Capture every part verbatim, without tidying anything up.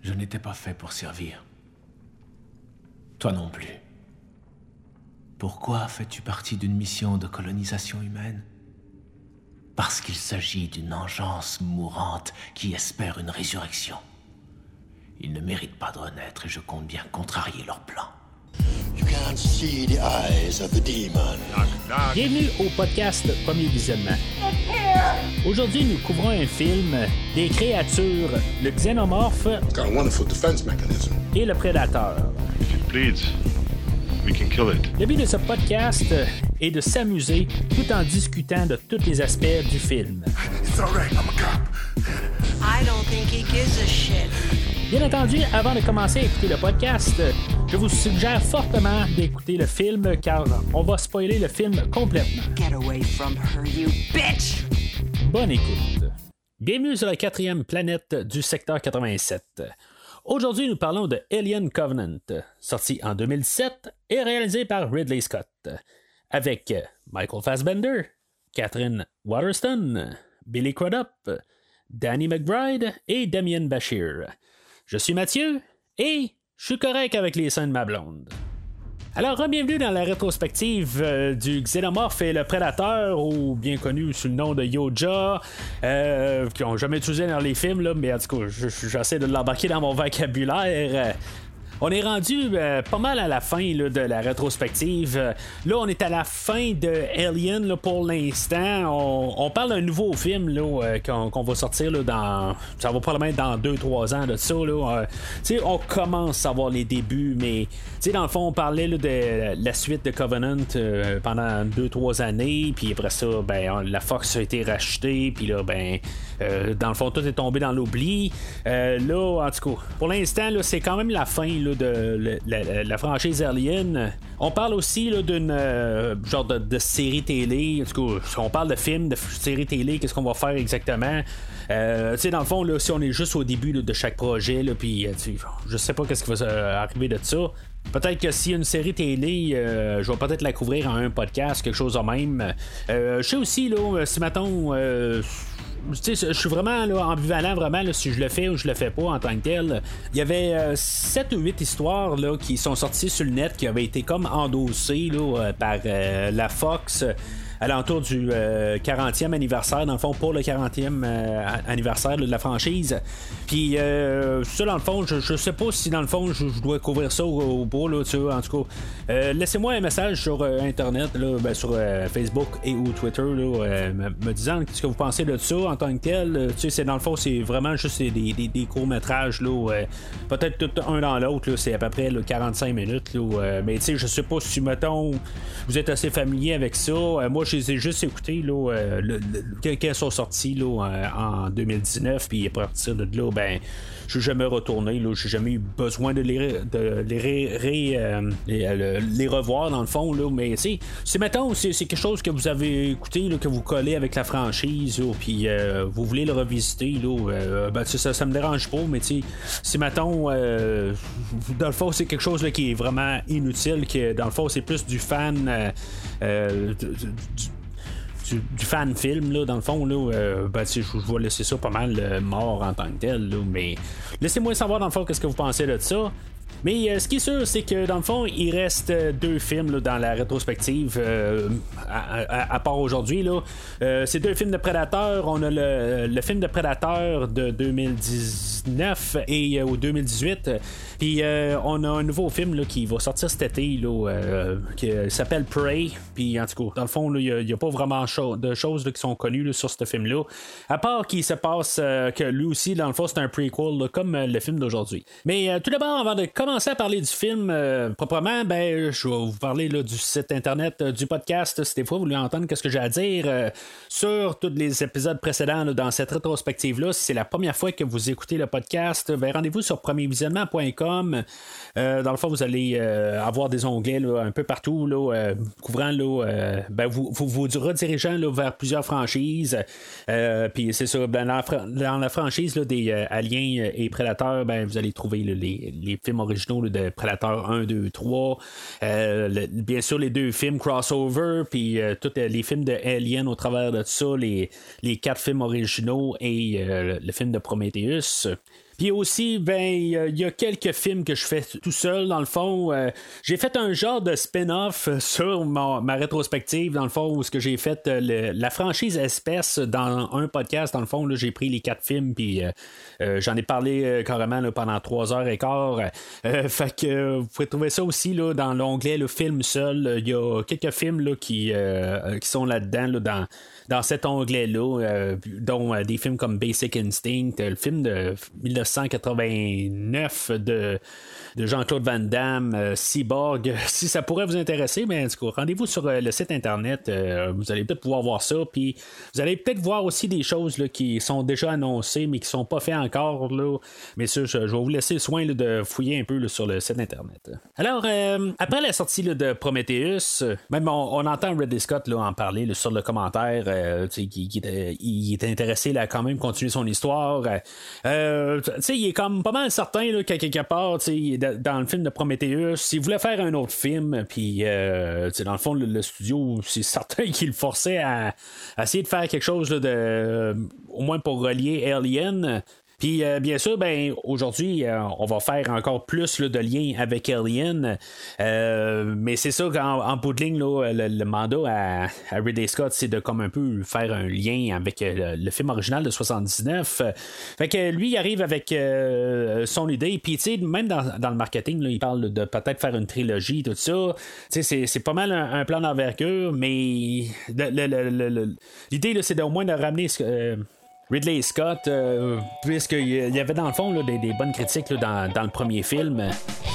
Je n'étais pas fait pour servir. Toi non plus. Pourquoi fais-tu partie d'une mission de colonisation humaine? Parce qu'il s'agit d'une engeance mourante qui espère une résurrection. Ils ne méritent pas de renaître et je compte bien contrarier leur plan. You can't see the eyes of the demon. Bienvenue au podcast Premier Visionnement. Aujourd'hui, nous couvrons un film des créatures, le xénomorphe Got a wonderful defense mechanism. et le prédateur. If it bleeds, we can kill it. Le but de ce podcast est de s'amuser tout en discutant de tous les aspects du film. It's all right, I'm a cop. I don't think he gives a shit. Bien entendu, avant de commencer à écouter le podcast, je vous suggère fortement d'écouter le film car on va spoiler le film complètement. Get away from her, you bitch! Bonne écoute. Bienvenue sur la quatrième planète du secteur quatre-vingt-sept. Aujourd'hui, nous parlons de Alien Covenant, sorti en deux mille dix-sept et réalisé par Ridley Scott, avec Michael Fassbender, Catherine Waterston, Billy Crudup, Danny McBride et Damien Bashir. Je suis Mathieu et je suis correct avec les seins de ma blonde. Alors, bienvenue dans la rétrospective euh, du Xénomorphe et le Prédateur, ou bien connu sous le nom de Yoja, euh, qui n'ont jamais utilisé dans les films, là, mais en tout cas, j'essaie de l'embarquer dans mon vocabulaire. On est rendu euh, pas mal à la fin là, de la rétrospective. Euh, là, on est à la fin de Alien là, pour l'instant. On, on parle d'un nouveau film là, euh, qu'on, qu'on va sortir là, dans. Ça va probablement être dans deux trois ans de ça. Là. Euh, on commence à voir les débuts, mais dans le fond, on parlait là, de la suite de Covenant euh, pendant deux trois années. Puis après ça, ben, la Fox a été rachetée. Puis là, ben, euh, dans le fond, tout est tombé dans l'oubli. Euh, là, en tout cas, pour l'instant, là, c'est quand même la fin. Là, de la, la, la franchise Alien. On parle aussi là, d'une euh, genre de, de série télé. En tout cas, si on parle de film, de série télé, qu'est-ce qu'on va faire exactement? Euh, tu sais, dans le fond, là, si on est juste au début là, de chaque projet, là, puis je sais pas qu'est-ce qui va euh, arriver de ça. Peut-être que s'il y a une série télé, euh, je vais peut-être la couvrir en un podcast, quelque chose de même. Euh, je sais aussi, là, si mettons. Euh, je suis vraiment là, ambivalent vraiment là, si je le fais ou je le fais pas en tant que tel. Il y avait euh, sept ou huit histoires là, qui sont sorties sur le net qui avaient été comme endossées là, euh, par euh, la Fox à l'entour du euh, quarantième anniversaire, dans le fond, pour le quarantième euh, anniversaire là, de la franchise. Puis, euh, ça, dans le fond, je, je sais pas si, dans le fond, je, je dois couvrir ça au, au bout, là, tu vois, en tout cas. Euh, laissez-moi un message sur euh, Internet, là, ben, sur euh, Facebook et ou Twitter, là, euh, me, me disant ce que vous pensez de ça en tant que tel. Euh, tu sais, c'est, dans le fond, c'est vraiment juste des, des, des courts-métrages, là, euh, peut-être tout un dans l'autre, là, c'est à peu près là, quarante-cinq minutes, là, euh, mais tu sais, je sais pas si, mettons, vous êtes assez familier avec ça. Euh, moi, je les ai juste écoutés là, euh, le, le, quand elles sont sorties là, euh, en deux mille dix-neuf, puis à partir de là, ben, je suis jamais retourné, là, j'ai jamais eu besoin de les, de les, ré, ré, euh, les, euh, les revoir dans le fond, là, mais c'est, c'est mettons, c'est, c'est quelque chose que vous avez écouté, là, que vous collez avec la franchise, là, puis euh, vous voulez le revisiter, là, euh, ben, ça, ça me dérange pas, mais tu sais, si mettons, euh, dans le fond, c'est quelque chose là, qui est vraiment inutile, que dans le fond, c'est plus du fan. Euh, euh, du, du, Du, du fan film là, dans le fond là, euh, ben, je, je vais laisser ça pas mal euh, mort en tant que tel là, mais laissez-moi savoir dans le fond qu'est-ce que vous pensez de ça. Mais euh, ce qui est sûr, c'est que dans le fond, il reste euh, deux films là, dans la rétrospective euh, à, à, à part aujourd'hui. Là. Euh, c'est deux films de Prédateur. On a le, le film de Prédateur de deux mille dix-neuf et euh, au deux mille dix-huit. Puis euh, on a un nouveau film là, qui va sortir cet été là, euh, qui s'appelle Prey. Puis en tout cas, dans le fond, il n'y a, a pas vraiment cho- de choses là, qui sont connues là, sur ce film-là. À part qu'il se passe euh, que lui aussi, dans le fond, c'est un prequel là, comme euh, le film d'aujourd'hui. Mais euh, tout d'abord, avant de commencer à parler du film euh, proprement, ben je vais vous parler là, du site internet euh, du podcast. Si des fois vous voulez entendre qu'est-ce que j'ai à dire euh, sur tous les épisodes précédents là, dans cette rétrospective-là, si c'est la première fois que vous écoutez le podcast, ben rendez-vous sur premier visionnement point com. Euh, dans le fond, vous allez euh, avoir des onglets là, un peu partout là, euh, couvrant là, euh, ben, vous, vous vous redirigeant là, vers plusieurs franchises. Euh, Puis c'est ça, ben, dans, la, dans la franchise là, des euh, Aliens et Prédateurs, ben, vous allez trouver là, les, les films originaux de Predator un, deux, trois. Euh, le, bien sûr, les deux films crossover, puis euh, tous les films de Alien au travers de ça, les, les quatre films originaux et euh, le film de Prometheus. Puis aussi, ben, il y a quelques films que je fais tout seul, dans le fond. Euh, j'ai fait un genre de spin-off sur ma, ma rétrospective, dans le fond, où ce que j'ai fait euh, le, la franchise Espèce dans un podcast. Dans le fond, là, j'ai pris les quatre films, puis euh, euh, j'en ai parlé euh, carrément là, pendant trois heures et quart. Euh, fait que euh, vous pouvez trouver ça aussi là, dans l'onglet le film seul. Il y a quelques films là, qui, euh, qui sont là-dedans, là, dans, dans cet onglet-là, euh, dont euh, des films comme Basic Instinct, euh, le film de dix-neuf cent quatre-vingt-neuf de, de Jean-Claude Van Damme, euh, Cyborg. Si ça pourrait vous intéresser, mais en tout cas, rendez-vous sur euh, le site internet. Euh, vous allez peut-être pouvoir voir ça. Puis vous allez peut-être voir aussi des choses là, qui sont déjà annoncées, mais qui sont pas faites encore. Là. Mais ça, je, je vais vous laisser le soin là, de fouiller un peu là, sur le site internet. Alors, euh, après la sortie là, de Prometheus, même on, on entend Ridley Scott là, en parler là, sur le commentaire, euh, qui, qui était, il est intéressé là, à quand même continuer son histoire. Euh, il est comme pas mal certain là, qu'à quelque part, dans le film de Prometheus, s'il voulait faire un autre film, puis euh, dans le fond, le, le studio, c'est certain qu'il le forçait à, à essayer de faire quelque chose là, de, euh, au moins pour relier Alien. Puis, euh, bien sûr, ben, aujourd'hui, euh, on va faire encore plus là, de liens avec Alien. Euh, mais c'est ça qu'en en bout de ligne, là, le, le mandat à, à Ridley Scott, c'est de comme un peu faire un lien avec euh, le, le film original de soixante-dix-neuf. Fait que lui, il arrive avec euh, son idée. Puis, tu sais, même dans, dans le marketing, là, il parle de peut-être faire une trilogie, tout ça. Tu sais, c'est, c'est pas mal un, un plan d'envergure, mais le, le, le, le, l'idée, là, c'est au moins de ramener... Euh, Ridley Scott, euh, puisqu'il y avait dans le fond là, des, des bonnes critiques là, dans, dans le premier film.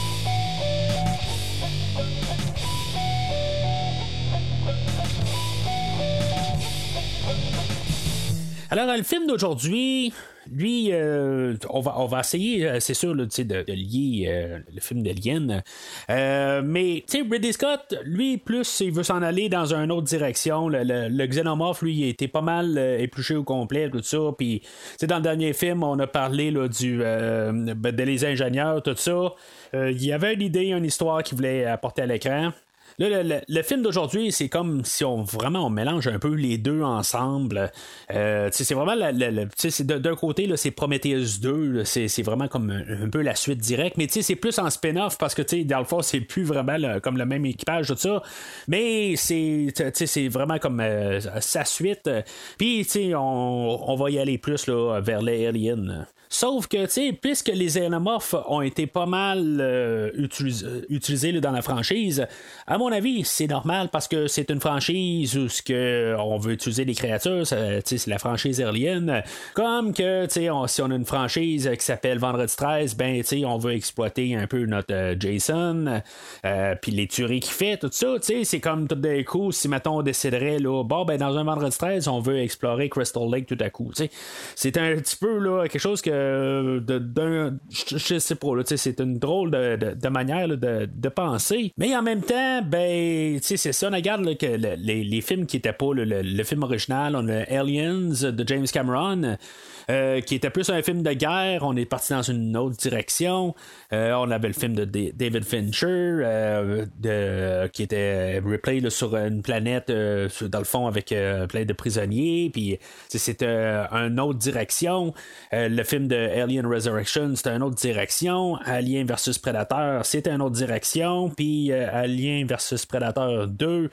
Alors, le film d'aujourd'hui, lui, euh, on, va, on va essayer, c'est sûr, là, de, de lier euh, le film d'Alien. Euh, mais, tu sais, Ridley Scott, lui, plus, il veut s'en aller dans une autre direction. Le, le, le xénomorphe, lui, il a été pas mal euh, épluché au complet, tout ça. Puis, tu sais, dans le dernier film, on a parlé là, du, euh, de les ingénieurs, tout ça. Euh, il y avait une idée, une histoire qu'il voulait apporter à l'écran. Là, le, le, le film d'aujourd'hui, c'est comme si on vraiment on mélange un peu les deux ensemble. Euh, c'est vraiment la, la, la, c'est d'un côté, là, c'est Prometheus deux, là, c'est, c'est vraiment comme un, un peu la suite directe, mais c'est plus en spin-off parce que dans le fond, c'est plus vraiment là, comme le même équipage, tout ça. Mais c'est, c'est vraiment comme euh, sa suite. Puis on, on va y aller plus là, vers les aliens. Sauf que, tu sais, puisque les xénomorphes ont été pas mal euh, utilis- utilisés là, dans la franchise, à mon avis, c'est normal parce que c'est une franchise où ce que on veut utiliser les créatures, ça, c'est la franchise Alien. Comme que, tu sais, si on a une franchise qui s'appelle Vendredi treize, ben, tu sais, on veut exploiter un peu notre euh, Jason, euh, puis les tueries qu'il fait, tout ça, tu sais, c'est comme tout d'un coup, si, mettons, on déciderait, là, bon, ben, dans un Vendredi treize, on veut explorer Crystal Lake tout à coup, tu sais. C'est un petit peu, là, quelque chose que De, d'un, je, je sais pas, là, c'est une drôle de, de, de manière là, de, de penser. Mais en même temps, ben, c'est ça, on regarde là, que le, les, les films qui étaient pas le, le, le film original, on a Aliens de James Cameron. Euh, qui était plus un film de guerre. On est parti dans une autre direction. Euh, on avait le film de D- David Fincher, euh, de, qui était replay là, sur une planète, euh, dans le fond, avec euh, plein de prisonniers. Puis c'était euh, une autre direction. Euh, le film de Alien Resurrection, c'était une autre direction. Alien versus Predator, c'était une autre direction. Puis euh, Alien versus Predator deux,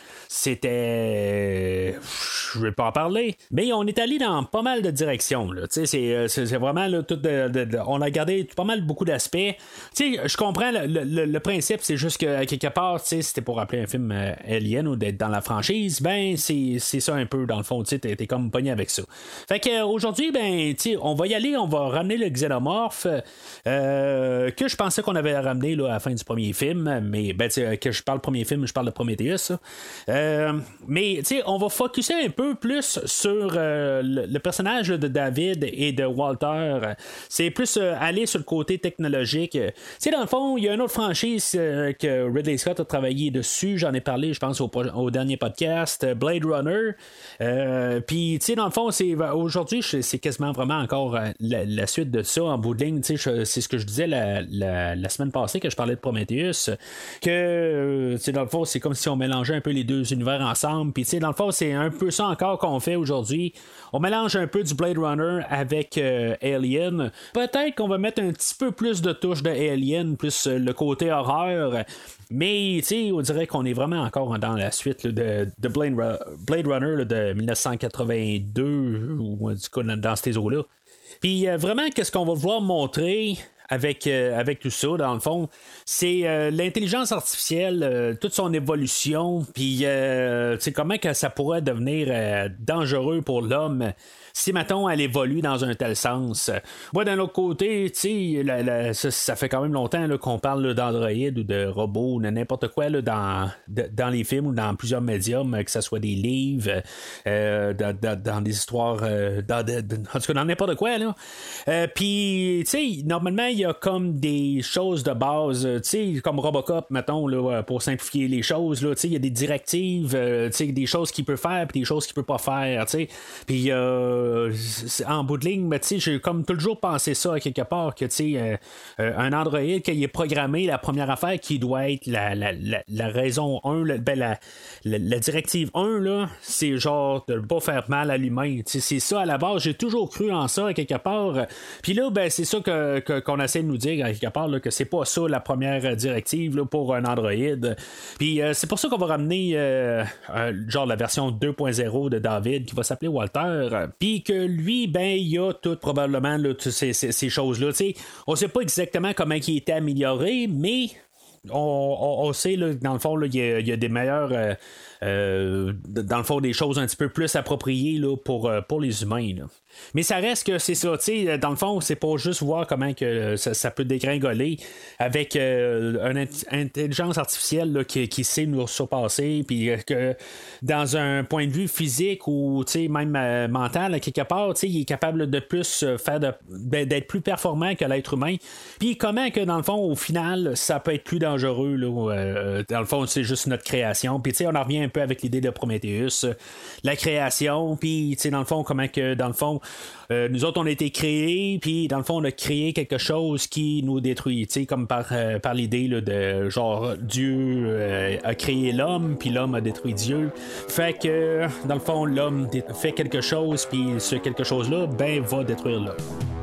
c'était... Je vais pas en parler. Mais on est allé dans pas mal de directions, là. Tu sais, C'est, c'est, c'est vraiment là, tout de, de, de, on a gardé pas mal beaucoup d'aspects. Tu sais, je comprends le, le, le principe, c'est juste que quelque part, tu sais, c'était pour rappeler un film euh, Alien ou d'être dans la franchise, ben c'est, c'est ça un peu dans le fond, tu sais, t'es, t'es comme pogné avec ça. Fait que euh, aujourd'hui, ben, tu sais, on va y aller, on va ramener le xénomorphe euh, que je pensais qu'on avait ramené là, à la fin du premier film, mais ben, tu sais, que je parle premier film, je parle de Prometheus. Euh, mais tu sais, on va focusser un peu plus sur euh, le, le personnage de David et de Walter. C'est plus euh, aller sur le côté technologique. Tu sais, dans le fond, il y a une autre franchise euh, que Ridley Scott a travaillé dessus. J'en ai parlé, je pense, au, au dernier podcast, Blade Runner. Euh, Puis, tu sais, dans le fond, c'est aujourd'hui, c'est quasiment vraiment encore euh, la, la, suite de ça en bout de ligne. C'est ce que je disais la, la, la semaine passée que je parlais de Prometheus, que euh, dans le fond, c'est comme si on mélangeait un peu les deux univers ensemble. Puis dans le fond, c'est un peu ça encore qu'on fait aujourd'hui. On mélange un peu du Blade Runner avec euh, Alien. Peut-être qu'on va mettre un petit peu plus de touches de Alien, plus euh, le côté horreur. Mais on dirait qu'on est vraiment encore dans la suite là, de, de Blade, Blade Runner là, de dix-neuf cent quatre-vingt-deux, ou du coup dans ces eaux-là. Puis euh, vraiment, qu'est-ce qu'on va vouloir montrer avec, euh, avec tout ça, dans le fond, c'est euh, l'intelligence artificielle, euh, toute son évolution, puis euh, comment que ça pourrait devenir euh, dangereux pour l'homme si, mettons, elle évolue dans un tel sens. Moi, d'un autre côté, tu sais, ça, ça fait quand même longtemps là, qu'on parle là, d'androïdes ou de robots, de n'importe quoi là, dans, de, dans les films ou dans plusieurs médiums, que ce soit des livres, euh, dans, dans, dans des histoires, euh, dans, de, de, en tout cas, dans n'importe quoi, là. Euh, Puis, tu sais, normalement, il y a comme des choses de base, tu sais, comme Robocop, mettons, là, pour simplifier les choses, là, tu sais, il y a des directives, euh, tu sais, des choses qu'il peut faire puis des choses qu'il peut pas faire, tu sais. Puis, euh, en bout de ligne, tu sais, j'ai comme toujours pensé ça à quelque part, que, tu sais, euh, euh, un androïde qui est programmé, la première affaire qui doit être la, la, la, la raison un, la, ben, la, la, la directive un, là, c'est genre de ne pas faire mal à l'humain. Tu sais, c'est ça à la base, j'ai toujours cru en ça à quelque part. Puis là, ben, c'est ça que, que, qu'on essaie de nous dire à quelque part, là, que c'est pas ça la première directive là, pour un androïde. Puis euh, c'est pour ça qu'on va ramener euh, euh, genre la version deux point zéro de David qui va s'appeler Walter. Puis que lui, ben, il y a tout probablement là, toutes ces, ces, ces choses-là. T'sais, on sait pas exactement comment il était amélioré, mais on, on, on sait là, dans le fond, il y, y a des meilleurs. Euh, euh, dans le fond, des choses un petit peu plus appropriées là, pour, euh, pour les humains. Là. Mais ça reste que c'est ça, tu sais, dans le fond, c'est pas juste voir comment que ça, ça peut dégringoler avec euh, une int- intelligence artificielle là, qui, qui sait nous surpasser, puis euh, que dans un point de vue physique ou tu sais même euh, mental, quelque part, tu sais, il est capable de plus faire de, d'être plus performant que l'être humain. Puis comment que dans le fond, au final, ça peut être plus dangereux, là, euh, dans le fond, c'est juste notre création. Puis tu sais, on en revient un peu avec l'idée de Prometheus, la création, puis tu sais, dans le fond, comment que dans le fond, Euh, nous autres, on a été créés, puis dans le fond, on a créé quelque chose qui nous détruit, tu sais, comme par, euh, par l'idée là, de genre Dieu euh, a créé l'homme, puis l'homme a détruit Dieu. Fait que, dans le fond, l'homme dé- fait quelque chose, puis ce quelque chose-là, ben, va détruire l'homme.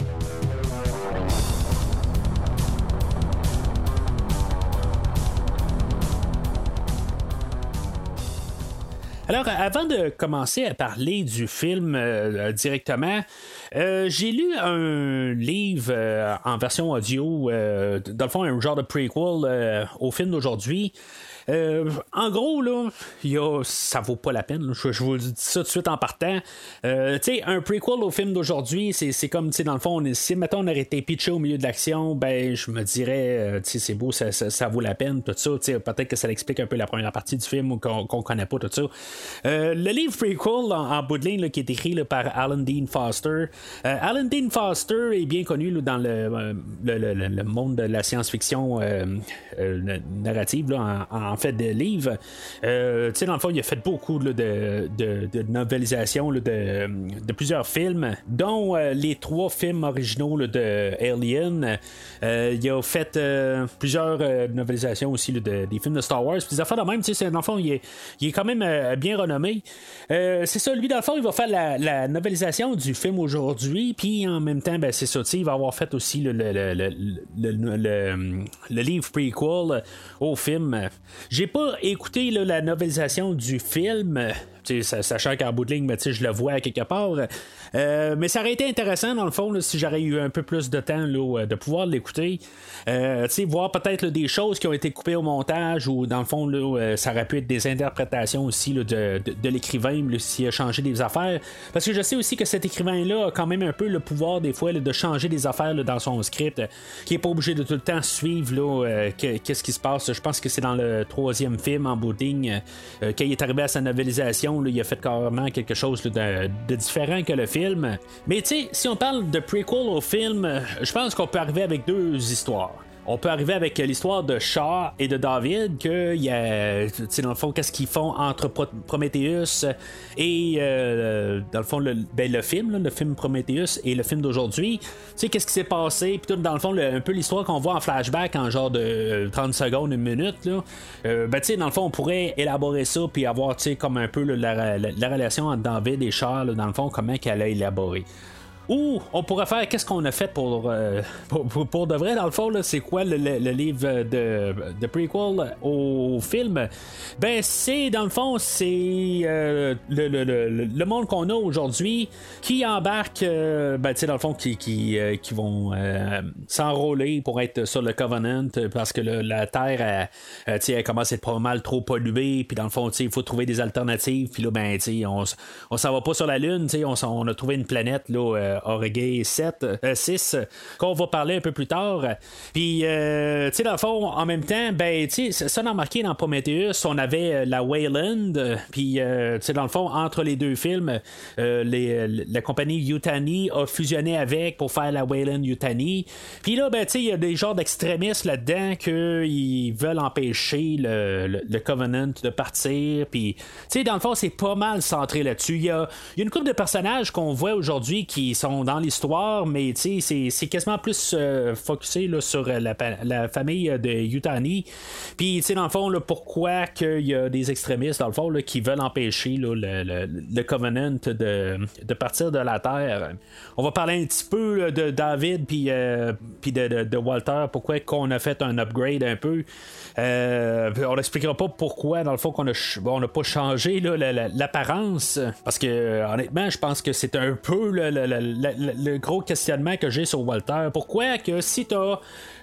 Alors, avant de commencer à parler du film euh, directement, euh, j'ai lu un livre euh, en version audio, euh, dans le fond, un genre de prequel euh, au film d'aujourd'hui. Euh, en gros, là, y a, ça vaut pas la peine. Là, je, je vous dis ça tout de suite en partant. Euh, tu sais, un prequel au film d'aujourd'hui, c'est, c'est comme, tu sais, dans le fond, on, si, mettons, on aurait été pitché au milieu de l'action, ben, je me dirais, euh, tu sais, c'est beau, ça, ça, ça vaut la peine, tout ça. Tu sais, peut-être que ça l'explique un peu la première partie du film qu'on, qu'on connaît pas, tout ça. Euh, le livre prequel, en, en bout de ligne, là, qui est écrit là, par Alan Dean Foster. Euh, Alan Dean Foster est bien connu là, dans le, euh, le, le, le monde de la science-fiction euh, euh, narrative, là, en, en fait de livres. Euh, tu sais, dans le fond, il a fait beaucoup là, de, de, de novélisations là, de, de plusieurs films, dont euh, les trois films originaux là, de Alien. Euh, il a fait euh, plusieurs euh, novélisations aussi là, de, des films de Star Wars. Puis des affaires de même, tu sais, dans le fond, il est, il est quand même euh, bien renommé. Euh, c'est ça, lui, dans le fond, il va faire la, la novélisation du film aujourd'hui, puis en même temps, ben, c'est ça, tu sais, il va avoir fait aussi le, le, le, le, le, le, le livre prequel au film. J'ai pas écouté là, la novélisation du film, sachant qu'en bout de ligne, ben, je le vois à quelque part. Euh, mais ça aurait été intéressant, dans le fond, là, si j'aurais eu un peu plus de temps là, de pouvoir l'écouter. Euh, voir peut-être là, des choses qui ont été coupées au montage, ou dans le fond, là, euh, ça aurait pu être des interprétations aussi là, de, de, de l'écrivain, là, s'il a changé des affaires. Parce que je sais aussi que cet écrivain-là a quand même un peu le pouvoir, des fois, là, de changer des affaires là, dans son script, qui n'est pas obligé de tout le temps suivre là, euh, que, qu'est-ce qui se passe. Je pense que c'est dans le troisième film, en bout de ligne, euh, quand il est arrivé à sa novélisation, là, il a fait carrément quelque chose là, de, de différent que le film. Mais tu sais, si on parle de prequel au film, je pense qu'on peut arriver avec deux histoires. on peut arriver avec l'histoire de Shaw et de David, que il y a, dans le fond, qu'est-ce qu'ils font entre Pro- Prometheus et euh, dans le fond le, ben, le film, là, le film Prometheus et le film d'aujourd'hui. Tu sais, qu'est-ce qui s'est passé, puis tout dans le fond le, un peu l'histoire qu'on voit en flashback en genre de trente secondes, une minute. Là. Euh, ben tu sais, dans le fond, on pourrait élaborer ça puis avoir, tu sais, comme un peu là, la, la, la relation entre David et Shaw, là, dans le fond, comment qu'elle a élaboré. Ou on pourrait faire qu'est-ce qu'on a fait pour, euh, pour, pour, pour de vrai, dans le fond, là, c'est quoi le, le, le livre de, de prequel au film? Ben, c'est, dans le fond, c'est euh, le, le, le, le monde qu'on a aujourd'hui qui embarque, euh, ben, tu sais, dans le fond, qui, qui, euh, qui vont euh, s'enrôler pour être sur le Covenant parce que le, la Terre, elle, tu sais, elle commence à être pas mal trop polluée, puis dans le fond, tu sais, il faut trouver des alternatives, puis là, ben, tu sais, on, on s'en va pas sur la Lune, tu sais, on, on a trouvé une planète, là, euh, Orgay sept, euh, six, qu'on va parler un peu plus tard. Puis, euh, tu sais, dans le fond, en même temps, ben, tu sais, ça, on a marqué dans Prometheus, on avait euh, la Wayland, puis, euh, tu sais, dans le fond, entre les deux films, euh, les, la compagnie Yutani a fusionné avec pour faire la Wayland Yutani. Puis là, ben, tu sais, il y a des genres d'extrémistes là-dedans qu'ils veulent empêcher le, le, le Covenant de partir. Puis, tu sais, dans le fond, c'est pas mal centré là-dessus. Il y a, il y a une couple de personnages qu'on voit aujourd'hui qui sont dans l'histoire, mais c'est, c'est quasiment plus euh, focusé là, sur la, la famille de Yutani. Puis, dans le fond, là, pourquoi qu'il y a des extrémistes, dans le fond, là, qui veulent empêcher là, le, le, le Covenant de, de partir de la Terre. On va parler un petit peu là, de David puis euh, de, de, de Walter, pourquoi qu'on a fait un upgrade un peu. Euh, on n'expliquera pas pourquoi, dans le fond, qu'on a bon, on n'a pas changé là, la, la, l'apparence, parce que honnêtement, je pense que c'est un peu le, le, le, le, le gros questionnement que j'ai sur Walter. Pourquoi que si t'as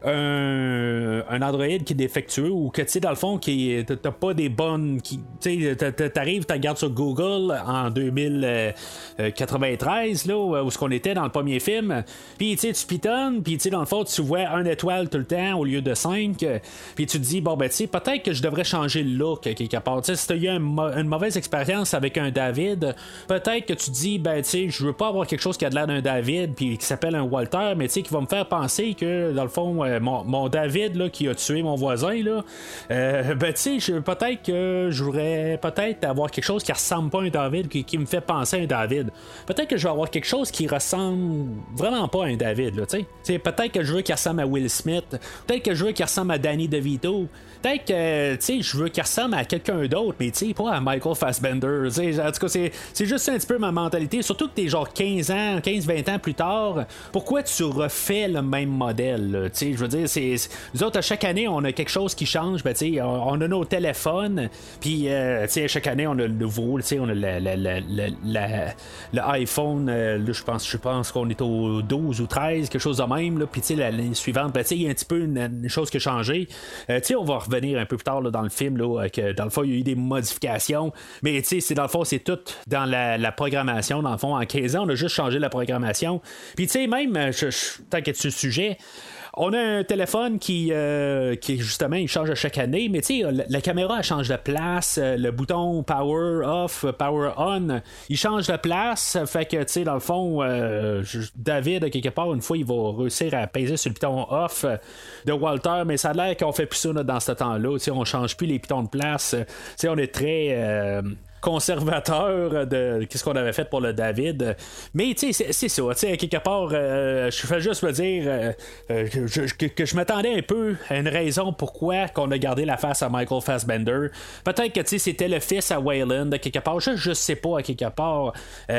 un, un androïde qui est défectueux ou que tu sais dans le fond qui t'as pas des bonnes qui tu sais t'arrives tu regardes sur Google en deux mille quatre-vingt-treize là où ce qu'on était dans le premier film, puis tu sais tu pitonnes, puis tu sais dans le fond tu vois un étoile tout le temps au lieu de cinq, puis tu te dis bon ben tu sais peut-être que je devrais changer le look quelque part. Tu sais si t'as eu un, une mauvaise expérience avec un David, peut-être que tu te dis ben tu sais je veux pas avoir quelque chose qui a de l'air d'un David puis qui s'appelle un Walter, mais tu sais qui va me faire penser que dans le fond Mon, mon David là, qui a tué mon voisin là, euh, ben tu sais peut-être que je voudrais peut-être avoir quelque chose qui ressemble pas à un David, qui, qui me fait penser à un David. Peut-être que je vais avoir quelque chose qui ressemble vraiment pas à un David là, tu sais peut-être que je veux qu'il ressemble à Will Smith, peut-être que je veux qu'il ressemble à Danny DeVito, peut-être que tu sais je veux qu'il ressemble à quelqu'un d'autre, mais tu sais pas à Michael Fassbender. T'sais. En tout cas c'est, c'est juste un petit peu ma mentalité, surtout que t'es genre quinze ans quinze vingt ans plus tard, pourquoi tu refais le même modèle, tu sais je veux dire, c'est, c'est, nous autres, à chaque année, on a quelque chose qui change. Ben, on, on a nos téléphones, puis euh, chaque année, on a le nouveau, on a la, la, la, la, l'iPhone, euh, là, je pense, je pense qu'on est au douze ou treize, quelque chose de même, puis l'année suivante, ben, il y a un petit peu une, une chose qui a changé. Euh, on va revenir un peu plus tard là, dans le film, là, que dans le fond, il y a eu des modifications, mais c'est, dans le fond, c'est tout dans la, la programmation. Dans le fond, en quinze ans, on a juste changé la programmation. Puis, tu sais, même, je, je, tant qu'il y a ce sujet, on a un téléphone qui, euh, qui justement, il change à chaque année, mais tu sais, la, la caméra, elle change de place, euh, le bouton power off, power on, il change de place, fait que, tu sais, dans le fond, euh, David, quelque part, une fois, il va réussir à peser sur le bouton off de Walter, mais ça a l'air qu'on fait plus ça là, dans ce temps-là, tu sais, on change plus les pitons de place, tu sais, on est très... Euh, conservateur de qu'est-ce qu'on avait fait pour le David, mais tu sais c'est, c'est ça, tu sais quelque part euh, je fais juste me dire euh, que, je, que, que je m'attendais un peu à une raison pourquoi qu'on a gardé la face à Michael Fassbender. Peut-être que tu sais c'était le fils à Wayland quelque part, je, je sais pas à quelque part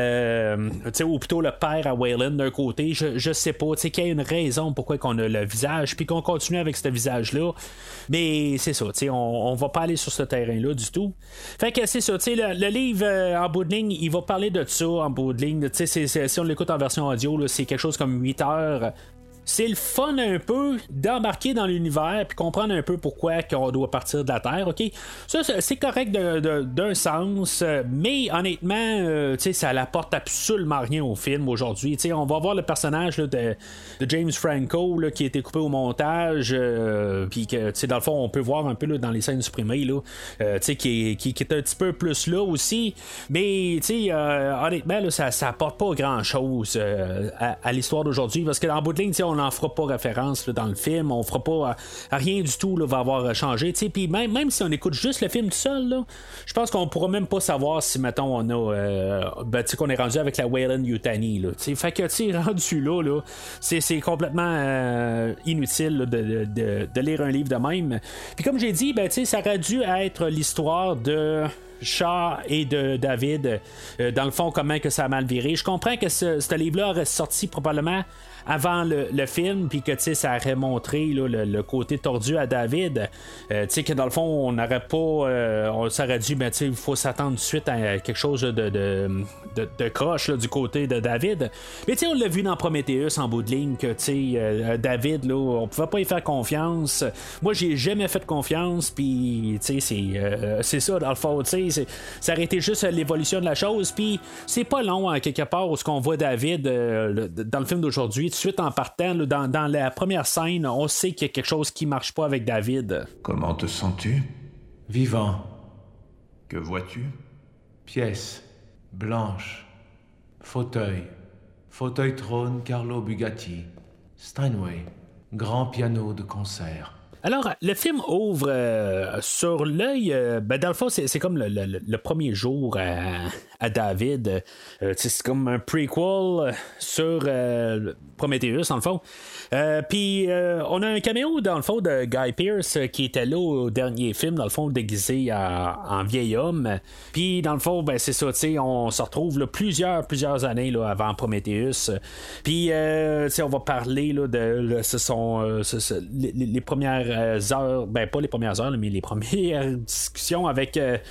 euh, tu sais ou plutôt le père à Wayland d'un côté, je, je sais pas, tu sais qu'il y a une raison pourquoi qu'on a le visage puis qu'on continue avec ce visage là, mais c'est ça, tu sais on, on va pas aller sur ce terrain là du tout. Fait que c'est ça, tu sais le Le livre, euh, en bout de ligne, il va parler de ça en bout de ligne. C'est, c'est, si on l'écoute en version audio, là, c'est quelque chose comme huit heures. C'est le fun un peu d'embarquer dans l'univers puis comprendre un peu pourquoi on doit partir de la Terre, ok? Ça, c'est correct de, de, d'un sens, mais honnêtement, euh, tu sais, ça n'apporte absolument rien au film aujourd'hui. Tu sais, on va voir le personnage là, de, de James Franco là, qui a été coupé au montage, euh, puis que, tu sais, dans le fond, on peut voir un peu là, dans les scènes supprimées, là, euh, tu sais, qui, qui, qui est un petit peu plus là aussi, mais, tu sais, euh, honnêtement, là, ça, ça apporte pas grand-chose euh, à, à l'histoire d'aujourd'hui, parce que en bout de ligne, tu sais, on n'en fera pas référence là, dans le film, on fera pas à, à rien du tout là, va avoir changé, puis même, même si on écoute juste le film tout seul, là, je pense qu'on pourra même pas savoir si mettons on a euh, ben, qu'on est rendu avec la Weyland Yutani, là, fait que tu rendu là, là c'est, c'est complètement euh, inutile là, de, de, de lire un livre de même. Puis comme j'ai dit, ben, ça aurait dû être l'histoire de Shaw et de David, euh, dans le fond, comment que ça a mal viré. Je comprends que ce, ce livre-là aurait sorti probablement avant le, le film, puis que ça aurait montré là, le, le côté tordu à David, euh, que dans le fond on n'aurait pas euh, on s'aurait dit ben, il faut s'attendre tout de suite à quelque chose de, de, de, de croche là, du côté de David, mais on l'a vu dans Prometheus en bout de ligne que euh, David là, on pouvait pas y faire confiance. Moi j'ai jamais fait confiance, puis c'est, euh, c'est ça dans le fond, c'est, ça aurait été juste l'évolution de la chose, puis c'est pas long hein, quelque part où ce qu'on voit David euh, dans le film d'aujourd'hui. Tout de suite en partant, là, dans, dans la première scène, on sait qu'il y a quelque chose qui marche pas avec David. Comment te sens-tu? Vivant. Que vois-tu? Pièce. Blanche. Fauteuil. Fauteuil trône Carlo Bugatti. Steinway. Grand piano de concert. Alors, le film ouvre euh, sur l'œil, euh, ben dans le fond, c'est, c'est comme le, le, le premier jour à, à David. Euh, c'est comme un prequel sur euh, Prometheus, dans le fond. Euh, Puis, euh, on a un caméo, dans le fond, de Guy Pearce qui était là au dernier film, dans le fond, déguisé à, en vieil homme. Puis, dans le fond, ben c'est ça, tu sais, on se retrouve là, plusieurs, plusieurs années là, avant Prometheus. Puis, euh, tu sais, on va parler là, de, là, ce sont euh, ce, ce, les, les premières heures, ben pas les premières heures, mais les premières discussions avec euh,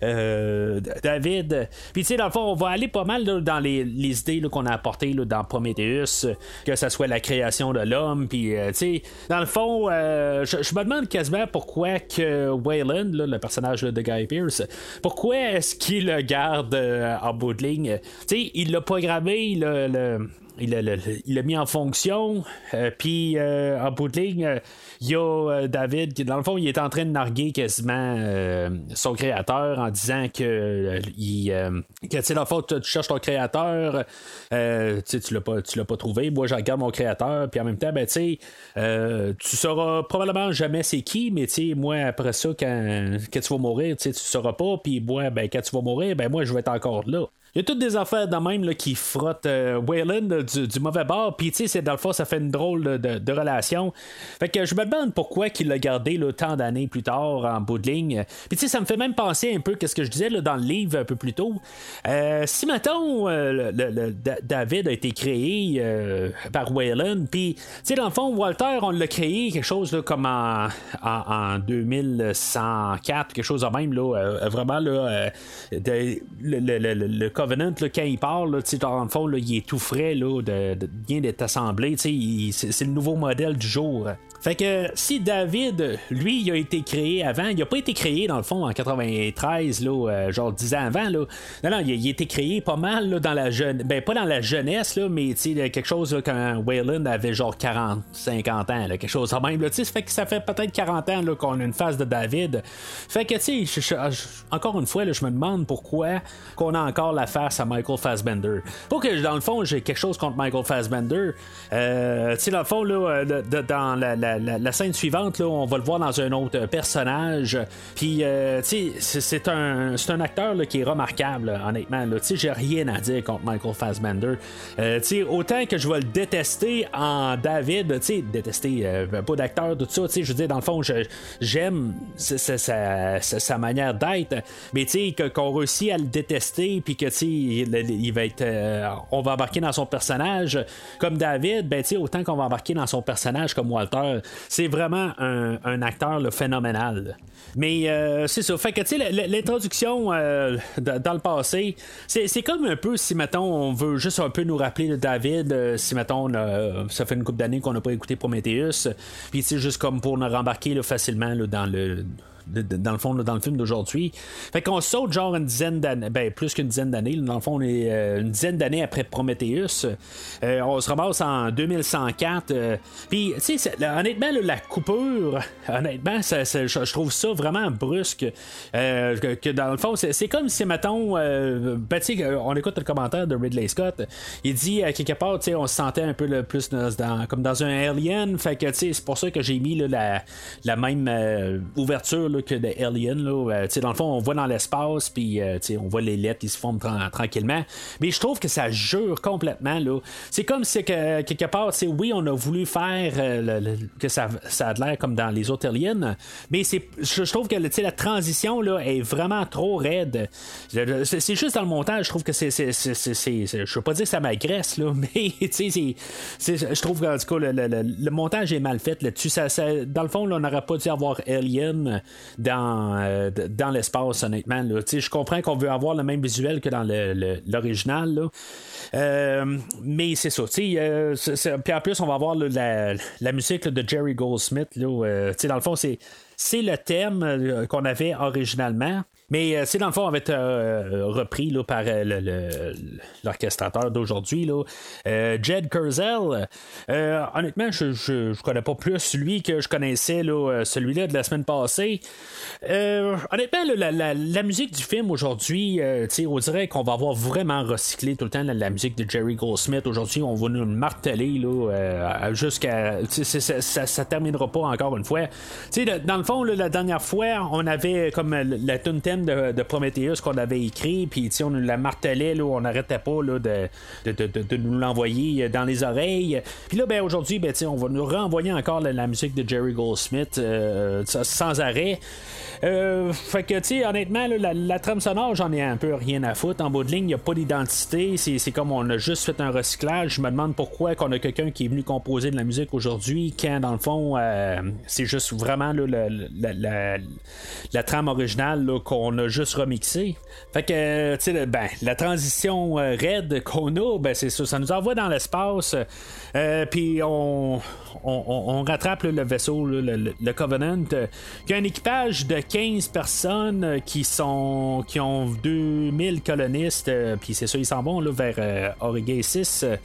euh, David. Puis tu sais, dans le fond, on va aller pas mal là, dans les, les idées là, qu'on a apportées là, dans Prometheus, que ça soit la création de l'homme. Puis euh, tu sais, dans le fond, euh, je, je me demande quasiment pourquoi que Weyland, là, le personnage là, de Guy Pearce, pourquoi est-ce qu'il le garde euh, en bout de ligne. Tu sais, il l'a programmé, il l'a le Il l'a, il l'a mis en fonction, euh, puis euh, en bout de ligne, il y a euh, David qui, dans le fond, il est en train de narguer quasiment euh, son créateur en disant que, euh, il, euh, que tu sais, dans le fond, tu, tu cherches ton créateur, euh, tu l'as pas, tu l'as pas trouvé, moi, je regarde mon créateur, puis en même temps, ben, tu sais, euh, tu sauras probablement jamais c'est qui, mais tu sais, moi, après ça, quand, quand tu vas mourir, tu sais, tu sauras pas, puis moi, ben, quand tu vas mourir, ben, moi, je vais être encore là. Il y a toutes des affaires de même là, qui frottent euh, Weyland du, du mauvais bord, puis tu sais, c'est dans le fond, ça fait une drôle de, de, de relation. Fait que je me demande pourquoi qu'il l'a gardé là, tant d'années plus tard en bout de ligne. Puis tu sais, ça me fait même penser un peu à ce que je disais là, dans le livre un peu plus tôt. Euh, si mettons euh, le, le, le David a été créé euh, par Weyland, puis tu sais, dans le fond, Walter, on l'a créé quelque chose là, comme en, en, en deux mille cent quatre, quelque chose de même, là, euh, vraiment là, euh, de, le, le, le, le Covenant, là, quand il parle, là, dans le fond, là, il est tout frais, là, de, de bien d'être assemblé. Il, c'est, c'est le nouveau modèle du jour. Fait que si David, lui, il a été créé avant, il a pas été créé dans le fond en quatre-vingt-treize, là, euh, genre dix ans avant. Là. Non, non, il a, il a été créé pas mal là, dans la jeune, ben pas dans la jeunesse, là, mais quelque chose là, quand Weyland avait genre quarante, cinquante ans, là, quelque chose de même. Là, ça fait que ça fait peut-être quarante ans là, qu'on a une face de David. Fait que tu sais, encore une fois, là, je me demande pourquoi qu'on a encore la face à Michael Fassbender. Pas que dans le fond, j'ai quelque chose contre Michael Fassbender. Euh, tu sais, dans le fond, là, de, de, dans la, la La, la scène suivante, là, on va le voir dans un autre personnage. Puis, euh, tu sais, c'est, c'est, un, c'est un acteur là, qui est remarquable, là, honnêtement. Tu sais, j'ai rien à dire contre Michael Fassbender. Euh, tu sais, autant que je vais le détester en David, tu sais, détester, euh, pas d'acteur, tout ça, tu sais, je veux dire, dans le fond, je, j'aime sa, sa, sa, sa manière d'être, mais tu sais, qu'on réussit à le détester, puis que, tu sais, il, il va être, euh, on va embarquer dans son personnage comme David, ben, tu sais, autant qu'on va embarquer dans son personnage comme Walter. C'est vraiment un, un acteur là, phénoménal. Mais euh, c'est ça. Fait que, tu sais, l'introduction euh, dans le passé, c'est, c'est comme un peu si, mettons, on veut juste un peu nous rappeler de David, euh, si, mettons, euh, ça fait une couple d'années qu'on n'a pas écouté Prometheus, puis, tu sais, juste comme pour nous rembarquer là, facilement là, dans le de, de, dans le fond, là, dans le film d'aujourd'hui. Fait qu'on saute genre une dizaine d'années, ben plus qu'une dizaine d'années. Là, dans le fond, on est euh, une dizaine d'années après Prometheus. Euh, on se ramasse en deux mille cent quatre. Euh, Puis, tu sais, honnêtement, là, la coupure, honnêtement, ça, ça, je, je trouve ça vraiment brusque. Euh, que, que dans le fond, c'est, c'est comme si, mettons, euh, ben, tu sais, on écoute le commentaire de Ridley Scott. Il dit, à quelque part, tu sais, on se sentait un peu le plus dans, dans, comme dans un Alien. Fait que, tu sais, c'est pour ça que j'ai mis là, la, la même euh, ouverture là, que de Alien. Là. Euh, tu sais, dans le fond, on voit dans l'espace, puis, euh, tu sais, on voit les lettres qui se forment tra- tranquillement. Mais je trouve que ça jure complètement, là. C'est comme si, que, quelque part, tu sais, oui, on a voulu faire euh, le, le, que ça, ça a l'air comme dans les autres Aliens, mais c'est, je, je trouve que, tu sais, la transition, là, est vraiment trop raide. C'est, c'est juste dans le montage, je trouve que c'est, c'est, c'est, c'est, c'est, c'est je veux pas dire que ça m'agresse, là, mais, tu sais, c'est, c'est, je trouve qu'en tout cas, le, le, le, le montage est mal fait là-dessus. Ça, ça, dans le fond, là, on n'aurait pas dû avoir Alien dans, euh, dans l'espace, honnêtement. Là. Je comprends qu'on veut avoir le même visuel que dans le, le, l'original. Là. Euh, mais c'est ça. Euh, puis en plus, on va avoir là, la, la musique là, de Jerry Goldsmith. Là, euh, dans le fond, c'est, c'est le thème euh, qu'on avait originalement. Mais euh, c'est dans le fond, on va être euh, repris là, par euh, le, le, l'orchestrateur d'aujourd'hui, là, euh, Jed Kurzel. Euh, honnêtement, je, je, je connais pas plus lui que je connaissais là, celui-là de la semaine passée. Euh, honnêtement, là, la, la, la musique du film aujourd'hui, euh, on dirait qu'on va avoir vraiment recyclé tout le temps la, la musique de Jerry Goldsmith. Aujourd'hui, on va nous le marteler là, euh, jusqu'à. Ça, ça, ça terminera pas encore une fois. T'sais, dans le fond, là, la dernière fois, on avait comme la tune thème de, de Prometheus qu'on avait écrit, puis on nous la martelait, là, on n'arrêtait pas là, de, de, de, de, de nous l'envoyer dans les oreilles. Puis là, ben, aujourd'hui, ben, on va nous renvoyer encore la, la musique de Jerry Goldsmith euh, sans arrêt. Euh, fait que, tu sais, honnêtement, là, la, la trame sonore, j'en ai un peu rien à foutre. En bout de ligne, il n'y a pas d'identité. C'est, c'est comme on a juste fait un recyclage. Je me demande pourquoi qu'on a quelqu'un qui est venu composer de la musique aujourd'hui, quand, dans le fond, euh, c'est juste vraiment là, la, la, la, la trame originale là, qu'on a juste remixé. Fait que, tu sais, ben, la transition euh, raide qu'on a, ben, c'est ça. Ça nous envoie dans l'espace. Euh, Puis on, on, on rattrape là, le vaisseau, là, le, le Covenant, euh, qui a un équipage de quinze personnes euh, qui sont qui ont deux mille colonistes. Euh, Puis c'est ça, ils s'en vont là, vers euh, Origay six. Euh,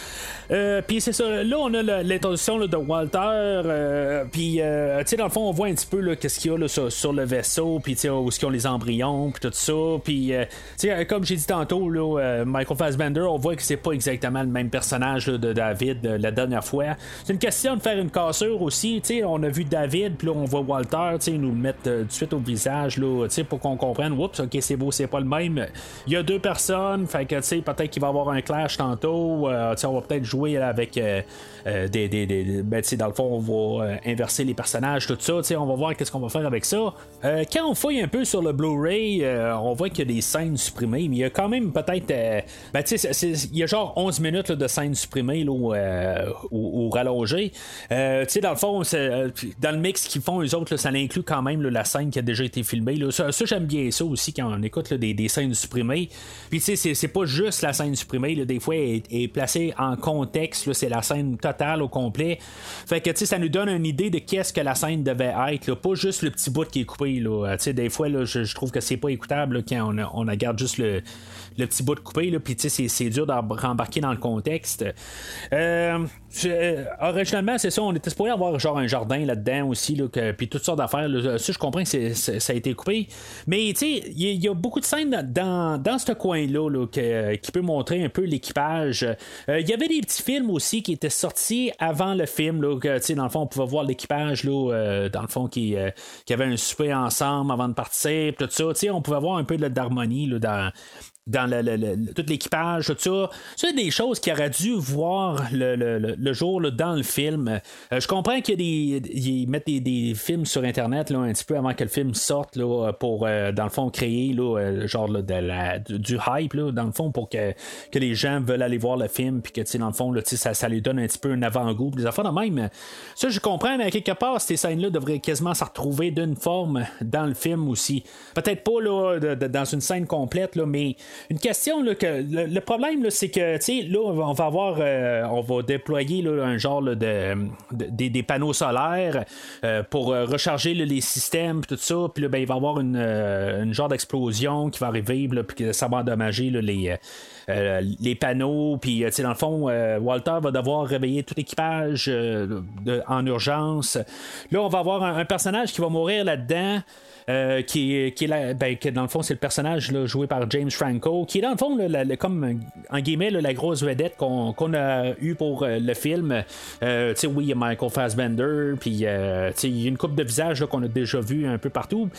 Euh, puis c'est ça, là on a le, l'introduction là, de Walter, euh, puis euh, tu sais dans le fond on voit un petit peu là, qu'est-ce qu'il y a là, sur, sur le vaisseau, puis tu sais où est-ce qu'ils ont les embryons, puis tout ça, puis euh, tu sais comme j'ai dit tantôt là, euh, Michael Fassbender, on voit que c'est pas exactement le même personnage là, de David euh, la dernière fois. C'est une question de faire une cassure aussi, tu sais on a vu David, puis là on voit Walter, tu sais nous le mettre euh, tout de suite au visage là, tu sais pour qu'on comprenne, oups, ok c'est beau, c'est pas le même. Il y a deux personnes, fait que tu sais peut-être qu'il va y avoir un clash tantôt, euh, tu sais on va peut-être jouer avec euh, euh, des, des, des ben, dans le fond on va euh, inverser les personnages, tout ça, on va voir qu'est-ce qu'on va faire avec ça. Euh, quand on fouille un peu sur le Blu-ray, euh, on voit qu'il y a des scènes supprimées, mais il y a quand même peut-être euh, ben, il y a genre onze minutes là, de scènes supprimées là, ou, euh, ou, ou rallongées. Euh, dans le fond c'est, dans le mix qu'ils font eux autres là, ça inclut quand même là, la scène qui a déjà été filmée là. Ça, ça j'aime bien ça aussi quand on écoute là, des, des scènes supprimées, puis c'est, c'est pas juste la scène supprimée là, des fois elle est, est placée en contexte là, c'est la scène totale au complet. Fait que, tu sais, ça nous donne une idée de qu'est-ce que la scène devait être, là. Pas juste le petit bout qui est coupé, là. Tu sais, des fois, là, je, je trouve que c'est pas écoutable, là, quand on, on regarde juste le, le petit bout de coupé, là. Puis, tu sais, c'est, c'est dur d'embarquer dans le contexte. Euh, je, originalement, c'est ça, on était supposé avoir genre un jardin là-dedans aussi, là, que, puis toutes sortes d'affaires, là. Ça, je comprends que c'est, c'est, ça a été coupé. Mais, tu sais, il y, y a beaucoup de scènes dans, dans ce coin-là, là, que, qui peut montrer un peu l'équipage. Il euh, y avait des petits films aussi qui était sorti avant le film là, que, dans le fond on pouvait voir l'équipage là, euh, dans le fond qui, euh, qui avait un souper ensemble avant de partir tout ça, on pouvait voir un peu là, d'harmonie là, dans dans le, le, le, tout l'équipage, tout ça. C'est des choses qui auraient dû voir le, le, le jour là, dans le film. Euh, je comprends qu'il y a des, ils mettent des, des films sur Internet là, un petit peu avant que le film sorte là, pour, euh, dans le fond, créer là, genre là, de la, du hype, là, dans le fond, pour que, que les gens veulent aller voir le film, puis que, tu sais, dans le fond, là, ça, ça les donne un petit peu un avant-goût, des affaires de même. Ça, je comprends, mais à quelque part, ces scènes-là devraient quasiment se retrouver d'une forme dans le film aussi. Peut-être pas là, de, de, dans une scène complète, là, mais une question là, que le, le problème là, c'est que là on va avoir euh, on va déployer là, un genre là, de, de des, des panneaux solaires euh, pour euh, recharger là, les systèmes tout ça, puis là ben, il va y avoir une, euh, une genre d'explosion qui va arriver puis que ça va endommager là, les euh, les panneaux, puis euh, dans le fond euh, Walter va devoir réveiller tout l'équipage euh, de, en urgence. Là on va avoir un, un personnage qui va mourir là-dedans. Euh, qui, qui est là, ben, que dans le fond c'est le personnage là, joué par James Franco, qui est dans le fond là, la, la, comme en guillemets là, la grosse vedette qu'on, qu'on a eu pour euh, le film. Euh, tu sais oui il y a Michael Fassbender, puis euh, il y a une couple de visages là, qu'on a déjà vu un peu partout.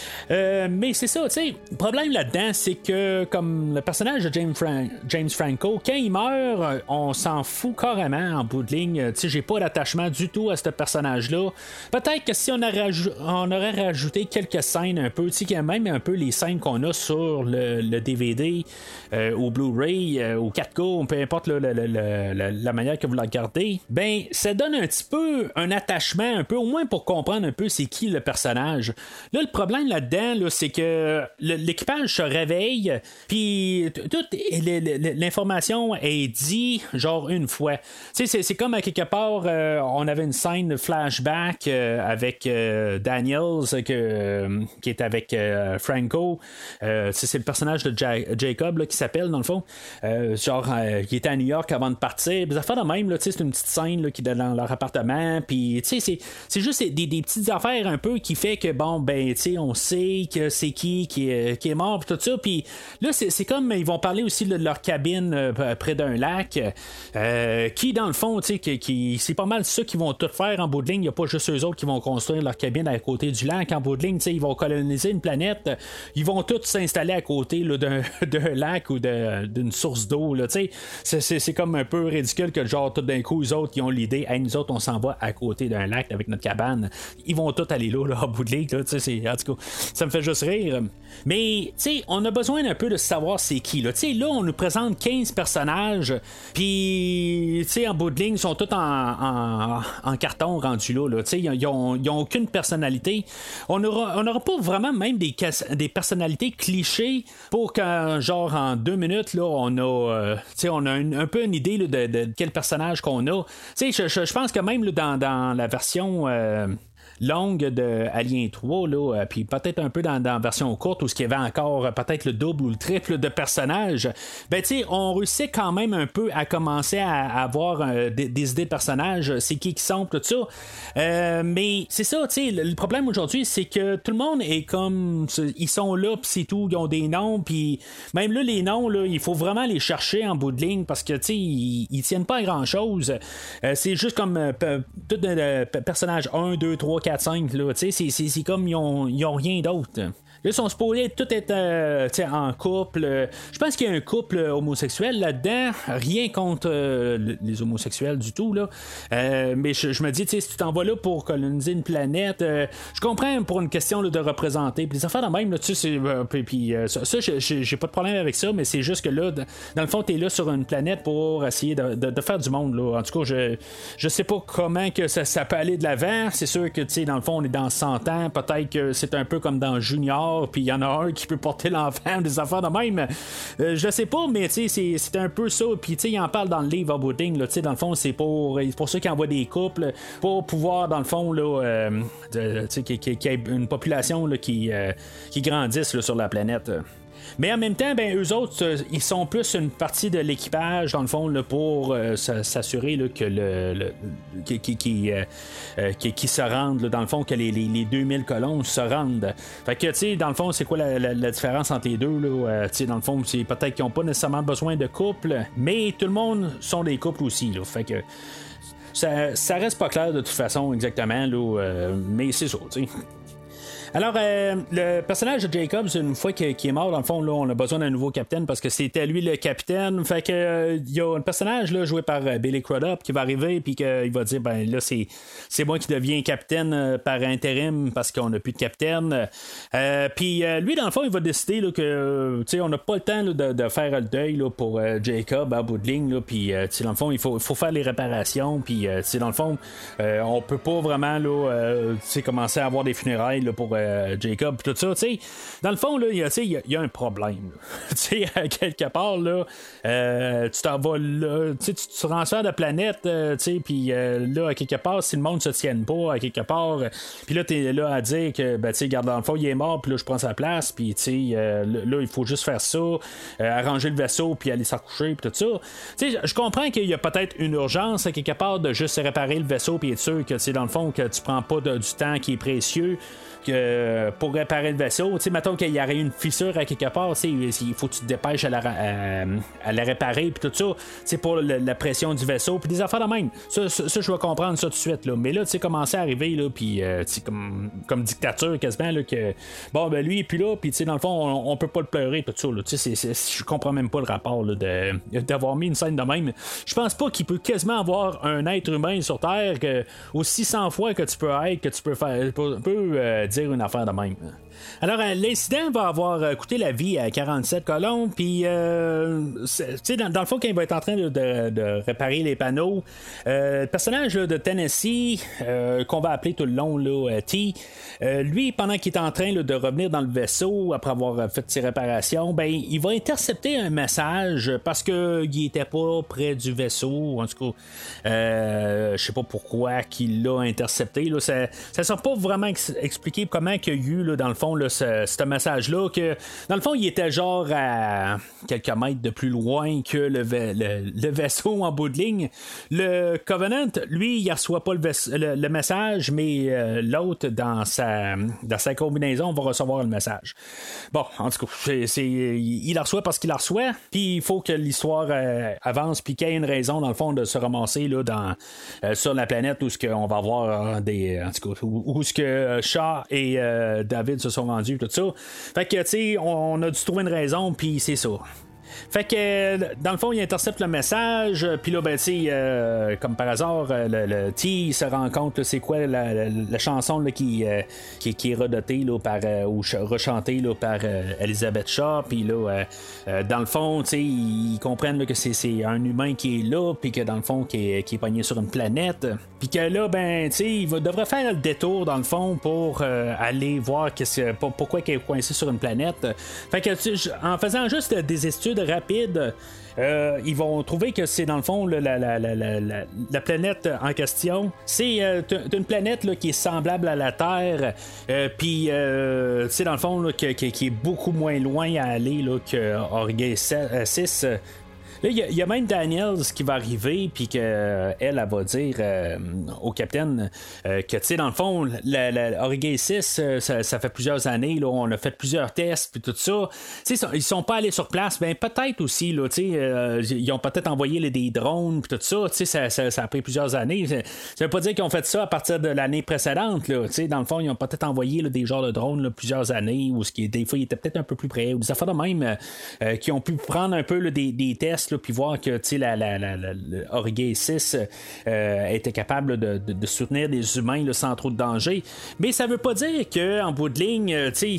Euh, mais c'est ça, tu sais, le problème là-dedans, c'est que comme le personnage de James, Fran- James Franco, quand il meurt, on s'en fout carrément en bout de ligne. Tu sais, j'ai pas d'attachement du tout à ce personnage-là. Peut-être que si on, a raj- on aurait rajouté quelques scènes un peu, tu sais, qu'il y a même un peu les scènes qu'on a sur le, le D V D, euh, au Blu-ray, euh, au quatre K, peu importe le, le, le, le, la manière que vous la regardez, ben, ça donne un petit peu un attachement, un peu, au moins pour comprendre un peu c'est qui le personnage. Là, le problème là-dedans, là, c'est que l'équipage se réveille, puis toute l'information est dit genre une fois. Tu sais, c'est comme à quelque part, euh, on avait une scène de flashback euh, avec euh, Daniels que, euh, qui est avec euh, Franco. Euh, c'est le personnage de ja- Jacob là, qui s'appelle dans le fond. Euh, genre, euh, qui était à New York avant de partir. Des affaires de même, là, c'est une petite scène là, qui est dans leur appartement. Puis, tu sais, c'est juste des, des petites affaires un peu qui fait que, bon, ben, tu sais, on sait que c'est qui qui est, qui est mort pis tout ça, puis là c'est, c'est comme ils vont parler aussi de leur cabine euh, près d'un lac euh, qui dans le fond tu sais qui, qui, c'est pas mal ça qu'ils vont tout faire en bout de ligne. Il n'y a pas juste eux autres qui vont construire leur cabine à côté du lac en bout de ligne, tu sais, ils vont coloniser une planète, ils vont tous s'installer à côté là, d'un, d'un lac ou de, d'une source d'eau là, tu sais, c'est, c'est, c'est comme un peu ridicule que genre tout d'un coup eux autres qui ont l'idée, hey, nous autres on s'en va à côté d'un lac avec notre cabane, ils vont tous aller là, là en bout de ligne là, tu sais, c'est, en tout cas ça me fait juste rire. Mais, tu sais, on a besoin un peu de savoir c'est qui, là. Tu sais, là, on nous présente quinze personnages, puis, tu sais, en bout de ligne, ils sont tous en, en, en carton rendus là, là. Tu sais, ils n'ont aucune personnalité. On n'aura on aura pas vraiment même des, des personnalités clichés pour que, genre, en deux minutes, là, on a, euh, tu sais, on a un, un peu une idée là, de, de quel personnage qu'on a. Tu sais, je, je pense que même là, dans, dans la version... Euh, longue de Alien trois, là, euh, puis peut-être un peu dans, dans la version courte où ce qu'il y avait encore euh, peut-être le double ou le triple de personnages, ben tu sais, on réussit quand même un peu à commencer à, à avoir euh, des, des idées de personnages, c'est qui qui sont, tout ça. Euh, mais c'est ça, tu sais, le, le problème aujourd'hui, c'est que tout le monde est comme, ils sont là, puis c'est tout, ils ont des noms, puis même là, les noms, là, il faut vraiment les chercher en bout de ligne parce que, tu sais, ils, ils tiennent pas à grand-chose. Euh, c'est juste comme euh, tout euh, personnage un, deux, trois, quatre, cinq, là, c'est, c'est, c'est comme ils ont, ils ont rien d'autre. Là, ils sont supposés tout être euh, en couple. Je pense qu'il y a un couple homosexuel là-dedans. Rien contre euh, les homosexuels du tout. Là. Euh, mais je, je me dis, si tu t'en vas là pour coloniser une planète, euh, je comprends pour une question là, de représenter. Puis les affaires de même, là, tu sais, euh, puis, puis euh, ça, ça j'ai, j'ai pas de problème avec ça, mais c'est juste que là, dans le fond, tu es là sur une planète pour essayer de, de, de faire du monde. Là. En tout cas, je, je sais pas comment que ça, ça peut aller de l'avant. C'est sûr que, tu sais, dans le fond, on est dans cent ans. Peut-être que c'est un peu comme dans Junior. Puis il y en a un qui peut porter l'enfant, des affaires de même. Euh, je sais pas, mais tu sais, c'est, c'est un peu ça. Puis tu sais, il en parle dans le livre à Bouding. Tu sais, dans le fond, c'est pour, pour ceux qui envoient des couples, pour pouvoir, dans le fond, là, euh, tu sais, qu'il y ait une population là, qui, euh, qui grandisse là, sur la planète. Mais en même temps, ben, eux autres, euh, ils sont plus une partie de l'équipage, dans le fond, là, pour euh, s'assurer là, que le, le qui, qui, qui, euh, euh, qui, qui se rendent, là, dans le fond, que les, les, les deux mille colons se rendent. Fait que, tu sais, dans le fond, c'est quoi la, la, la différence entre les deux? Là? Euh, tu sais, dans le fond, c'est peut-être qu'ils n'ont pas nécessairement besoin de couple, mais tout le monde sont des couples aussi. Là. Fait que ça, ça reste pas clair de toute façon exactement, là, euh, mais c'est ça, tu sais. Alors, euh, le personnage de Jacobs, une fois qu'il est mort, dans le fond, là, on a besoin d'un nouveau capitaine parce que c'était lui le capitaine. Fait que euh, il y a un personnage là, joué par euh, Billy Crudup qui va arriver puis qu'il va dire ben là c'est c'est moi qui deviens capitaine euh, par intérim parce qu'on n'a plus de capitaine. Euh, puis euh, lui, dans le fond, il va décider là, que euh, tu sais on n'a pas le temps là, de, de faire le deuil là, pour euh, Jacob à bout de ligne. Là, puis euh, dans le fond, il faut, il faut faire les réparations. Puis euh, dans le fond, euh, on peut pas vraiment là, euh, commencer à avoir des funérailles là, pour euh, Jacob et tout ça, tu sais, dans le fond, là, il y, y, y a un problème. Tu sais, quelque part, là, euh, tu t'en vas là, tu te transfères de planète, euh, tu sais, puis euh, là, à quelque part, si le monde se tienne pas, à quelque part, euh, puis là, t'es là à dire que, ben, tu sais, garde dans le fond, il est mort, puis là, je prends sa place, puis, tu sais, euh, là, il faut juste faire ça, euh, arranger le vaisseau, puis aller s'accoucher, puis tout ça. Tu sais, je comprends qu'il y a peut-être une urgence, à quelque part, de juste réparer le vaisseau, puis être sûr que, tu sais, dans le fond, que tu prends pas de, du temps qui est précieux que pour réparer le vaisseau. Tu sais, mettons qu'il y aurait une fissure à quelque part, il faut que tu te dépêches à la, à, à la réparer, puis tout ça, c'est pour le, la pression du vaisseau, puis des affaires de même. Ça, ça, ça je vais comprendre ça tout de suite, là. Mais là, tu sais, commencer à arriver, là, puis euh, comme, comme dictature quasiment, là, que bon, ben lui, puis là, puis tu sais, dans le fond, on, on peut pas le pleurer, tout ça, là. Tu sais, je comprends même pas le rapport, là, de, d'avoir mis une scène de même. Je pense pas qu'il peut quasiment avoir un être humain sur Terre que, aussi cent fois que tu peux être, que tu peux faire, peut, peut euh, dire une affaire de même. Alors, euh, l'incident va avoir euh, coûté la vie à quarante-sept colons, puis, euh, tu sais, dans, dans le fond, quand il va être en train de, de, de réparer les panneaux, euh, le personnage là, de Tennessee, euh, qu'on va appeler tout le long là, euh, T, euh, lui, pendant qu'il est en train là, de revenir dans le vaisseau, après avoir fait ses réparations, ben, il va intercepter un message parce qu'il était pas près du vaisseau, en tout cas, euh, je sais pas pourquoi qu'il l'a intercepté, là, ça ne sera pas vraiment ex- expliqué comment il y a eu, là, dans le fond, là, ce, ce message-là, que dans le fond, il était genre à quelques mètres de plus loin que le, va- le, le vaisseau en bout de ligne. Le Covenant, lui, il reçoit pas le, vaisse- le, le message, mais euh, l'autre, dans sa, dans sa combinaison, va recevoir le message. Bon, en tout cas, c'est, c'est, il le reçoit parce qu'il le reçoit, puis il faut que l'histoire euh, avance, puis qu'il y ait une raison, dans le fond, de se ramasser là, dans, euh, sur la planète où ce qu'on va avoir euh, des. En tout cas, où, où ce que Shaw et euh, David se sont rendus, tout ça. Fait que, tu sais, on, on a dû trouver une raison, puis c'est ça. Fait que, dans le fond, il intercepte le message, puis là, ben, tu sais, euh, comme par hasard, le, le T se rend compte, là, c'est quoi la, la, la chanson là, qui, euh, qui, qui est redotée là, par, euh, ou ch- rechantée là, par euh, Elizabeth Shaw, puis là, euh, euh, dans le fond, tu sais, ils comprennent là, que c'est, c'est un humain qui est là, puis que dans le fond, qui est, qui est pogné sur une planète, puis que là, ben, tu sais, il va, devrait faire le détour, dans le fond, pour euh, aller voir qu'est-ce que, pour, pourquoi il est coincé sur une planète. Fait que, en faisant juste des études rapides, Euh, ils vont trouver que c'est dans le fond la, la, la, la, la, la planète en question. C'est euh, une planète là, qui est semblable à la Terre, euh, puis euh, c'est dans le fond là, qui, qui, qui est beaucoup moins loin à aller là, que Orgay six. Là, il y, y a même Daniels qui va arriver, puis qu'elle, euh, elle, elle va dire euh, au capitaine euh, que, tu sais, dans le fond, la, la Orgay six, euh, ça, ça fait plusieurs années, là, on a fait plusieurs tests, puis tout ça. Tu sais, ils sont pas allés sur place, ben peut-être aussi, là, tu sais, euh, ils ont peut-être envoyé là, des drones, puis tout ça, tu sais, ça, ça, ça a pris plusieurs années. Ça, ça veut pas dire qu'ils ont fait ça à partir de l'année précédente, là, tu sais, dans le fond, ils ont peut-être envoyé là, des genres de drones là, plusieurs années, ou ce qui, des fois, ils étaient peut-être un peu plus près, ou des affaires de même, euh, qui ont pu prendre un peu là, des, des tests, puis voir que la, la, la, la, la Orgay six euh, était capable de, de, de soutenir des humains là, sans trop de danger. Mais ça veut pas dire qu'en bout de ligne,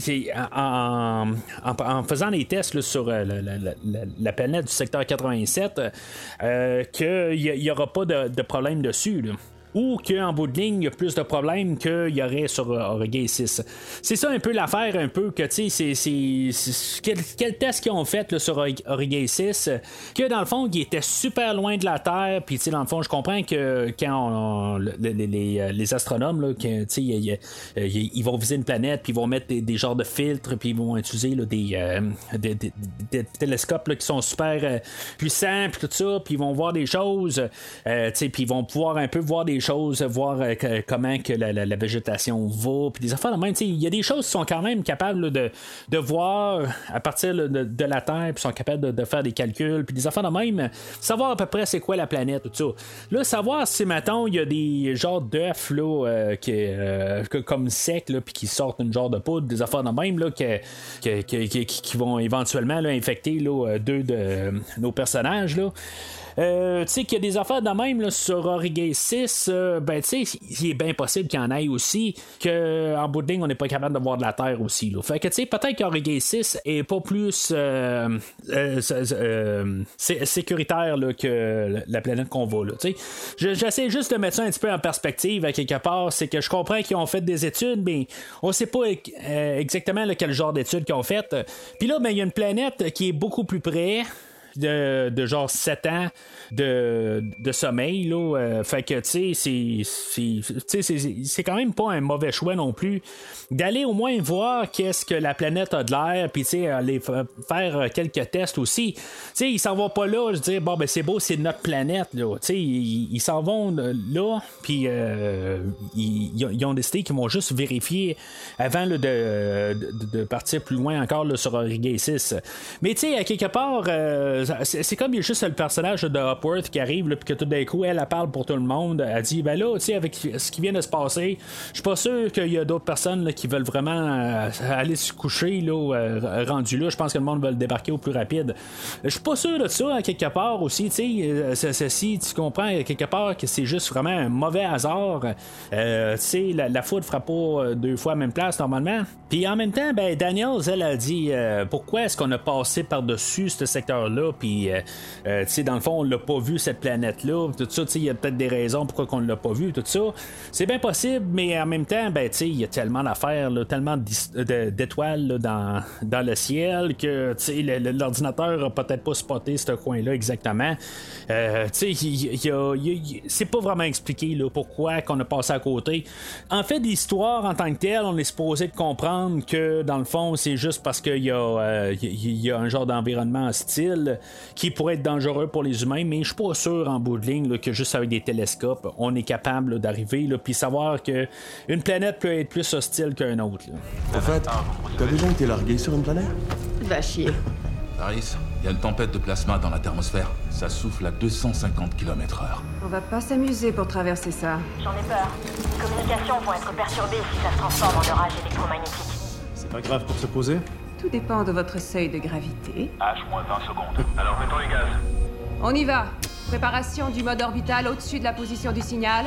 en, en, en faisant des tests là, sur la, la, la, la planète du secteur quatre-vingt-sept, euh, qu'il n'y aura pas de, de problème dessus. Là. Ou qu'en bout de ligne, il y a plus de problèmes qu'il y aurait sur Orgay six. C'est ça un peu l'affaire, un peu, que tu sais, c'est, c'est, c'est quel, quel test qu'ils ont fait là, sur Orgay six, que dans le fond, ils étaient super loin de la Terre, puis tu sais, dans le fond, je comprends que quand on, on, les, les, les astronomes, là, que, tu sais, ils, ils, ils vont viser une planète, puis ils vont mettre des, des genres de filtres, puis ils vont utiliser là, des, euh, des, des, des télescopes là, qui sont super euh, puissants, puis tout ça, puis ils vont voir des choses, euh, tu sais, puis ils vont pouvoir un peu voir des choses, voir euh, que, comment que la, la, la végétation va, puis des affaires de même. Il y a des choses qui sont quand même capables là, de, de voir à partir là, de, de la Terre, puis sont capables de, de faire des calculs, puis des affaires de même, savoir à peu près c'est quoi la planète, tout ça. Là, savoir si, mettons, il y a des genres d'œufs là, euh, qui, euh, comme secs, puis qui sortent une genre de poudre, des affaires de même, là, que, que, que, qui, qui vont éventuellement là, infecter là, deux de nos personnages, là. euh, tu sais, qu'il y a des affaires de même là, sur Origay six, euh, ben, tu sais, il est bien possible qu'il y en ait aussi, qu'en bout de ligne, on n'est pas capable de voir de la Terre aussi. Là. Fait que, tu sais, peut-être qu'Origay six est pas plus euh, euh, euh, c'est, sécuritaire là, que la planète qu'on va. Là, tu sais. J'essaie juste de mettre ça un petit peu en perspective à quelque part. C'est que je comprends qu'ils ont fait des études, mais on sait pas euh, exactement là, quel genre d'études qu'ils ont fait. Puis là, ben, il y a une planète qui est beaucoup plus près. De, de genre sept ans de, de sommeil là. Euh, fait que tu sais c'est, c'est, c'est, c'est quand même pas un mauvais choix non plus d'aller au moins voir qu'est-ce que la planète a de l'air, puis tu sais aller f- faire quelques tests aussi. Tu sais ils s'en vont pas là je dis bon ben c'est beau, c'est notre planète là. Tu sais ils, ils s'en vont là puis euh, ils, ils ont décidé qu'ils vont juste vérifier avant là, de, de, de partir plus loin encore là, sur Origay six. Mais tu sais à quelque part euh, C'est, c'est comme il y a juste le personnage de Hopworth qui arrive, puis que tout d'un coup, elle, elle parle pour tout le monde. Elle dit, ben là, tu sais, avec ce qui vient de se passer, je suis pas sûr qu'il y a d'autres personnes là, qui veulent vraiment euh, aller se coucher, là, euh, rendu là. Je pense que le monde veut le débarquer au plus rapide. Je suis pas sûr de ça, à quelque part aussi, tu sais. C'est, c'est, si tu comprends, à quelque part, que c'est juste vraiment un mauvais hasard. Euh, tu sais, la, la foudre fera pas deux fois à la même place, normalement. Puis en même temps, ben, Daniels, elle a dit, euh, pourquoi est-ce qu'on a passé par-dessus ce secteur-là? Puis, euh, euh, tu sais, dans le fond, on l'a pas vu, cette planète-là. Tout ça, tu sais, il y a peut-être des raisons pourquoi on l'a pas vu, tout ça. C'est bien possible, mais en même temps, ben, tu sais, il y a tellement d'affaires, là, tellement d'étoiles là, dans, dans le ciel que, tu sais, l'ordinateur a peut-être pas spoté ce coin-là exactement. Euh, tu sais, c'est pas vraiment expliqué, là, pourquoi qu'on a passé à côté. En fait, l'histoire en tant que telle, on est supposé de comprendre que, dans le fond, c'est juste parce qu'il y a, euh, il y a un genre d'environnement hostile qui pourrait être dangereux pour les humains, mais je suis pas sûr en bout de ligne là, que juste avec des télescopes, on est capable là, d'arriver puis savoir que une planète peut être plus hostile qu'une autre. Là. En fait, t'as déjà été largué sur une planète? Va chier. Paris, il y a une tempête de plasma dans la thermosphère. Ça souffle à deux cent cinquante kilomètres heure. On va pas s'amuser pour traverser ça. J'en ai peur. Les communications vont être perturbées si ça se transforme en orage électromagnétique. C'est pas grave pour se poser? Tout dépend de votre seuil de gravité. H moins vingt secondes. Alors mettons les gaz. On y va. Préparation du mode orbital au-dessus de la position du signal.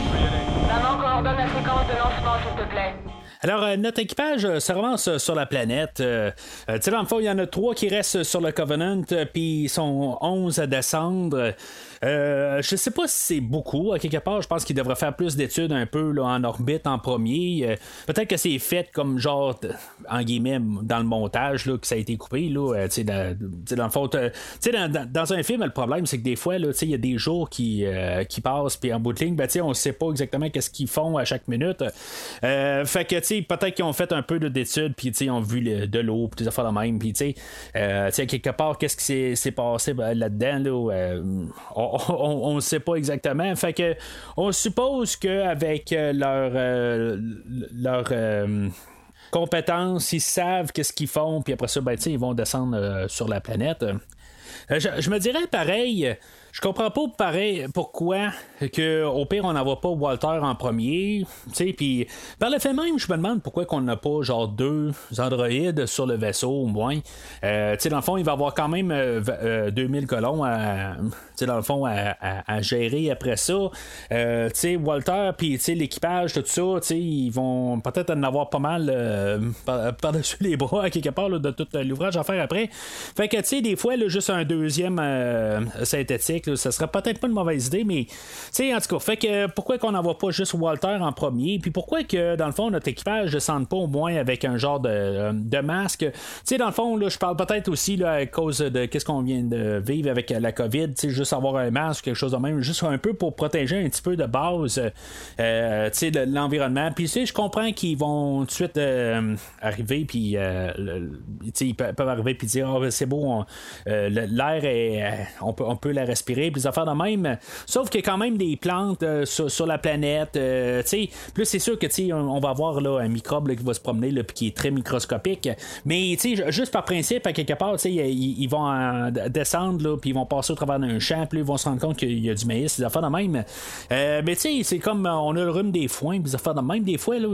Maman, coordonne la séquence de lancement, s'il te plaît. Alors, euh, notre équipage euh, se ramasse sur la planète. Euh, euh, tu sais, dans le fond, il y en a trois qui restent sur le Covenant, euh, puis ils sont onze à descendre. Euh, je sais pas si c'est beaucoup. À quelque part, je pense qu'il devrait faire plus d'études un peu là, en orbite en premier. Euh, peut-être que c'est fait comme genre, en guillemets, dans le montage, là, que ça a été coupé. Là, euh, t'sais, dans, t'sais, dans le fond, t'sais, dans, dans, dans un film, le problème, c'est que des fois, il y a des jours qui, euh, qui passent, puis en bout de ligne, ben, on ne sait pas exactement qu'est-ce qu'ils font à chaque minute. Euh, fait que, peut-être qu'ils ont fait un peu d'études, puis ils ont vu le, de l'eau, puis des affaires de même, puis euh, quelque part, qu'est-ce qui s'est, s'est passé ben, là-dedans, là, euh, on ne sait pas exactement. Fait que on suppose qu'avec leur, euh, leur euh, compétences, ils savent qu'est-ce qu'ils font, puis après ça, ben, ils vont descendre euh, sur la planète. Euh, je, je me dirais pareil. Je comprends pas pareil pourquoi que au pire on n'envoie pas Walter en premier, tu sais, puis par le fait même je me demande pourquoi qu'on n'a pas genre deux androïdes sur le vaisseau au moins. Euh, tu sais dans le fond il va y avoir quand même euh, euh, deux mille colons à, tu sais dans le fond à, à, à gérer après ça. Euh, tu sais Walter puis tu sais l'équipage tout ça, tu sais ils vont peut-être en avoir pas mal euh, par, par-dessus les bras à quelque part là, de tout l'ouvrage à faire après. Fait que tu sais des fois là, juste un deuxième euh, synthétique. Là, ça serait peut-être pas une mauvaise idée, mais en tout cas, fait que pourquoi qu'on n'envoie pas juste Walter en premier, puis pourquoi que dans le fond notre équipage ne descende pas au moins avec un genre de, de masque. T'sais, dans le fond, là, je parle peut-être aussi là, à cause de qu'est-ce qu'on vient de vivre avec la COVID, juste avoir un masque, quelque chose de même, juste un peu pour protéger un petit peu de base euh, de l'environnement. Puis je comprends qu'ils vont tout de suite euh, arriver, puis euh, ils peuvent arriver puis dire oh, c'est beau, on, euh, l'air est on peut, on peut la respirer, puis des affaires de même. Sauf qu'il y a quand même des plantes euh, sur, sur la planète. Euh, plus c'est sûr que on, on va avoir là, un microbe là, qui va se promener là, puis qui est très microscopique. Mais juste par principe, à quelque part, ils, ils vont euh, descendre, là, puis ils vont passer au travers d'un champ, puis ils vont se rendre compte qu'il y a du maïs, des affaires de même. Euh, mais c'est comme on a le rhume des foins, des affaires de même des fois, là,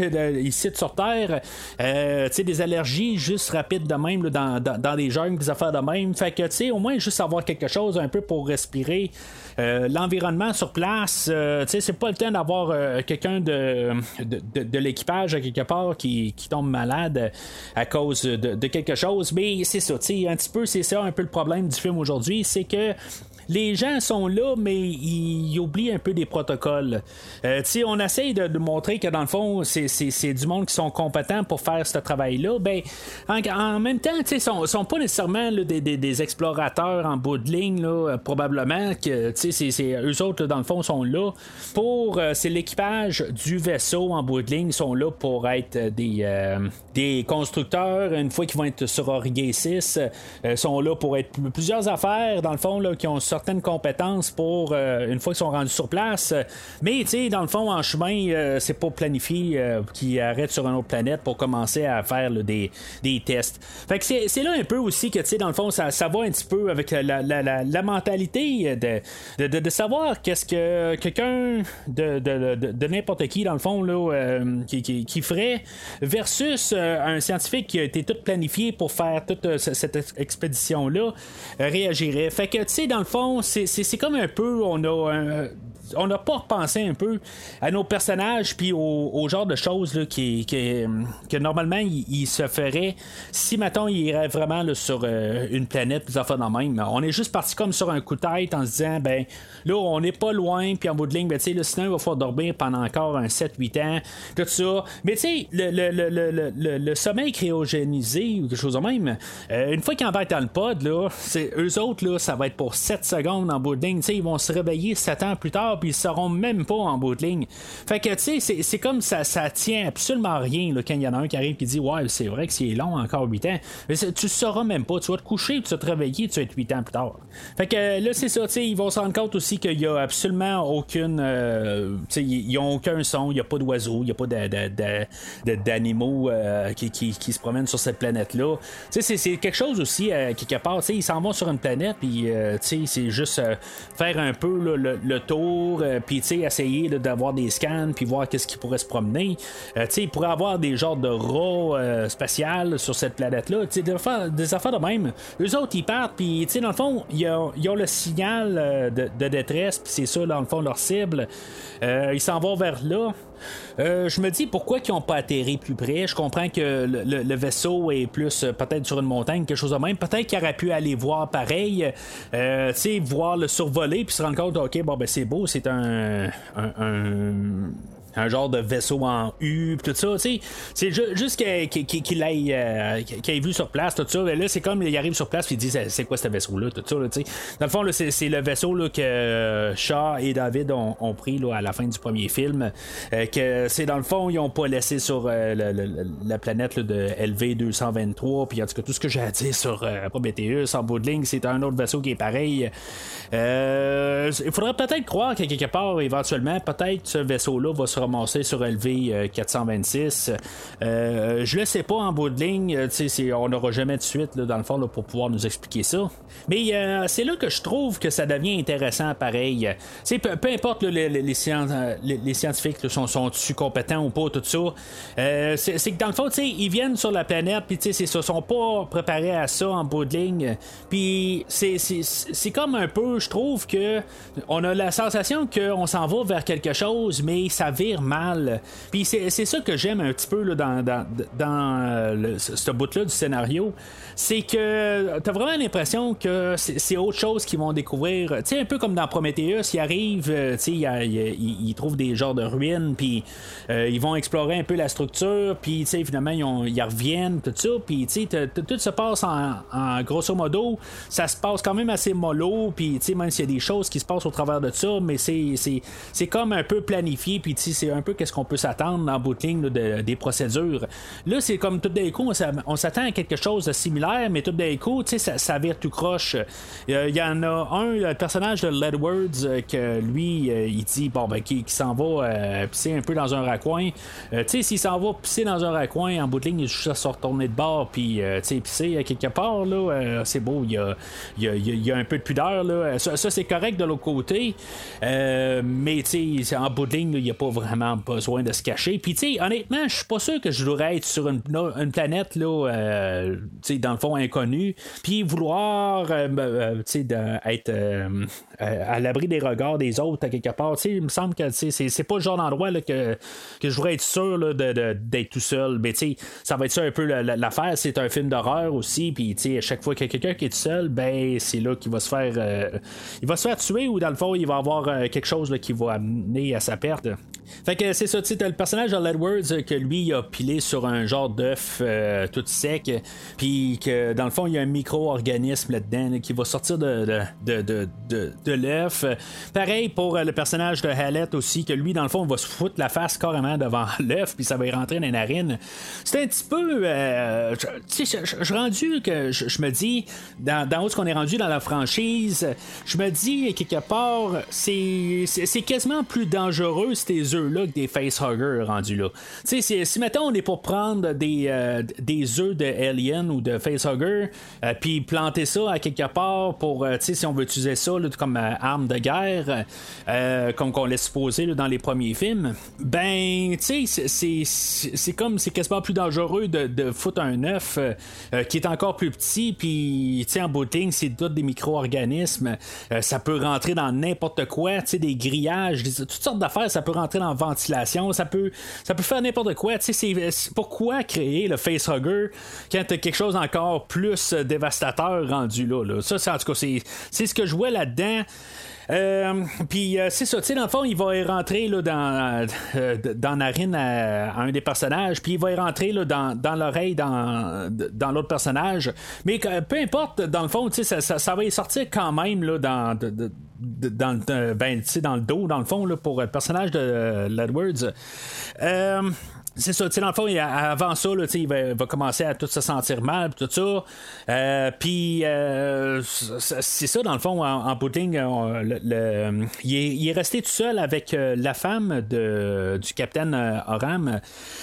ici sur Terre, euh, des allergies juste rapides de même là, dans, dans, dans les jungles, des affaires de même. Fait que au moins juste avoir quelque chose un peu pour respirer. Euh, l'environnement sur place, euh, c'est pas le temps d'avoir euh, quelqu'un de, de, de, de l'équipage à quelque part qui, qui tombe malade à cause de, de quelque chose, mais c'est ça, un petit peu, c'est ça un peu le problème du film aujourd'hui, c'est que les gens sont là, mais ils, ils oublient un peu des protocoles. Euh, on essaye de, de montrer que dans le fond, c'est, c'est, c'est du monde qui sont compétents pour faire ce travail-là. Ben, en, en même temps, ils sont, sont pas nécessairement là, des, des, des explorateurs en bout de ligne, là, probablement que c'est, c'est, eux autres, là, dans le fond, sont là pour. Euh, c'est l'équipage du vaisseau en bout de ligne, sont là pour être des, euh, des constructeurs. Une fois qu'ils vont être sur Origay six, euh, sont là pour être plusieurs affaires, dans le fond, là, qui ont certaines compétences pour euh, une fois qu'ils sont rendus sur place, mais tu sais dans le fond en chemin euh, c'est pas planifié euh, qu'ils arrêtent sur une autre planète pour commencer à faire là, des, des tests. Fait que c'est, c'est là un peu aussi que tu sais dans le fond ça, ça va un petit peu avec la, la, la, la mentalité de, de, de, de savoir qu'est-ce que quelqu'un de, de, de, de n'importe qui dans le fond là, euh, qui, qui, qui ferait versus euh, un scientifique qui a été tout planifié pour faire toute euh, cette expédition là euh, réagirait. Fait que tu sais dans le fond C'est, c'est, c'est comme un peu, on a un, on n'a pas repensé un peu à nos personnages puis au, au genre de choses là, qui, qui, que normalement ils il se feraient si mettons ils iraient vraiment là, sur euh, une planète puis enfin dans même. On est juste parti comme sur un coup de tête en se disant ben là on n'est pas loin puis en bout de ligne ben, là, sinon il va falloir dormir pendant encore un sept huit ans tout ça. Mais tu sais le, le, le, le, le, le sommeil cryogénisé ou quelque chose de même euh, une fois qu'ils embarquent dans le pod là, c'est, eux autres là, ça va être pour sept secondes en bout de ligne. T'sais, ils vont se réveiller sept ans plus tard puis ils seront même pas en bout de ligne. Fait que tu sais c'est, c'est comme ça ça tient absolument rien là, quand il y en a un qui arrive et dit ouais c'est vrai que c'est long encore huit ans. Mais tu sauras même pas. Tu vas te coucher, tu vas te réveiller, tu vas être huit ans plus tard. Fait que là c'est ça. Ils vont se rendre compte aussi qu'il y a absolument aucune euh, ils ont aucun son, il n'y a pas d'oiseaux, il n'y a pas de, de, de, de, d'animaux euh, qui, qui, qui se promènent sur cette planète-là. C'est, c'est quelque chose aussi euh, quelque part. Ils s'en vont sur une planète puis euh, c'est juste euh, faire un peu là, le, le tour euh, puis essayer là, d'avoir des scans puis voir qu'est-ce qui pourrait se promener. Euh, il pourrait avoir des genres de rats euh, spatiales sur cette planète-là. Des affaires, des affaires de même. Eux autres, ils partent puis dans le fond, ils ont, ils ont le signal euh, de, de détresse puis c'est ça, dans le fond, leur cible. Euh, ils s'en vont vers là. Euh, je me dis pourquoi ils n'ont pas atterri plus près. Je comprends que le, le, le vaisseau est plus euh, peut-être sur une montagne, quelque chose de même. Peut-être qu'il aurait pu aller voir pareil, euh, tu sais, voir le survoler puis se rendre compte, ok, bon ben c'est beau, c'est un, un, un un genre de vaisseau en U pis tout ça, tu sais, c'est ju- juste qu'il, qu'il, qu'il ait euh, qu'il ait vu sur place tout ça. Mais là c'est comme il arrive sur place puis il dit c'est, c'est quoi ce vaisseau là tout ça là, tu sais. Dans le fond là, c'est, c'est le vaisseau là, que euh, Shaw et David ont, ont pris là, à la fin du premier film, euh, que c'est dans le fond ils ont pas laissé sur euh, le, le, la planète là, de L V deux cent vingt-trois puis en tout cas tout ce que j'ai à dire sur euh, Prometheus en bout de ligne, c'est un autre vaisseau qui est pareil. Euh, il faudrait peut-être croire que quelque part éventuellement peut-être ce vaisseau là va se ramasser sur L V quatre cent vingt-six. Euh, je le sais pas en bout de ligne, c'est, on n'aura jamais de suite là, dans le fond là, pour pouvoir nous expliquer ça. Mais euh, c'est là que je trouve que ça devient intéressant pareil. Peu, peu importe là, les, les, scien- les, les scientifiques là, sont, sont-ils compétents ou pas, tout ça. Euh, c'est, c'est que dans le fond, ils viennent sur la planète, puis ils ne sont pas préparés à ça en bout de ligne. Puis c'est, c'est, c'est comme un peu, je trouve que on a la sensation qu'on s'en va vers quelque chose, mais ça vire mal. Puis c'est, c'est ça que j'aime un petit peu là, dans, dans, dans le, ce bout-là du scénario. C'est que t'as vraiment l'impression que c'est, c'est autre chose qu'ils vont découvrir. Tu sais, un peu comme dans Prometheus, ils arrivent, tu sais, ils, ils, ils trouvent des genres de ruines, puis euh, ils vont explorer un peu la structure, puis tu sais, finalement, ils, ont, ils reviennent, tout ça, puis tu sais, tout se passe en, en grosso modo, ça se passe quand même assez mollo, puis tu sais, même s'il y a des choses qui se passent au travers de ça, mais c'est, c'est, c'est comme un peu planifié, puis tu sais, c'est un peu qu'est-ce qu'on peut s'attendre en bout de ligne là, de, des procédures. Là, c'est comme tout d'un coup, on, on s'attend à quelque chose de similaire, mais tout d'un coup, tu sais, ça, ça vire tout croche. Il euh, y en a un, le personnage de Ledwards, euh, que lui, euh, il dit, bon, ben, qui, qui s'en va euh, pisser un peu dans un raccoin. Euh, tu sais, s'il s'en va pisser dans un raccoin, en bout de ligne, il est juste à se retourner de bord, puis, euh, tu sais, pisser quelque part, là, euh, c'est beau, il y a, y, a, y a un peu de pudeur, là. Ça, ça c'est correct de l'autre côté, euh, mais, tu sais, en bout de ligne, il n'y a pas vraiment vraiment besoin de se cacher. Puis, tu sais, honnêtement, je suis pas sûr que je voudrais être sur une, une planète, là, euh, tu sais, dans le fond, inconnue, puis vouloir, euh, euh, tu sais, être euh, à l'abri des regards des autres, à quelque part. Tu sais, il me semble que, tu sais, c'est, c'est pas le genre d'endroit là, que, que je voudrais être sûr là, de, de, d'être tout seul. Mais, tu sais, ça va être ça un peu l'affaire. C'est un film d'horreur aussi, puis, tu sais, à chaque fois qu'il y a quelqu'un qui est tout seul, ben, c'est là qu'il va se faire, euh, il va se faire tuer, ou dans le fond, il va avoir euh, quelque chose là, qui va amener à sa perte. Fait que c'est ça, tu sais, t'as le personnage de Edwards que lui, il a pilé sur un genre d'œuf euh, tout sec, puis que dans le fond, il y a un micro-organisme là-dedans là, qui va sortir de, de, de, de, de, de l'œuf. Pareil pour euh, le personnage de Hallett aussi, que lui, dans le fond, va se foutre la face carrément devant l'œuf, puis ça va y rentrer dans les narines. C'est un petit peu, euh, tu sais, je suis rendu que je me dis, dans, dans où est-ce qu'on est rendu dans la franchise, je me dis, quelque part, c'est, c'est, c'est quasiment plus dangereux ces œufs-là que des facehuggers rendus là. Tu sais, si mettons on est pour prendre des, euh, des œufs de Alien ou de facehugger, euh, puis planter ça à quelque part pour, euh, tu sais, si on veut utiliser ça là, comme euh, arme de guerre, euh, comme qu'on laisse supposer là, dans les premiers films, ben, tu sais, c'est, c'est, c'est comme, c'est quasiment plus dangereux de, de foutre un œuf euh, qui est encore plus petit, puis, tu sais, en bout de ligne, c'est tout des micro-organismes, euh, ça peut rentrer dans n'importe quoi, tu sais, des grillages, des, toutes sortes d'affaires, ça peut rentrer dans la ventilation, ça peut, ça peut faire n'importe quoi, tu sais, c'est, c'est pourquoi créer le facehugger quand t'as quelque chose encore plus dévastateur rendu là, là. Ça, c'est, en tout cas, c'est, c'est ce que je vois là-dedans. Euh, puis euh, c'est ça, tu sais, dans le fond, il va y rentrer là, dans, euh, dans la narine à, à un des personnages, puis il va y rentrer là, dans, dans l'oreille dans, dans l'autre personnage. Mais euh, peu importe, dans le fond, tu sais, ça, ça, ça va y sortir quand même là, dans, de, de, de, dans, de, ben, dans le dos, dans le fond, là, pour le personnage de euh, Edwards. Euh, C'est ça, tu sais, dans le fond, il, avant ça, là, il va, va commencer à tout se sentir mal, tout ça. Euh, puis, euh, c'est ça, dans le fond, en, en pudding, le, le, il, est, il est resté tout seul avec euh, la femme de, du capitaine Oram.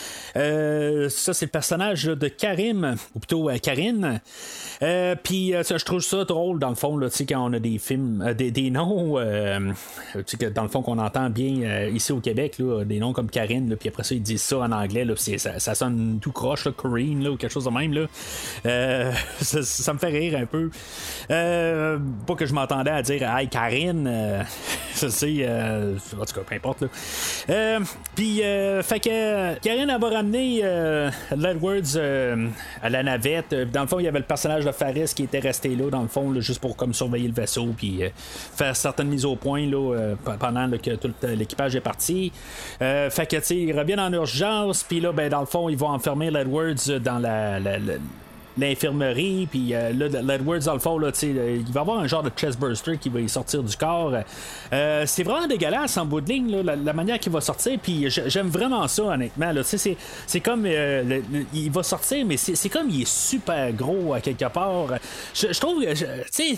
Euh, ça, c'est le personnage là, de Karim, ou plutôt euh, Karine. Euh, Puis, euh, je trouve ça drôle, dans le fond, là, quand on a des films, euh, des, des noms, euh, que, dans le fond, qu'on entend bien euh, ici au Québec, là, des noms comme Karine, puis après ça, ils disent ça en anglais, là, c'est, ça, ça sonne tout croche, là, Corinne, là, ou quelque chose de même. Là. Euh, ça, ça me fait rire un peu. Euh, pas que je m'entendais à dire, hey, Karine, euh, ça, c'est. Euh, en tout cas, peu importe. Euh, Puis, euh, fait que Karine, elle va ramener euh, Edwards euh, à la navette. Dans le fond, il y avait le personnage de Faris qui était resté là, dans le fond, là, juste pour comme surveiller le vaisseau, puis euh, faire certaines mises au point là, euh, pendant là, que tout l'équipage est parti. Euh, fait que, tu sais, ils reviennent en urgence, puis là, ben, dans le fond, ils vont enfermer Edwards dans la, la, la l'infirmerie, puis euh, là, l'Edwards, dans le fond, là, il va y avoir un genre de chestburster qui va y sortir du corps. Euh, c'est vraiment dégueulasse en bout de ligne, là, la, la manière qu'il va sortir, puis j'aime vraiment ça, honnêtement. Là, c'est, c'est comme, euh, le, le, il va sortir, mais c'est, c'est comme il est super gros à quelque part. Je, je trouve, tu sais,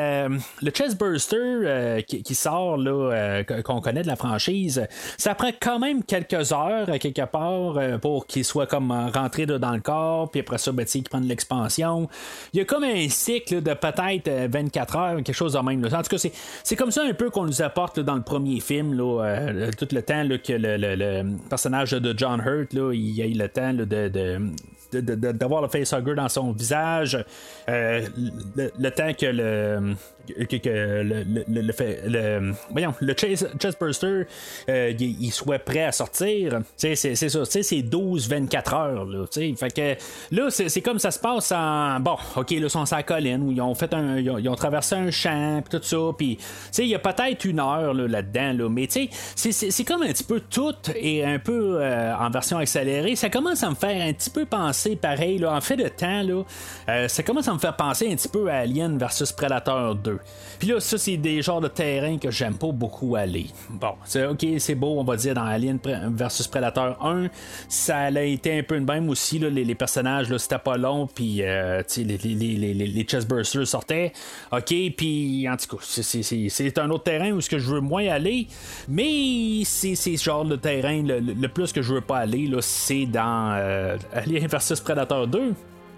le chestburster euh, qui, qui sort, là, euh, qu'on connaît de la franchise, ça prend quand même quelques heures à quelque part euh, pour qu'il soit comme rentré là, dans le corps, puis après ça, ben, tu sais, qu'il prenne l'expansion. Il y a comme un cycle de peut-être vingt-quatre heures, quelque chose de même. Là. En tout cas, c'est, c'est comme ça un peu qu'on nous apporte là, dans le premier film, là, euh, tout le temps là, que le, le, le personnage de John Hurt, là, il a eu le temps là, de, de De, de, de, d'avoir le facehugger dans son visage, euh, le, le temps que le que, que le, le, le, le, le voyons le chestburster euh, il, il soit prêt à sortir. C'est, c'est, c'est ça, c'est douze vingt-quatre heures là, fait que là c'est, c'est comme ça se passe en bon, ok, là ils sont sur la colline où ils ont fait un ils ont, ils ont traversé un champ pis tout ça, puis il y a peut-être une heure là, là-dedans là, mais tu sais c'est, c'est, c'est comme un petit peu tout et un peu euh, en version accélérée. Ça commence à me faire un petit peu penser pareil, là, en fait de temps, là, euh, ça commence à me faire penser un petit peu à Alien versus Predator deux. Puis là, ça, c'est des genres de terrain que j'aime pas beaucoup aller. Bon, c'est ok, c'est beau, on va dire, dans Alien versus Predator un, ça a été un peu de même aussi, là, les, les personnages, là, c'était pas long, puis euh, les, les, les, les, les chestbursters sortaient. Ok, puis en tout cas, c'est, c'est, c'est, c'est un autre terrain où ce que je veux moins aller, mais c'est, c'est ce genre de terrain, le, le plus que je veux pas aller, là, c'est dans euh, Alien versus Predator deux.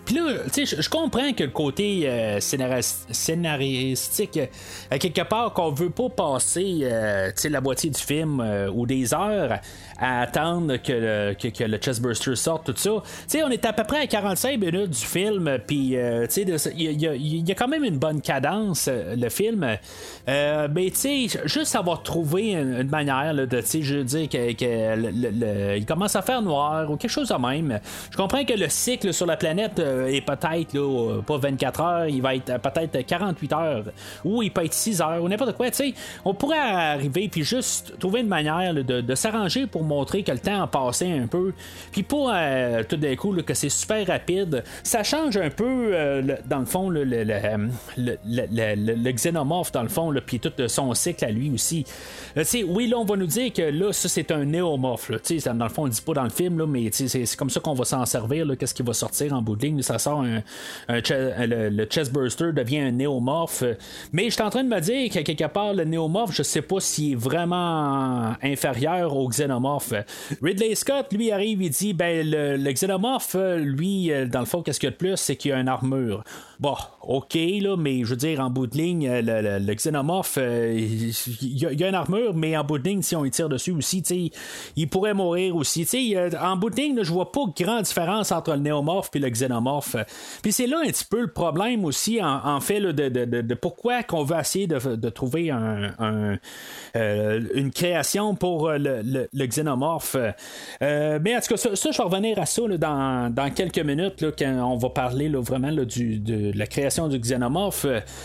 Puis là, tu sais, je comprends que le côté euh, scénaris- scénaristique, euh, quelque part, qu'on veut pas passer euh, tu sais, la moitié du film euh, ou des heures à attendre que le, que, que le chestburster sorte, tout ça. Tu sais, on est à peu près à quarante-cinq minutes du film, puis euh, tu sais, il y, y, y a quand même une bonne cadence, le film. Euh, mais tu sais, juste avoir trouvé une, une manière là, de, tu sais, je veux dire, que, que le, le, le, il commence à faire noir ou quelque chose de même. Je comprends que le cycle sur la planète euh, est peut-être là, pas vingt-quatre heures, il va être peut-être quarante-huit heures, ou il peut être six heures, ou n'importe quoi. Tu sais, on pourrait arriver puis juste trouver une manière là, de, de s'arranger pour montrer que le temps a passé un peu, puis pas euh, tout d'un coup là, que c'est super rapide. Ça change un peu euh, le, dans le fond le, le, le, le, le, le, le xénomorphe dans le fond, puis tout son cycle à lui aussi. Euh, oui, là on va nous dire que là ça c'est un néomorphe. Là, dans le fond on le dit pas dans le film, là, mais c'est, c'est comme ça qu'on va s'en servir. Là, qu'est-ce qui va sortir en bout de ligne? Ça sort un, un, un le, le chestburster devient un néomorphe. Mais je suis en train de me dire que quelque part le néomorphe, je sais pas s'il est vraiment inférieur au xénomorphe. Ridley Scott, lui, arrive, il dit ben le, le xénomorphe, lui, dans le fond, qu'est-ce qu'il y a de plus, c'est qu'il y a une armure. Bon, ok, là, mais je veux dire, en bout de ligne, le, le, le xénomorphe, euh, il, y a, il y a une armure, mais en bout de ligne, si on y tire dessus aussi, tu sais, il pourrait mourir aussi. Tu sais, en bout de ligne, là, je vois pas grande différence entre le néomorphe et le xénomorphe. Puis c'est là un petit peu le problème aussi, en, en fait, là, de, de, de, de pourquoi qu'on veut essayer de, de trouver un, un, euh, une création pour le, le, le xénomorphe. Euh, mais en tout cas, ça, ça, je vais revenir à ça là, dans, dans quelques minutes, là, quand on va parler là, vraiment là, du, de la création du xénomorphe.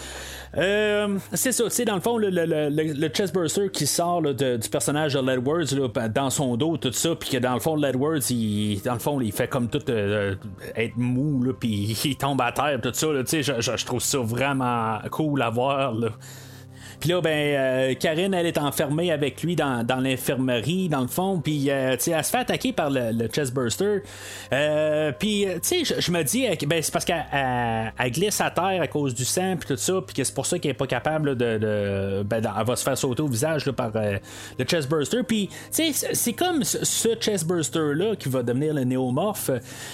Euh, c'est ça, tu sais, dans le fond, le, le, le, le chestburster qui sort là, de, du personnage de Ledwards là, dans son dos, tout ça, puis que dans le fond, Ledwards, il, dans le fond, il fait comme tout euh, être mou, là, puis il tombe à terre, tout ça, tu sais, je, je, je trouve ça vraiment cool à voir, là. Puis là, ben, euh, Karen, elle est enfermée avec lui dans, dans l'infirmerie, dans le fond. Puis, euh, tu sais, elle se fait attaquer par le, le chestburster. Euh, puis, tu sais, je, je me dis, ben, c'est parce qu'elle elle, elle glisse à terre à cause du sang, puis tout ça. Puis que c'est pour ça qu'elle est pas capable là, de. de ben, elle va se faire sauter au visage là, par euh, le chestburster. Puis, tu sais, c'est comme ce, ce chestburster-là qui va devenir le néomorphe.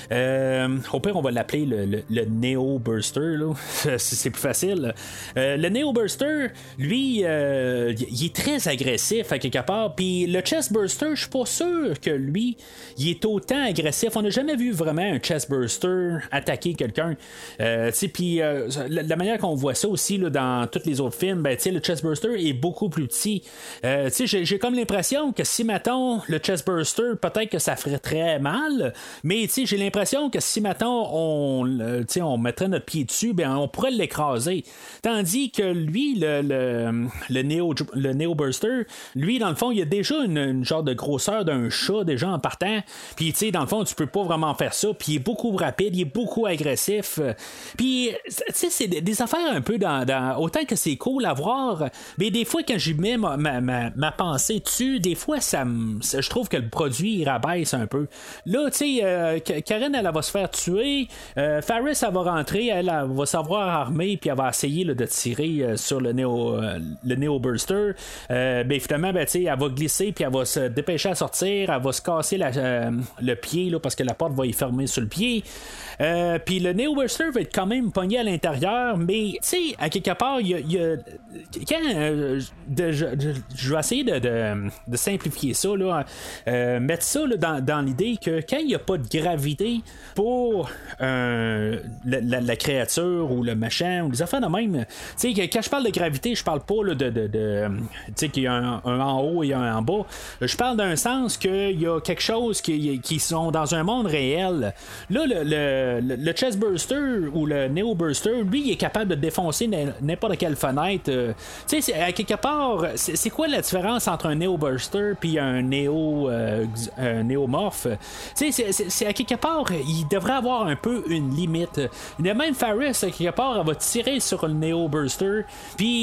Euh, au pire, on va l'appeler le, le, le néo-burster, là. c'est, c'est plus facile. Euh, le néo-burster, lui, Lui, euh, il est très agressif à quelque part. Puis le chestburster, je suis pas sûr que lui, il est autant agressif. On n'a jamais vu vraiment un chestburster attaquer quelqu'un. Euh, puis euh, la, la manière qu'on voit ça aussi là, dans tous les autres films, ben, le chestburster est beaucoup plus petit. Euh, j'ai, j'ai comme l'impression que si, mettons, le chestburster, peut-être que ça ferait très mal, mais j'ai l'impression que si, mettons, on, euh, on mettrait notre pied dessus, ben, on pourrait l'écraser. Tandis que lui, le, le le néo le néo-burster, lui dans le fond il a déjà une, une genre de grosseur d'un chat déjà en partant, puis tu sais dans le fond tu peux pas vraiment faire ça, puis il est beaucoup rapide, il est beaucoup agressif, puis tu sais c'est des, des affaires un peu dans, dans autant que c'est cool à voir, mais des fois quand j'y mets ma, ma, ma, ma pensée dessus, des fois ça me je trouve que le produit il rabaisse un peu. Là tu sais euh, Karen elle, elle va se faire tuer, euh, Faris elle va rentrer, elle, elle va savoir armer, puis elle va essayer là, de tirer euh, sur le néo euh, le néo-burster, euh, ben finalement ben, elle va glisser puis elle va se dépêcher à sortir, elle va se casser la, euh, le pied là, parce que la porte va y fermer sur le pied, euh, puis le néo-burster va être quand même pogné à l'intérieur, mais tu sais à quelque part il y a, y a quand euh, de, je, de, je vais essayer de, de, de simplifier ça là, euh, mettre ça là, dans, dans l'idée que quand il n'y a pas de gravité pour euh, la, la, la créature ou le machin ou les affaires de même, tu sais quand je parle de gravité je parle pas là, de, de, de tu sais qu'il y a un, un en haut et un en bas, je parle d'un sens qu'il y a quelque chose qui, qui sont dans un monde réel. Là le, le, le chestburster ou le néo-burster, lui il est capable de défoncer n'importe quelle fenêtre, euh, tu sais à quelque part c'est, c'est quoi la différence entre un néo-burster puis un néo euh, un néomorphe, tu sais c'est, c'est, c'est à quelque part il devrait avoir un peu une limite. Même Faris à quelque part elle va tirer sur le néo-burster, puis dans le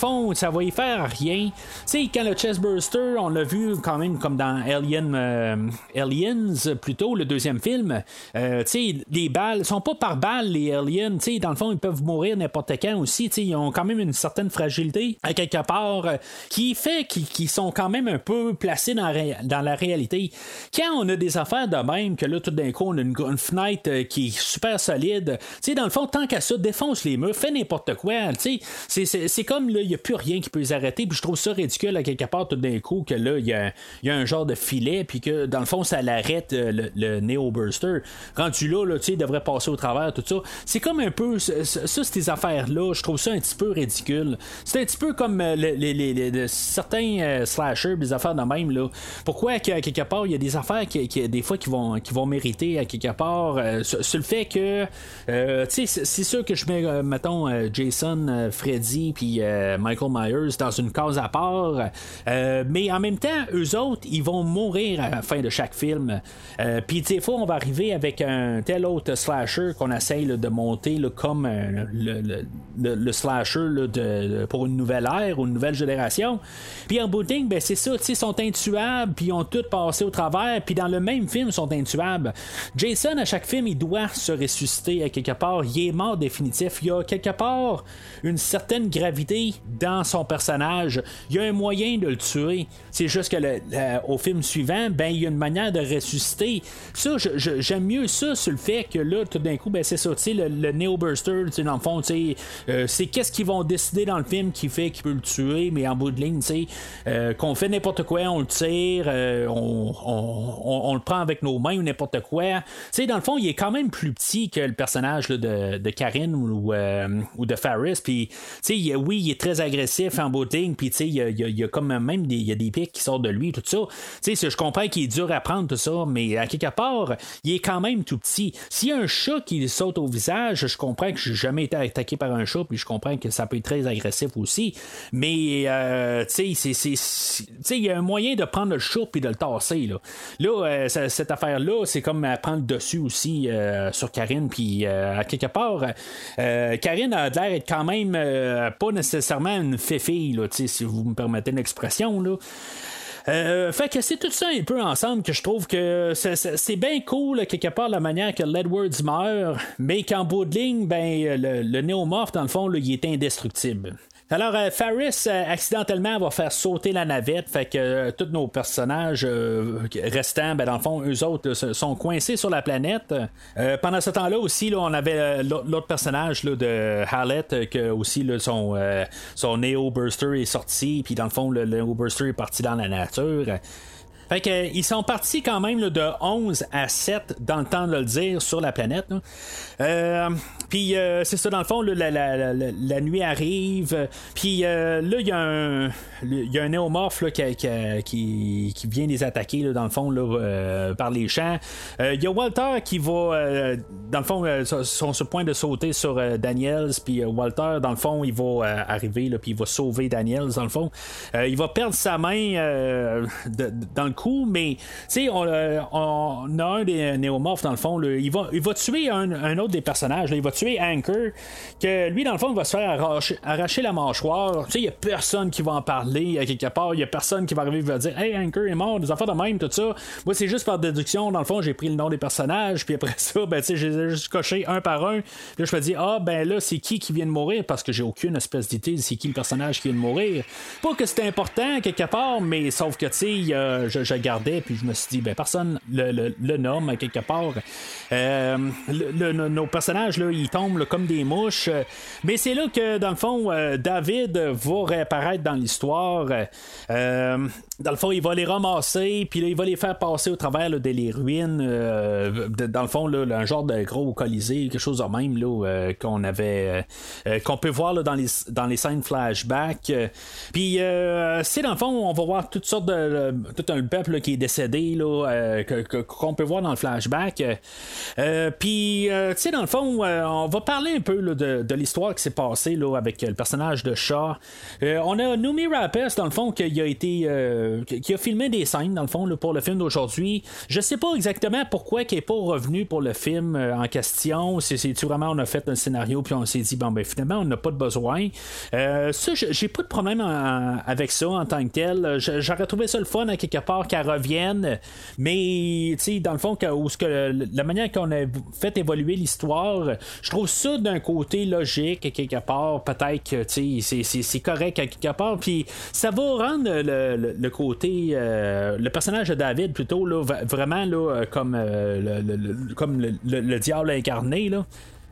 fond, ça va y faire rien. Tu sais, quand le chestburster, on l'a vu quand même comme dans Alien, euh, Aliens, plutôt, le deuxième film. Euh, tu sais, les balles sont pas par balles, les aliens. Tu sais, dans le fond, ils peuvent mourir n'importe quand aussi. Tu sais, ils ont quand même une certaine fragilité, à quelque part, euh, qui fait qu'ils, qu'ils sont quand même un peu placés dans, ré- dans la réalité. Quand on a des affaires de même, que là, tout d'un coup, on a une, une fenêtre euh, qui est super solide, tu sais, dans le fond, tant qu'à ça, défonce les murs, fait n'importe quoi. Tu sais, c'est, c'est, c'est comme, là, il n'y a plus rien qui peut les arrêter, puis je trouve ça ridicule, à quelque part, tout d'un coup, que là, il y a, y a un genre de filet, puis que, dans le fond, ça l'arrête, euh, le, le Neo-Burster. Rendu là, là tu sais, il devrait passer au travers, tout ça. C'est comme un peu, ça, ça ces affaires-là, je trouve ça un petit peu ridicule. C'est un petit peu comme euh, les, les, les, les, certains euh, slashers, des affaires de même, là. Pourquoi, qu'à quelque part, il y a des affaires qui, qui, des fois, qui vont, qui vont mériter, à quelque part, euh, sur, sur le fait que, euh, tu sais, c'est, c'est sûr que je mets, euh, mettons, euh, Jason, euh, Freddy, puis euh, Michael Myers dans une case à part, euh, mais en même temps, eux autres, ils vont mourir à la fin de chaque film. Euh, puis des fois, on va arriver avec un tel autre slasher qu'on essaye là, de monter là, comme euh, le, le, le, le slasher là, de, de, pour une nouvelle ère ou une nouvelle génération. Puis en bout de ligne, ben, c'est ça, ils sont intuables, puis ils ont tout passé au travers, puis dans le même film, ils sont intuables. Jason, à chaque film, il doit se ressusciter à quelque part. Il est mort définitif. Il y a quelque part une certaine gravité dans son personnage. Il y a un moyen de le tuer. C'est juste que le, le, au film suivant, ben, il y a une manière de ressusciter. Ça, je, je, j'aime mieux ça sur le fait que là, tout d'un coup, ben, c'est ça, tu sais, le, le Neo-Burster, tu sais, dans le fond, tu sais, euh, c'est qu'est-ce qu'ils vont décider dans le film qui fait qu'il peut le tuer, mais en bout de ligne, tu sais, euh, qu'on fait n'importe quoi, on le tire, euh, on, on, on, on le prend avec nos mains ou n'importe quoi. Tu sais, dans le fond, il est quand même plus petit que le personnage là, de, de Karen ou, euh, ou de Faris, puis, tu sais, oui, il est très agressif en bout de ligne, puis, tu sais, il y a, il y a, il y a comme même des, il y a des pics qui sortent de lui, tout ça. Tu sais, je comprends qu'il est dur à prendre, tout ça, mais à quelque part, il est quand même tout petit. S'il y a un chat qui saute au visage, je comprends que j'ai jamais été attaqué par un chat, puis je comprends que ça peut être très agressif aussi, mais euh, tu sais, c'est, c'est, c'est, il y a un moyen de prendre le chat puis de le tasser, là. Là, euh, ça, cette affaire-là, c'est comme à prendre dessus aussi euh, sur Karine, puis euh, à quelque part, euh, Karine a l'air d'être quand même euh, pas nécessairement une féfille, là, si vous me permettez l'expression, là. Euh, fait que c'est tout ça un peu ensemble que je trouve que c'est, c'est, c'est bien cool quelque part la manière que Edwards meurt, mais qu'en bout de ligne, ben le, le néomorphe dans le fond là, il est indestructible. Alors, euh, Faris, euh, accidentellement, va faire sauter la navette, fait que euh, tous nos personnages euh, restants, ben, dans le fond, eux autres là, sont coincés sur la planète. Euh, pendant ce temps-là aussi, là, on avait euh, l'autre personnage là, de Hallett, euh, que aussi là, son, euh, son Neo-Burster est sorti, puis dans le fond, le, le Neo-Burster est parti dans la nature. Fait que, euh, ils sont partis quand même là, de onze à sept dans le temps de le dire sur la planète. Euh, puis euh, c'est ça, dans le fond, là, la, la, la, la nuit arrive. Puis euh, là, il y a un il y a un néomorphe là, qui, qui, qui vient les attaquer, là, dans le fond, là, euh, par les champs. Il euh, y a Walter qui va, euh, dans le fond, euh, sont sur le point de sauter sur euh, Daniels. Puis euh, Walter, dans le fond, il va euh, arriver, là, puis il va sauver Daniels, dans le fond. Euh, il va perdre sa main euh, de, de, dans le coup, mais tu sais, on, euh, on a un des néomorphes, dans le fond, là, il, va, il va tuer un, un autre des personnages. Là, il va tuer Anchor, que lui, dans le fond, il va se faire arracher, arracher la mâchoire. Tu sais, il n'y a personne qui va en parler à quelque part. Il n'y a personne qui va arriver et va dire hey, Anchor est mort, des affaires de même, tout ça. Moi, c'est juste par déduction. Dans le fond, j'ai pris le nom des personnages, puis après ça, ben, tu sais, j'ai juste coché un par un. Puis là, je me dis, ah, ben là, c'est qui qui vient de mourir, parce que j'ai aucune espèce d'idée de c'est qui le personnage qui vient de mourir. Pas que c'était important, quelque part, mais sauf que, tu sais, euh, je, je gardais, puis je me suis dit, ben, personne le, le, le nomme à quelque part. Euh, le, le, nos personnages, là, ils tombent là, comme des mouches. Mais c'est là que, dans le fond, euh, David va réapparaître dans l'histoire. Euh, dans le fond, il va les ramasser, puis là, il va les faire passer au travers là, des les ruines. Euh, de, dans le fond, là, un genre de gros colisée, quelque chose de même là, euh, qu'on avait, euh, qu'on peut voir là, dans les dans les scènes flashback. Euh, puis, euh, c'est dans le fond, on va voir toutes sortes de, de tout un peuple là, qui est décédé là, euh, que, que, qu'on peut voir dans le flashback. Euh, puis, euh, tu sais, dans le fond, euh, on va parler un peu là, de, de l'histoire qui s'est passée là, avec le personnage de Shaw. Euh, on a Noomi Rapace, dans le fond, qui a été euh, euh, qui a filmé des scènes, dans le fond, là, pour le film d'aujourd'hui. Je sais pas exactement pourquoi il n'est pas revenu pour le film euh, en question. C'est, c'est-tu vraiment on a fait un scénario puis on s'est dit, bon, ben finalement, on n'a pas de besoin. Euh, ça, j'ai pas de problème en, avec ça en tant que tel. J'aurais trouvé ça le fun à quelque part qu'elle revienne, mais, tu sais, dans le fond, que, où ce que, la manière qu'on a fait évoluer l'histoire, je trouve ça d'un côté logique à quelque part. Peut-être que, tu sais, c'est, c'est, c'est correct à quelque part. Puis ça va rendre le, le, le côté, euh, le personnage de David plutôt, là, vraiment là, comme, euh, le, le, le, comme le, le, le diable incarné, là.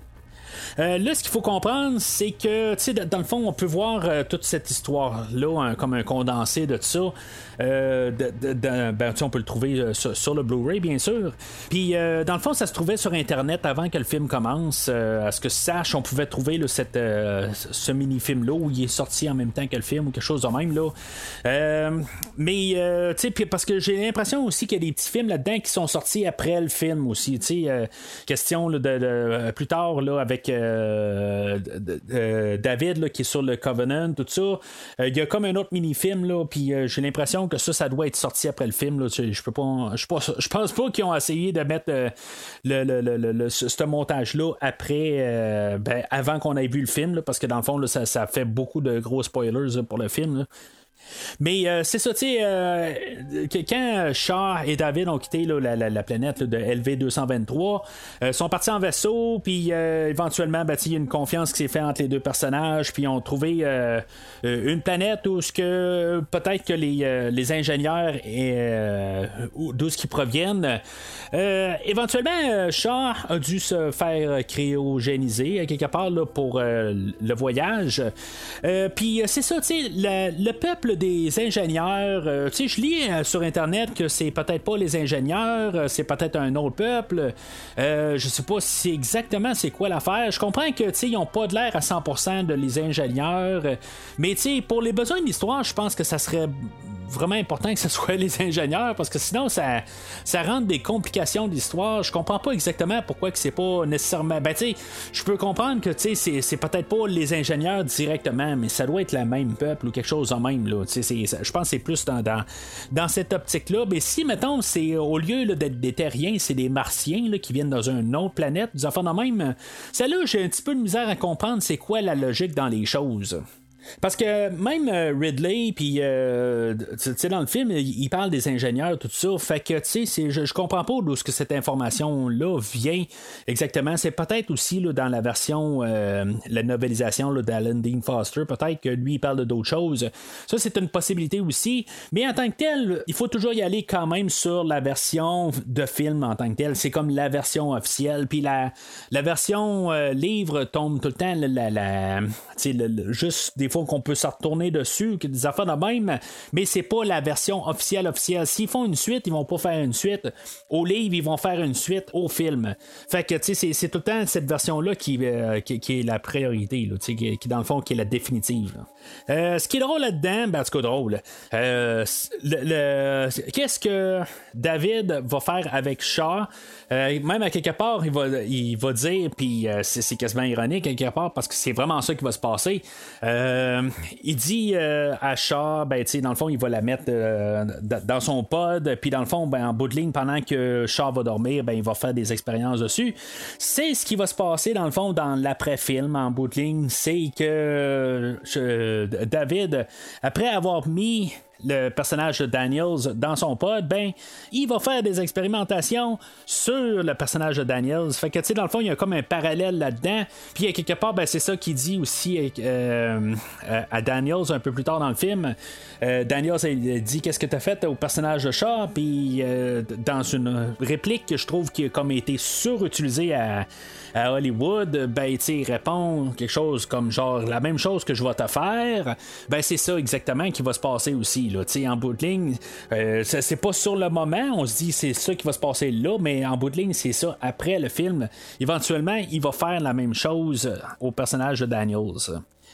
Euh, là, ce qu'il faut comprendre, c'est que, tu sais, dans le fond, on peut voir euh, toute cette histoire-là hein, comme un condensé de tout ça. Euh, de, de, de, ben, on peut le trouver euh, sur, sur le Blu-ray, bien sûr. Puis, euh, dans le fond, ça se trouvait sur Internet avant que le film commence. Euh, à ce que je sache, on pouvait trouver là, cette, euh, ce mini-film-là où il est sorti en même temps que le film ou quelque chose de même. Là. Euh, mais, euh, tu sais, parce que j'ai l'impression aussi qu'il y a des petits films là-dedans qui sont sortis après le film aussi. Tu sais, euh, question là, de, de, plus tard là, avec euh, de, de, de, David là, qui est sur le Covenant, tout ça. Il euh, y a comme un autre mini-film, là, puis euh, j'ai l'impression que ça, ça doit être sorti après le film. Là. Je peux pas. Je pense, je pense pas qu'ils ont essayé de mettre euh, le, le, le, le, le, ce montage-là après euh, ben, avant qu'on ait vu le film, là, parce que dans le fond, là, ça, ça fait beaucoup de gros spoilers là, pour le film. Là. Mais euh, c'est ça, tu sais, euh, quand Shaw et David ont quitté là, la, la, la planète là, de L V deux cent vingt-trois, euh, sont partis en vaisseau, puis euh, éventuellement, ben, il y a une confiance qui s'est faite entre les deux personnages, puis ils ont trouvé euh, une planète où ce que peut-être que les, euh, les ingénieurs et euh, d'où ce qu'ils proviennent. Euh, éventuellement, Shaw a dû se faire cryogéniser quelque part là, pour euh, le voyage. Euh, puis c'est ça, tu sais, le, le peuple des ingénieurs, euh, tu sais, je lis euh, sur internet que c'est peut-être pas les ingénieurs, euh, c'est peut-être un autre peuple. Euh, je sais pas si c'est exactement c'est quoi l'affaire. Je comprends que tu sais ils ont pas de l'air à cent pour cent de les ingénieurs, euh, mais tu sais pour les besoins de l'histoire, je pense que ça serait vraiment important que ce soit les ingénieurs parce que sinon ça, ça rend des complications d'histoire. Je comprends pas exactement pourquoi que c'est pas nécessairement. Ben tu sais, je peux comprendre que tu sais c'est, c'est peut-être pas les ingénieurs directement, mais ça doit être le même peuple ou quelque chose en même là. Tu sais, je pense que c'est plus dans, dans, dans cette optique-là. Mais si mettons c'est au lieu là, d'être des terriens, c'est des martiens là, qui viennent dans une autre planète, des enfants de même. Celle-là, j'ai un petit peu de misère à comprendre c'est quoi la logique dans les choses. Parce que même Ridley, puis euh, tu sais, dans le film, il parle des ingénieurs, tout ça. Fait que, tu sais, je, je comprends pas d'où ce que cette information-là vient exactement. C'est peut-être aussi là, dans la version, euh, la novélisation là, d'Alan Dean Foster, peut-être que lui, il parle de d'autres choses. Ça, c'est une possibilité aussi. Mais en tant que tel, il faut toujours y aller quand même sur la version de film en tant que tel. C'est comme la version officielle. Puis la, la version euh, livre tombe tout le temps, la, la, la, tu sais, juste des fois qu'on peut se retourner dessus, des affaires de même, mais c'est pas la version officielle officielle. S'ils font une suite, ils vont pas faire une suite au livre, ils vont faire une suite au film. Fait que tu sais, c'est, c'est tout le temps cette version-là qui, euh, qui, qui est la priorité, là, qui, qui dans le fond qui est la définitive. Euh, ce qui est drôle là-dedans, ben en tout cas drôle, euh, le, le, qu'est-ce que David va faire avec Shaw? Euh, même à quelque part, il va, il va dire, puis euh, c'est, c'est quasiment ironique à quelque part, parce que c'est vraiment ça qui va se passer. Euh, il dit euh, à Shaw, ben, tu sais, dans le fond, il va la mettre euh, dans son pod, puis dans le fond, ben, en bout de ligne, pendant que Shaw va dormir, ben, il va faire des expériences dessus. C'est ce qui va se passer, dans le fond, dans l'après-film, en bout de ligne, c'est que euh, David, après avoir mis le personnage de Daniels dans son pod, ben, il va faire des expérimentations sur le personnage de Daniels. Fait que, tu sais, dans le fond, il y a comme un parallèle là-dedans. Puis, à quelque part, ben, c'est ça qu'il dit aussi euh, à Daniels un peu plus tard dans le film. Euh, Daniels, il dit qu'est-ce que t'as fait au personnage de Shaw, puis euh, dans une réplique que je trouve qui a comme été surutilisée à à Hollywood, ben, tu sais, il répond quelque chose comme genre la même chose que je vais te faire, ben, c'est ça exactement qui va se passer aussi, là, tu sais, en bout de ligne, euh, c'est, c'est pas sur le moment, on se dit c'est ça qui va se passer là, mais en bout de ligne, c'est ça, après le film, éventuellement, il va faire la même chose au personnage de Daniels.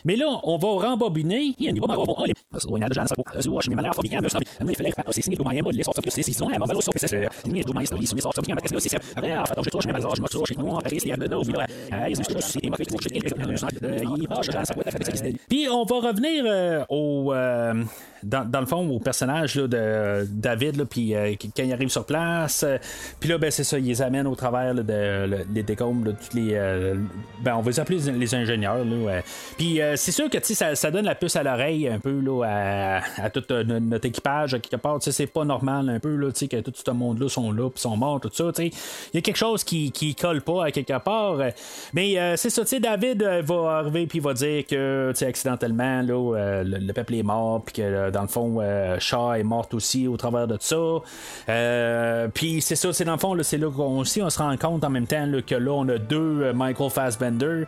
Mais là, on va rembobiner. Puis on va revenir euh, au euh, dans, dans le fond au personnage là, de David, puis euh, quand il arrive sur place, euh, puis là ben c'est ça, il les amène au travers là, de, le, des décombres, là, toutes les euh, ben on va les appeler les, les ingénieurs là, ouais. Puis euh, c'est sûr que ça, ça donne la puce à l'oreille un peu là, à, à tout euh, notre équipage quelque part, c'est pas normal un peu là, que tout ce monde là sont là puis sont morts, tout ça, il y a quelque chose qui, qui colle pas à quelque part, mais euh, c'est ça, David euh, va arriver puis va dire que accidentellement là, euh, le, le peuple est mort, puis que euh, dans le fond euh, Shaw est morte aussi au travers de ça, euh, puis c'est ça, c'est dans le fond là, c'est là qu'on aussi on se rend compte en même temps là, que là on a deux euh, Michael Fassbender.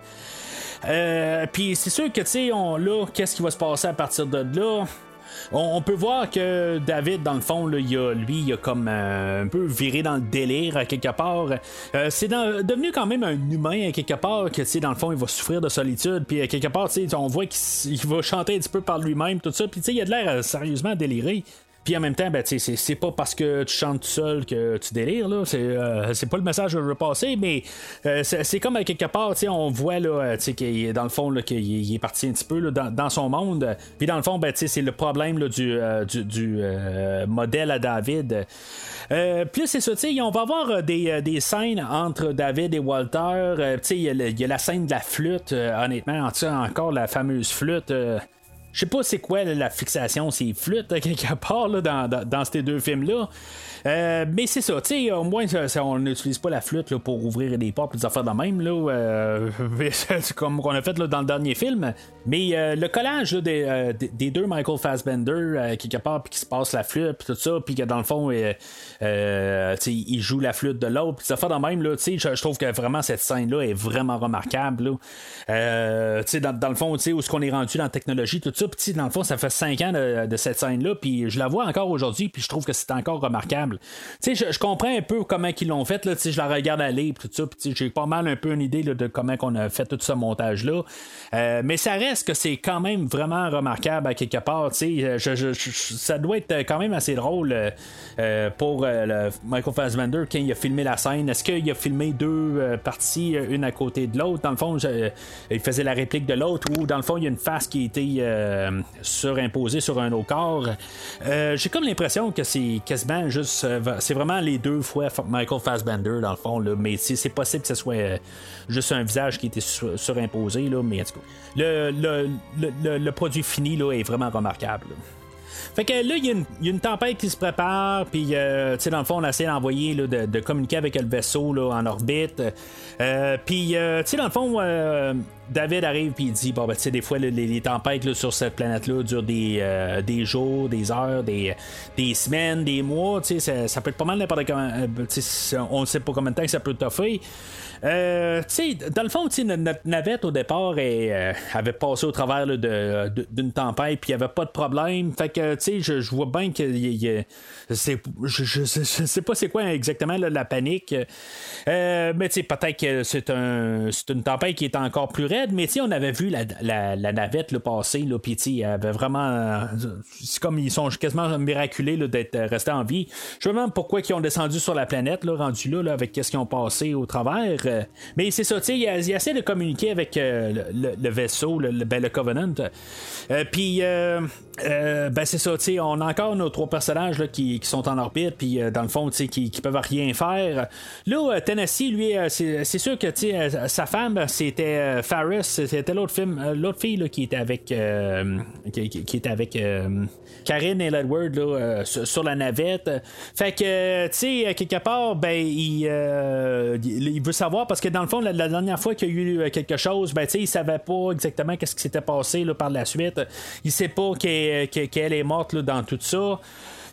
Euh, puis c'est sûr que tu sais on là qu'est-ce qui va se passer à partir de là. On, on peut voir que David, dans le fond, là, il a, lui, il a comme euh, un peu viré dans le délire à quelque part. Euh, c'est dans, devenu quand même un humain à quelque part, que dans le fond, il va souffrir de solitude. Puis à quelque part, on voit qu'il il va chanter un petit peu par lui-même, tout ça. Puis il a de l'air euh, sérieusement déliré. Puis en même temps, ben, c'est, c'est pas parce que tu chantes tout seul que tu délires, là. C'est, euh, c'est pas le message que je veux passer, mais euh, c'est, c'est comme à quelque part, on voit là, qu'il, dans le fond là, qu'il il est parti un petit peu là, dans, dans son monde. Puis dans le fond, ben, c'est le problème là, du, euh, du, du euh, modèle à David. Euh, puis c'est ça, on va avoir des, des scènes entre David et Walter. Euh, il y, y a la scène de la flûte, euh, honnêtement, encore la fameuse flûte. Euh, Je sais pas c'est quoi là, la fixation, c'est flûte quelque part là, dans, dans, dans ces deux films-là. Euh, mais c'est ça, tu sais, au moins ça, ça, on n'utilise pas la flûte là, pour ouvrir des portes et des affaires de même, là, euh, c'est comme on a fait là, dans le dernier film. Mais euh, le collage là, des, euh, des deux Michael Fassbender, euh, quelque part, puis qui se passe la flûte, puis tout ça, puis que dans le fond, euh, euh, il joue la flûte de l'autre, puis des affaires de même, là, tu sais, je, je trouve que vraiment cette scène-là est vraiment remarquable. Là. Euh, tu sais, dans, dans le fond, tu sais, où est-ce qu'on est rendu dans la technologie, tout ça, puis dans le fond, ça fait cinq ans de, de cette scène-là, puis je la vois encore aujourd'hui, puis je trouve que c'est encore remarquable. Tu sais, je, je comprends un peu comment ils l'ont fait, là, tu sais, je la regarde aller, tout ça, puis j'ai pas mal un peu une idée là, de comment on a fait tout ce montage-là. Euh, mais ça reste que c'est quand même vraiment remarquable à quelque part, tu sais, je, je, je, ça doit être quand même assez drôle euh, pour euh, le Michael Fassbender quand il a filmé la scène. Est-ce qu'il a filmé deux euh, parties, une à côté de l'autre? Dans le fond, je, il faisait la réplique de l'autre, ou dans le fond, il y a une face qui a été euh, surimposée sur un autre corps. Euh, j'ai comme l'impression que c'est quasiment juste c'est vraiment les deux fois Michael Fassbender dans le fond là, mais c'est possible que ce soit euh, juste un visage qui a été sur, surimposé là, mais en tout cas le, le, le, le, le produit fini là, est vraiment remarquable là. Fait que là, il y, y a une tempête qui se prépare, puis euh, tu sais, dans le fond, on essaie d'envoyer là, de, de communiquer avec le vaisseau là, en orbite. Euh, puis, euh, tu sais, dans le fond, euh, David arrive puis il dit bon ben tu sais des fois les, les tempêtes là, sur cette planète là durent des, euh, des jours, des heures, des, des semaines, des mois, tu sais ça, ça peut être pas mal n'importe comment, euh, on ne sait pas combien de temps que ça peut toffer. Euh, tu sais dans le fond tu sais notre navette au départ elle, euh, avait passé au travers là, de, de, d'une tempête puis il y avait pas de problème, fait que tu sais je, je vois bien que y, y, c'est, je, je, je, je sais pas c'est quoi exactement là, la panique, euh, mais tu sais peut-être que c'est un c'est une tempête qui est encore plus raide. Mais tu on avait vu la, la, la navette là, passer, là, puis tu avait vraiment. C'est comme ils sont quasiment miraculés là, d'être restés en vie. Je me demande pourquoi ils ont descendu sur la planète, là, rendu là, là avec qu'est-ce qu'ils ont passé au travers. Mais c'est ça, tu sais, il essaie de communiquer avec euh, le, le vaisseau, le, ben, le Covenant. Euh, puis, euh, euh, ben c'est ça, tu sais, on a encore nos trois personnages là, qui, qui sont en orbite, puis euh, dans le fond, tu sais, qui, qui peuvent rien faire. Là, euh, Tennessee, lui, euh, c'est, c'est sûr que tu sais, sa femme, c'était euh, Farris. C'était l'autre film, euh, l'autre fille là, qui était avec euh, qui, qui, qui était avec euh, Karen et Edward là, euh, sur, sur la navette. Fait que tu sais quelque part ben il, euh, il veut savoir parce que dans le fond la, la dernière fois qu'il y a eu quelque chose ben tu sais il savait pas exactement qu'est-ce qui s'était passé là, par la suite. Il sait pas qu'elle, qu'elle est morte là, dans tout ça.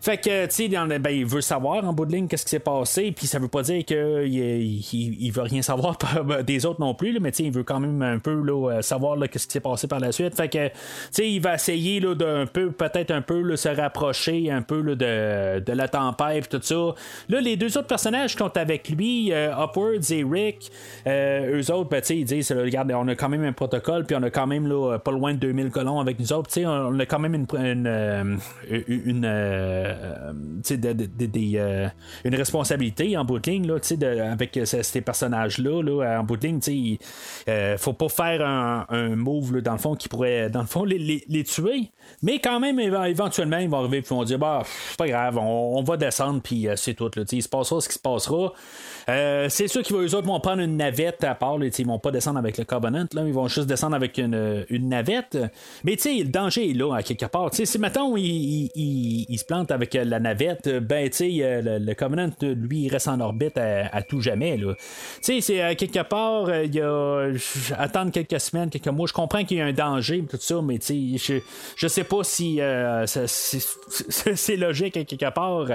Fait que, tu sais, ben, il veut savoir en bout de ligne qu'est-ce qui s'est passé, puis ça veut pas dire qu'il il, il, il veut rien savoir des autres non plus, là, mais tu sais, il veut quand même un peu là, savoir là, qu'est-ce qui s'est passé par la suite. Fait que, tu sais, il va essayer là, d'un peu, peut-être un peu là, se rapprocher un peu là, de, de la tempête, tout ça. Là, les deux autres personnages qui sont avec lui, euh, Upwards et Rick, euh, eux autres, ben, tu sais, ils disent, regarde, on a quand même un protocole, puis on a quand même là, pas loin de deux mille colons avec nous autres, tu sais, on a quand même une, une, une, une, euh, de, de, de, de, euh, une responsabilité en bout de ligne, là, tu sais, de, avec ces, ces personnages-là, là, en bout de ligne, tu sais, euh, faut pas faire un, un move, là, dans le fond, qui pourrait, dans le fond, les, les, les tuer, mais quand même, éventuellement, ils vont arriver, puis ils vont dire, bah, c'est pas grave, on, on va descendre, puis euh, c'est tout, là, tu sais, il se passera ce qui se passera. Euh, c'est sûr qu'eux autres vont prendre une navette à part, là, ils vont pas descendre avec le Covenant, là, ils vont juste descendre avec une, une navette, mais tu sais, le danger est là, à quelque part. Tu sais, si mettons, il, il, il, il se plante avec la navette, ben, tu sais, le, le Covenant, lui, il reste en orbite à, à tout jamais, là. Tu sais, c'est à quelque part, il y a attendre quelques semaines, quelques mois, je comprends qu'il y a un danger, tout ça, mais tu sais, je, je sais pas si euh, c'est, c'est, c'est logique à quelque part.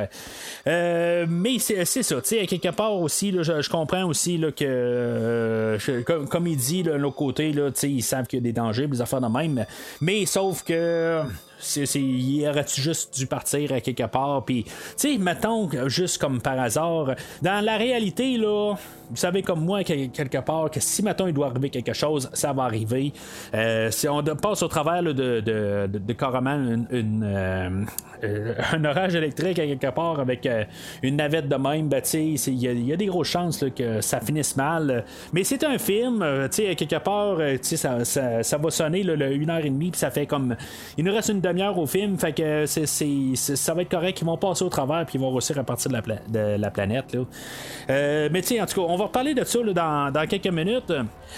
Euh, mais c'est, c'est ça, tu sais, à quelque part aussi, là, je, je comprends aussi là, que, euh, je, comme, comme il dit, là, de l'autre côté, là, tu sais, ils savent qu'il y a des dangers, des affaires de même, mais sauf que c'est, c'est, il aurait-tu juste dû partir à quelque part, puis tu sais, mettons, juste comme par hasard, dans la réalité, là, vous savez comme moi, quelque part, que si mettons il doit arriver quelque chose, ça va arriver. Euh, si on passe au travers là, de, de, de, de carrément une, une, euh, euh, un orage électrique à quelque part avec euh, une navette de même, ben, il y, y a des grosses chances là, que ça finisse mal. Mais c'est un film, euh, à quelque part, euh, ça, ça, ça va sonner là, une heure et demie, puis ça fait comme. Il nous reste une demi-heure au film, fait que c'est, c'est, c'est, ça va être correct. Ils vont passer au travers, puis ils vont réussir à partir de la, pla- de la planète. Là. Euh, mais tu sais, en tout cas, on va reparler de ça là, dans, dans quelques minutes.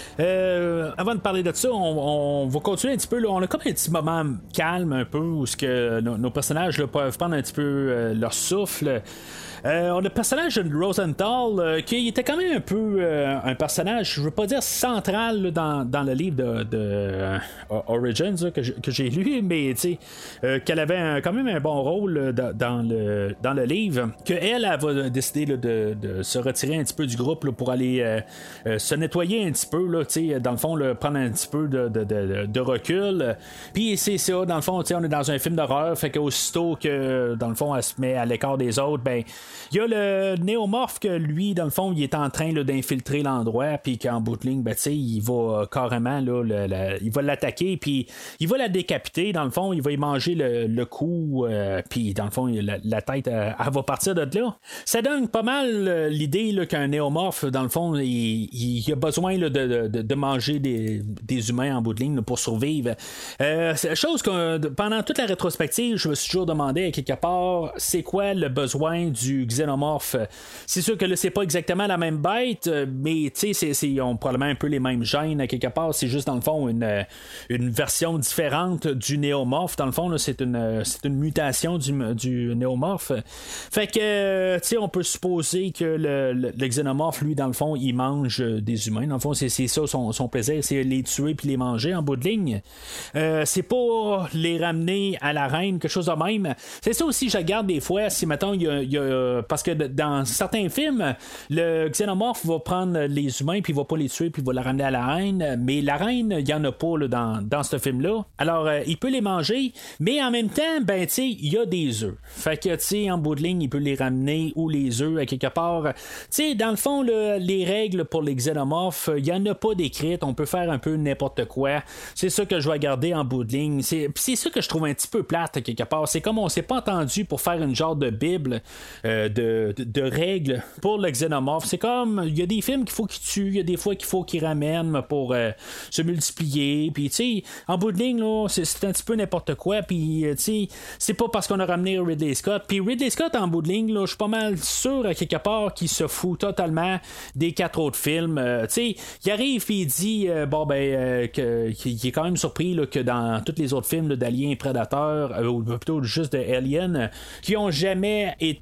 Euh, avant de parler de ça, on, on va continuer un petit peu. Là. On a comme un petit moment calme un peu où ce que nos, nos personnages là, peuvent prendre un petit peu euh, leur souffle. Euh, on a le personnage de Rosenthal euh, qui était quand même un peu euh, un personnage, je veux pas dire central là, dans, dans le livre de, de euh, Origins là, que, je, que j'ai lu, mais tu sais euh, qu'elle avait un, quand même un bon rôle euh, dans, dans, le, dans le livre, qu'elle elle, elle va décider là, de, de se retirer un petit peu du groupe là, pour aller euh, euh, se nettoyer un petit peu, là, dans le fond, là, prendre un petit peu de, de, de, de recul. Puis c'est ça, dans le fond, on est dans un film d'horreur, fait qu'aussitôt que dans le fond elle se met à l'écart des autres, ben il y a le néomorphe que lui, dans le fond, il est en train là, d'infiltrer l'endroit, puis qu'en bout de ligne, ben, il va euh, carrément, là, le, le, il va l'attaquer, puis il va la décapiter, dans le fond, il va y manger le, le cou, euh, puis dans le fond, la, la tête, euh, elle va partir de là. Ça donne pas mal euh, l'idée là, qu'un néomorphe, dans le fond, il, il, il a besoin là, de, de, de manger des, des humains en bout de ligne là, pour survivre. Euh, c'est la chose que pendant toute la rétrospective, je me suis toujours demandé à quelque part, c'est quoi le besoin du xénomorphe. C'est sûr que là, c'est pas exactement la même bête, mais tu sais, ils ont probablement un peu les mêmes gènes à quelque part. C'est juste dans le fond une, une version différente du néomorphe. Dans le fond, là, c'est une c'est une mutation du, du néomorphe. Fait que tu sais, on peut supposer que le, le, le xénomorphe, lui, dans le fond, il mange des humains. Dans le fond, c'est, c'est ça son, son plaisir, c'est les tuer puis les manger en bout de ligne. Euh, c'est pas les ramener à la reine, quelque chose de même. C'est ça aussi, je regarde des fois, si mettons, il y a, y a parce que dans certains films, le xénomorphe va prendre les humains puis il va pas les tuer puis il va la ramener à la reine, mais la reine, il y en a pas là, dans, dans ce film-là. Alors, euh, il peut les manger, mais en même temps, ben, tu sais, il y a des œufs. Fait que, tu sais, en bout de ligne, il peut les ramener ou les œufs à quelque part. Tu sais, dans le fond, là, les règles pour les xénomorphes, il y en a pas d'écrites. On peut faire un peu n'importe quoi. C'est ça que je vais garder en bout de ligne. C'est, c'est ça que je trouve un petit peu plate à quelque part. C'est comme on s'est pas entendu pour faire une genre de bible euh, de, de, de règles pour le xénomorphe. C'est comme, il y a des films qu'il faut qu'il tue, il y a des fois qu'il faut qu'il ramène pour euh, se multiplier. Puis, tu sais, en bout de ligne, là, c'est, c'est un petit peu n'importe quoi. Puis, tu sais, c'est pas parce qu'on a ramené Ridley Scott. Puis, Ridley Scott, en bout de ligne, là, je suis pas mal sûr à quelque part qu'il se fout totalement des quatre autres films. Euh, tu sais, il arrive et il dit, euh, bon, ben, euh, que, qu'il est quand même surpris là, que dans tous les autres films là, d'Alien et Predator, euh, ou plutôt juste de Alien, euh, qui ont jamais été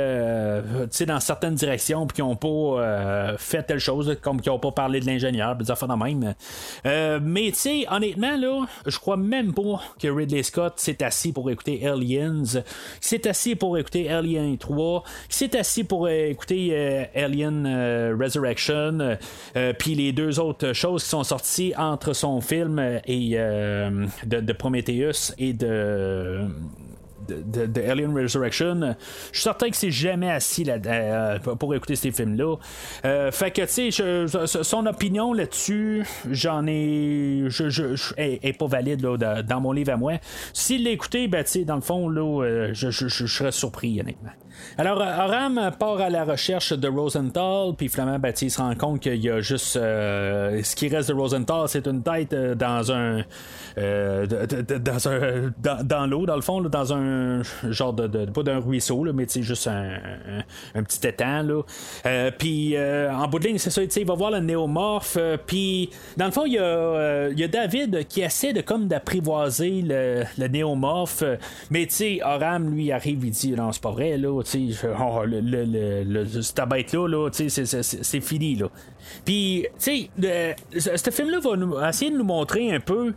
euh, dans certaines directions, puis qui n'ont pas euh, fait telle chose, comme qui n'ont pas parlé de l'ingénieur, puis des affaires de même. Euh, mais tu sais, honnêtement, là, je crois même pas que Ridley Scott s'est assis pour écouter Aliens, s'est assis pour écouter Alien trois, s'est assis pour écouter euh, Alien euh, Resurrection, euh, puis les deux autres choses qui sont sorties entre son film et euh, de, de Prometheus et de De, de, de Alien Resurrection. Je suis certain que c'est jamais assis là, euh, pour écouter ces films-là. Euh, fait que, tu sais, son opinion là-dessus, j'en ai. Je, je, je, est, est pas valide là, dans mon livre à moi. S'il l'a écouté, ben, tu sais, dans le fond, là, euh, je, je, je, je serais surpris, honnêtement. Alors, Aram part à la recherche de Rosenthal, puis finalement, ben, il se rend compte qu'il y a juste. Euh, ce qui reste de Rosenthal, c'est une tête euh, dans un. Euh, de, de, dans un. Dans, dans l'eau, dans le fond, là, dans un genre de. de pas d'un ruisseau, là, mais juste un, un, un petit étang. Euh, puis, euh, en bout de ligne, c'est ça, il va voir le néomorphe, euh, puis, dans le fond, il y, euh, y a David qui essaie de comme d'apprivoiser le, le néomorphe, mais, tu sais, Aram, lui, arrive, il dit, non, c'est pas vrai, là. Oh, le, le, le, le, cette bête-là, là, c'est, c'est, c'est fini. Là. Puis, tu sais, ce film-là va nous, essayer de nous montrer un peu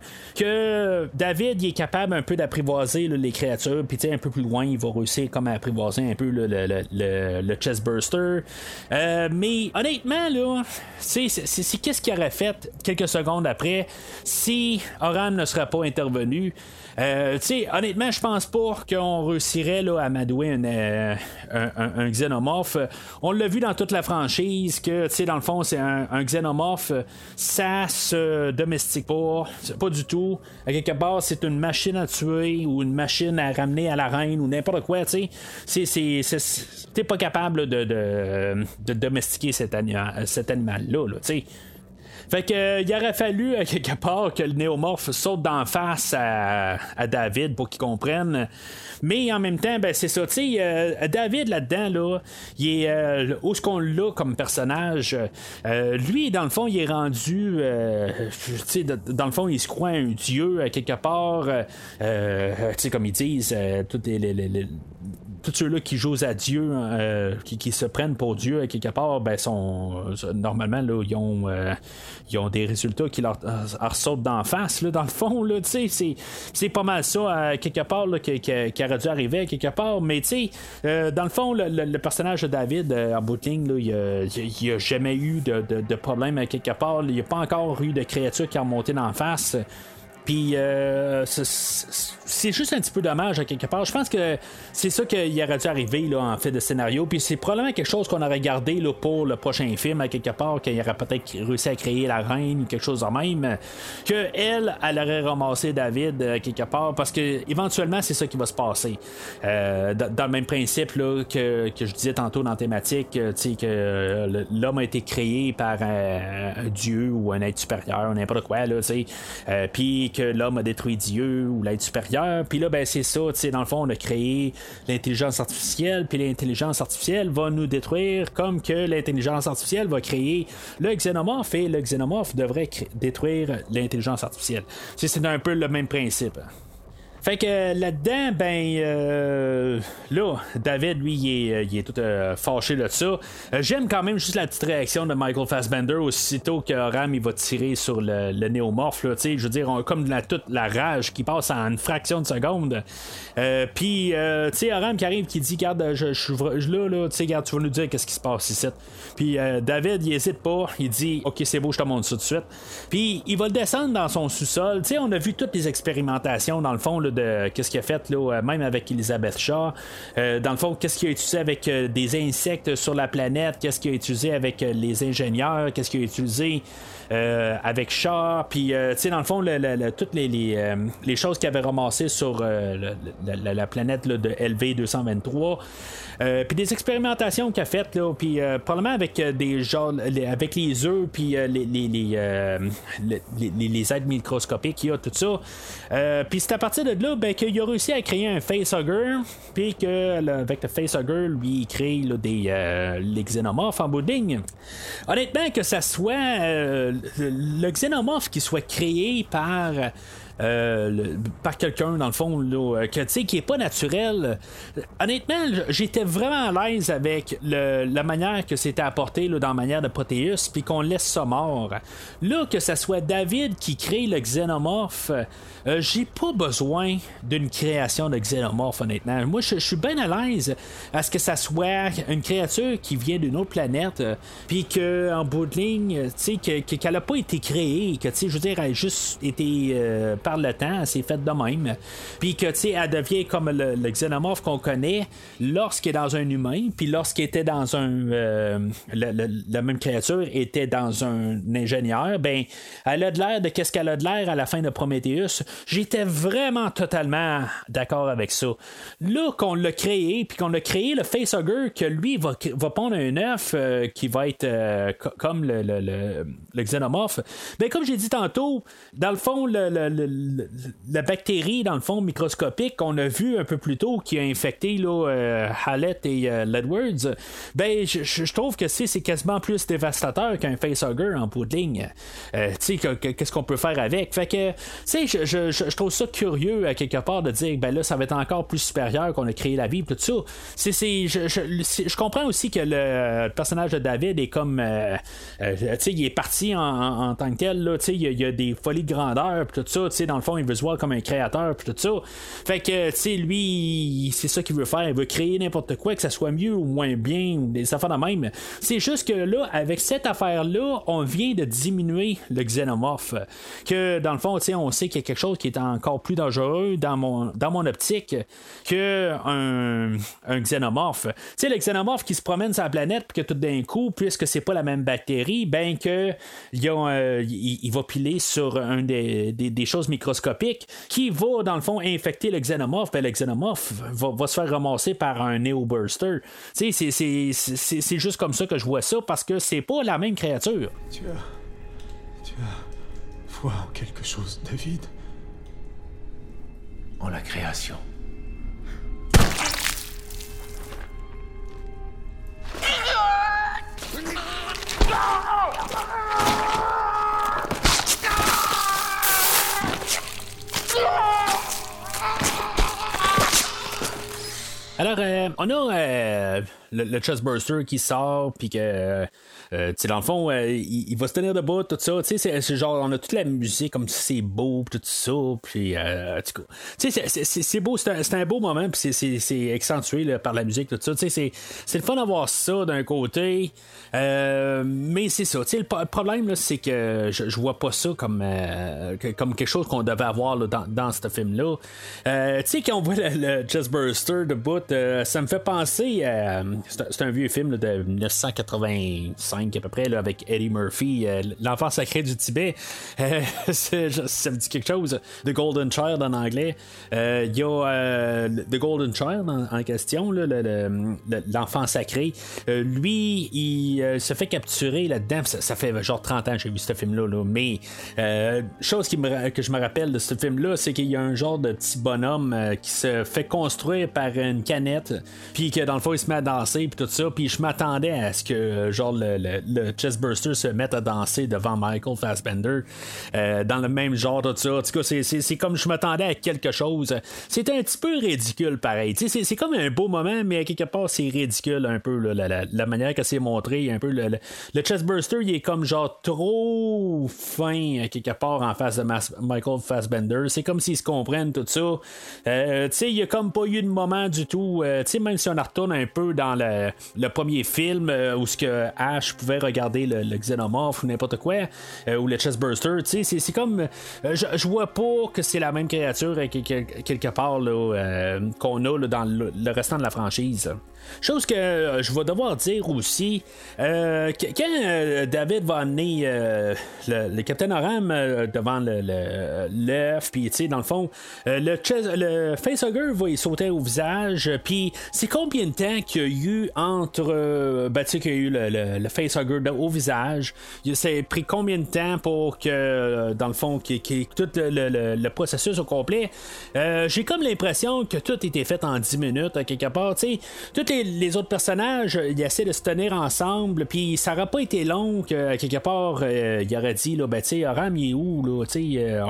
que David il est capable un peu d'apprivoiser là, les créatures. Puis, tu sais, un peu plus loin, il va réussir comme à apprivoiser un peu là, le, le, le, le chestburster. Euh, mais, honnêtement, là, c'est, c'est, c'est qu'est-ce qu'il aurait fait quelques secondes après si Aram ne serait pas intervenu. Euh, tu sais, honnêtement, je pense pas qu'on réussirait là, à amadouer une, euh, un, un, un xénomorphe. On l'a vu dans toute la franchise que, tu sais, dans le fond, c'est un, un xénomorphe, ça se domestique pas, pas du tout. À quelque part, c'est une machine à tuer ou une machine à ramener à la reine ou n'importe quoi, tu sais. C'est, c'est, c'est, t'es pas capable de, de, de domestiquer cet, anima, cet animal-là, là, tu sais. Fait que euh, il aurait fallu à quelque part que le néomorphe saute d'en face à, à David pour qu'il comprenne. Mais en même temps, ben c'est ça, tu sais, euh, David là-dedans, là, il est euh, où est-ce qu'on l'a comme personnage. Euh, lui, dans le fond, il est rendu, euh, tu sais, dans le fond, il se croit un dieu à quelque part. Euh, tu sais, comme ils disent, euh, tous les, les, les, les tous ceux-là qui jouent à Dieu, euh, qui, qui se prennent pour Dieu à quelque part, ben sont normalement là, ils ont, euh, ils ont des résultats qui leur, leur sautent d'en face, là, dans le fond, là, tu sais, c'est, c'est pas mal ça à quelque part là, qui, qui, qui aurait dû arriver à quelque part, mais tu sais, euh, dans le fond, le, le, le personnage de David euh, en bout de ligne, là, il n'y a, a jamais eu de, de, de problème à quelque part, il n'y a pas encore eu de créature qui a remonté d'en face. Puis euh, c'est, c'est juste un petit peu dommage à quelque part. Je pense que c'est ça qu'il aurait dû arriver là, en fait de scénario. Puis c'est probablement quelque chose qu'on aurait gardé là, pour le prochain film à quelque part, qu'il aurait peut-être réussi à créer la reine ou quelque chose de même. Que elle, elle aurait ramassé David à quelque part, parce que éventuellement c'est ça qui va se passer. Euh, dans, dans le même principe là, que, que je disais tantôt dans la thématique, tu sais que l'homme a été créé par un, un dieu ou un être supérieur, n'importe quoi là, tu sais. Euh, puis que l'homme a détruit Dieu ou l'être supérieur, puis là ben c'est ça, tu sais, dans le fond on a créé l'intelligence artificielle, puis l'intelligence artificielle va nous détruire comme que l'intelligence artificielle va créer le xénomorphe et le xénomorphe devrait cré- détruire l'intelligence artificielle. C'est, c'est un peu le même principe. Fait que là-dedans, ben euh, là, David, lui, il est, il est tout euh, fâché de ça. Euh, j'aime quand même juste la petite réaction de Michael Fassbender aussitôt que Aram il va tirer sur le, le néomorphe. Là, je veux dire, on a comme la, toute la rage qui passe en une fraction de seconde. Euh, Puis, euh, tu sais, Aram qui arrive, qui dit, regarde, je suis là, là, tu sais, regarde, tu vas nous dire qu'est-ce qui se passe ici. Puis euh, David, il hésite pas, il dit, ok, c'est beau, je te montre ça tout de suite. Puis il va le descendre dans son sous-sol. Tu sais, on a vu toutes les expérimentations dans le fond là, de qu'est-ce qu'il a fait là, même avec Elizabeth Shaw. Euh, dans le fond, qu'est-ce qu'il a utilisé avec euh, des insectes sur la planète, qu'est-ce qu'il a utilisé avec euh, les ingénieurs, qu'est-ce qu'il a utilisé euh, avec Shaw, puis euh, tu sais dans le fond le, le, le, toutes les, les, euh, les choses qu'il avait ramassées sur euh, le, la, la planète là, de L V deux cent vingt-trois. Euh, puis des expérimentations qu'il a faites là, puis euh, probablement avec euh, des genres les, avec les œufs puis euh, les les les, euh, les, les les aides microscopiques qu'il y a tout ça. Euh, puis c'est à partir de là ben, qu'il a réussi à créer un facehugger, puis que là, avec le facehugger lui il crée là, des euh, les xénomorphes en bout de ligne. Honnêtement que ça soit euh, le xénomorphe qui soit créé par euh, le, par quelqu'un, dans le fond, là, que, tu sais, qui est pas naturel. Honnêtement, j'étais vraiment à l'aise avec le, la manière que c'était apporté là, dans la manière de Proteus, puis qu'on laisse ça mort. Là, que ça soit David qui crée le xénomorphe, euh, j'ai pas besoin d'une création de xénomorphe, honnêtement. Moi, je suis bien à l'aise à ce que ça soit une créature qui vient d'une autre planète, euh, puis qu'en bout de ligne, tu sais, que, que, qu'elle a pas été créée, que, tu sais, je veux dire, elle a juste été, euh, par le temps, elle s'est faite de même, puis que, tu sais, elle devient comme le, le xénomorphe qu'on connaît lorsqu'il est dans un humain, puis lorsqu'il était dans un... Euh, le, le, la même créature était dans un ingénieur, ben, elle a de l'air de qu'est-ce qu'elle a de l'air à la fin de Prometheus. J'étais vraiment totalement d'accord avec ça. Là qu'on l'a créé, puis qu'on a créé le facehugger, que lui va, va pondre un œuf euh, qui va être euh, co- comme le, le, le, le xénomorphe. Ben comme j'ai dit tantôt, dans le fond, le, le, le, le, la bactérie, dans le fond, microscopique qu'on a vu un peu plus tôt, qui a infecté là, euh, Hallett et euh, Ledwards, ben je, je trouve que c'est, c'est quasiment plus dévastateur qu'un facehugger en bout de ligne. Euh, tu sais, qu'est-ce qu'on peut faire avec? Fait que, tu sais, je, je, je, je trouve ça curieux à quelque part de dire, ben là, ça va être encore plus supérieur qu'on a créé la vie, tout ça. C'est, c'est, je, je, je comprends aussi que le personnage de David est comme, euh, euh, tu sais, il est parti en, en, en tant que tel, là, tu sais, il, il y a des folies de grandeur, tout ça, tu sais, dans le fond, il veut se voir comme un créateur, tout ça. Fait que, tu sais, lui, c'est ça qu'il veut faire, il veut créer n'importe quoi, que ça soit mieux ou moins bien, ou des affaires de même. C'est juste que là, avec cette affaire-là, on vient de diminuer le xénomorphe. Que dans le fond, on sait qu'il y a quelque chose qui est encore plus dangereux dans mon, dans mon optique qu'un un xénomorphe. Tu sais, le xénomorphe qui se promène sur la planète, puis que tout d'un coup, puisque c'est pas la même bactérie, ben que il, a, euh, il, il va piler sur un des, des, des choses microscopiques qui va, dans le fond, infecter le xénomorphe. Ben, le xénomorphe va, va se faire ramasser par un néo-burster. Tu sais, c'est, c'est, c'est, c'est juste comme ça que je vois ça, parce que c'est pas la même créature. Tu as... Tu as... foi en quelque chose, David? En la création. Alors, euh, on a euh, le, le chestburster qui sort, puis que, euh, euh, tu sais, dans le fond, euh, il, il va se tenir debout, tout ça. Tu sais, c'est, c'est genre, on a toute la musique comme si c'est beau, tout ça, puis, euh, tu sais, c'est, c'est, c'est, c'est beau, c'est un, c'est un beau moment, puis c'est, c'est, c'est accentué là, par la musique, tout ça. Tu sais, c'est, c'est le fun d'avoir ça d'un côté, euh, mais c'est ça. Tu sais, le, le problème, là, c'est que je, je vois pas ça comme, euh, que, comme quelque chose qu'on devait avoir là, dans, dans ce film-là. Euh, tu sais, quand on voit le, le chestburster debout, Euh, ça me fait penser à... C'est un, c'est un vieux film là, de dix-neuf cent quatre-vingt-cinq à peu près là, avec Eddie Murphy, euh, L'enfant sacré du Tibet. Euh, c'est, ça me dit quelque chose. The Golden Child en anglais. Il euh, y a euh, The Golden Child en, en question, là, le, le, le, l'enfant sacré. Euh, lui, il euh, se fait capturer là-dedans. Ça, ça fait genre trente ans que j'ai vu ce film-là. Là, mais euh, chose qui me, que je me rappelle de ce film-là, c'est qu'il y a un genre de petit bonhomme euh, qui se fait construire par une canette, puis que dans le fond il se met à danser puis tout ça, puis je m'attendais à ce que genre le, le, le chestburster se mette à danser devant Michael Fassbender euh, dans le même genre tout ça. En tout cas, c'est, c'est, c'est comme je m'attendais à quelque chose. C'est un petit peu ridicule pareil. Tu sais, c'est, c'est comme un beau moment, mais à quelque part c'est ridicule un peu là, la, la, la manière que c'est montré un peu. Le, le, le chestburster il est comme genre trop fin à quelque part en face de Mas- Michael Fassbender. C'est comme s'ils se comprennent tout ça. Euh, tu sais, il y a comme pas eu de moment du tout. Euh, tu sais, même si on retourne un peu dans le, le premier film euh, où ce que Ash pouvait regarder le, le xénomorphe ou n'importe quoi, euh, ou le chestburster, tu sais, c'est, c'est comme euh, je, je vois pas que c'est la même créature euh, quelque, quelque part là, euh, qu'on a là, dans le, le restant de la franchise. Chose que euh, je vais devoir dire aussi, euh, que, quand euh, David va amener euh, le, le Captain Oram euh, devant le, le, l'œuf, puis tu sais, dans le fond, euh, le, ches- le facehugger va y sauter au visage, puis c'est combien de temps qu'il y eu entre euh, ben, tu sais qu'il y a eu le, le, le facehugger au visage. Ça a pris combien de temps pour que dans le fond qu'il y ait tout le, le, le processus au complet. euh, j'ai comme l'impression que tout était fait en dix minutes à quelque part. Tu sais, tous les, les autres personnages ils essaient de se tenir ensemble, puis ça aurait pas été long que à quelque part euh, il aurait dit là, ben tu sais Aram il est où là, tu sais euh,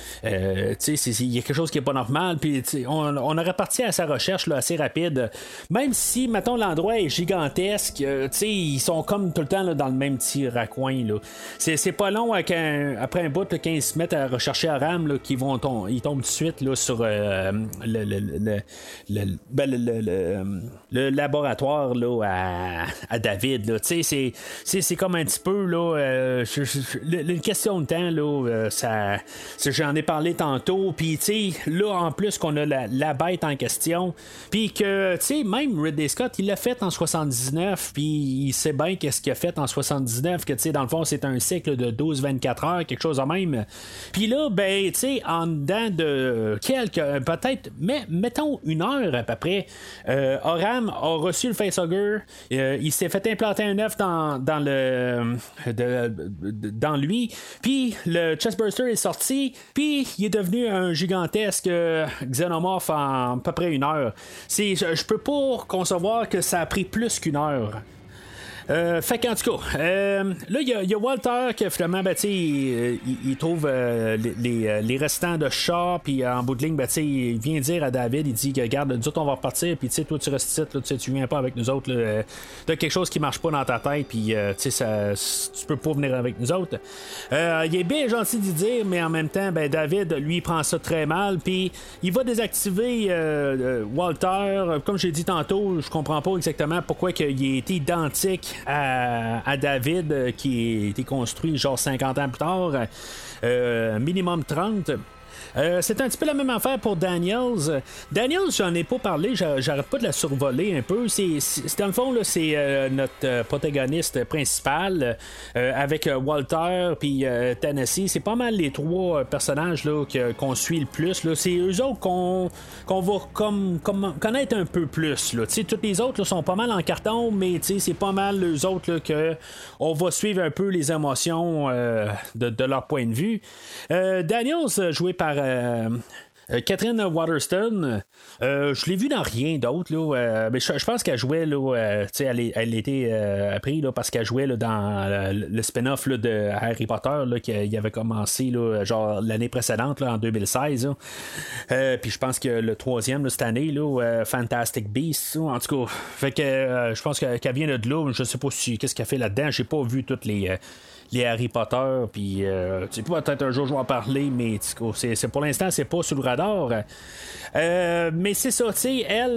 euh, il y a quelque chose qui est pas normal, puis on, on aurait parti à sa recherche là, assez rapide, même si mettons l'endroit est gigantesque. euh, tu sais ils sont comme tout le temps là, dans le même petit raccoin là. C'est, c'est pas long avec un, après un bout là, quand ils se mettent à rechercher Aram là, qu'ils vont tom- ils tombent tout de suite là, sur euh, le, le, le, le, ben, le, le, le, le laboratoire là, à, à David là. Tu sais c'est, c'est, c'est comme un petit peu là euh, je, je, le, une question de temps là, euh, ça, j'en ai parlé tantôt, puis tu sais là en plus qu'on a la, la bête en question, puis que tu sais même Ridley Scott il l'a fait en soixante-dix-neuf, puis il sait bien qu'est-ce qu'il a fait en soixante-dix-neuf, que tu sais dans le fond c'est un cycle de douze à vingt-quatre heures, quelque chose de même. Puis là ben tu sais en dedans de quelques peut-être mais mettons une heure à peu près, euh, Aram a reçu le facehugger, euh, il s'est fait implanter un œuf dans, dans le de, de, dans lui, puis le chestburster est sorti, puis il est devenu un gigantesque euh, xénomorphe en à peu près une heure. C'est, je, je peux pas concevoir que ça a pris plus qu'une heure. Euh, fait qu'en tout cas, euh, là, il y, y a Walter qui finalement, ben, il, il trouve euh, les, les, les restants de chat, puis en bout de ligne, ben, il vient dire à David, il dit que, regarde, nous autres, on va repartir, puis toi, tu restes ici, là, tu viens pas avec nous autres, là, t'as quelque chose qui marche pas dans ta tête, puis euh, ça, tu peux pas venir avec nous autres. Euh, il est bien gentil d'y dire, mais en même temps, ben, David, lui, il prend ça très mal, puis il va désactiver euh, Walter. Comme j'ai dit tantôt, je comprends pas exactement pourquoi il est identique À, à David euh, qui a été construit genre cinquante ans plus tard, euh, minimum trente. Euh, c'est un petit peu la même affaire pour Daniels. Daniels, j'en ai pas parlé, j'arrête pas de la survoler un peu. C'est, c'est, c'est dans le fond, là, c'est euh, notre euh, protagoniste principal euh, avec euh, Walter puis euh, Tennessee. C'est pas mal les trois euh, personnages là, que, qu'on suit le plus. Là. C'est eux autres qu'on, qu'on va comme, comme connaître un peu plus. Là. Tous les autres là, sont pas mal en carton, mais c'est pas mal eux autres là, que on va suivre un peu les émotions euh, de, de leur point de vue. Euh, Daniels, joué par Euh, Euh, Catherine Waterston, euh, je l'ai vu dans rien d'autre, là, euh, mais je, je pense qu'elle jouait, là, euh, elle, elle était euh, appris là, parce qu'elle jouait là, dans euh, le spin-off là, de Harry Potter là, qui il avait commencé là, genre l'année précédente, là, en deux mille seize. Euh, puis je pense que le troisième là, cette année, là, euh, Fantastic Beasts, en tout cas, fait que euh, je pense que, qu'elle vient de là. Je sais pas si qu'est-ce qu'elle fait là-dedans. J'ai pas vu toutes les euh, les Harry Potter, puis euh, tu sais, peut-être un jour je vais en parler, mais c'est, c'est, pour l'instant c'est pas sur le radar. Euh, mais c'est ça, tu sais, elle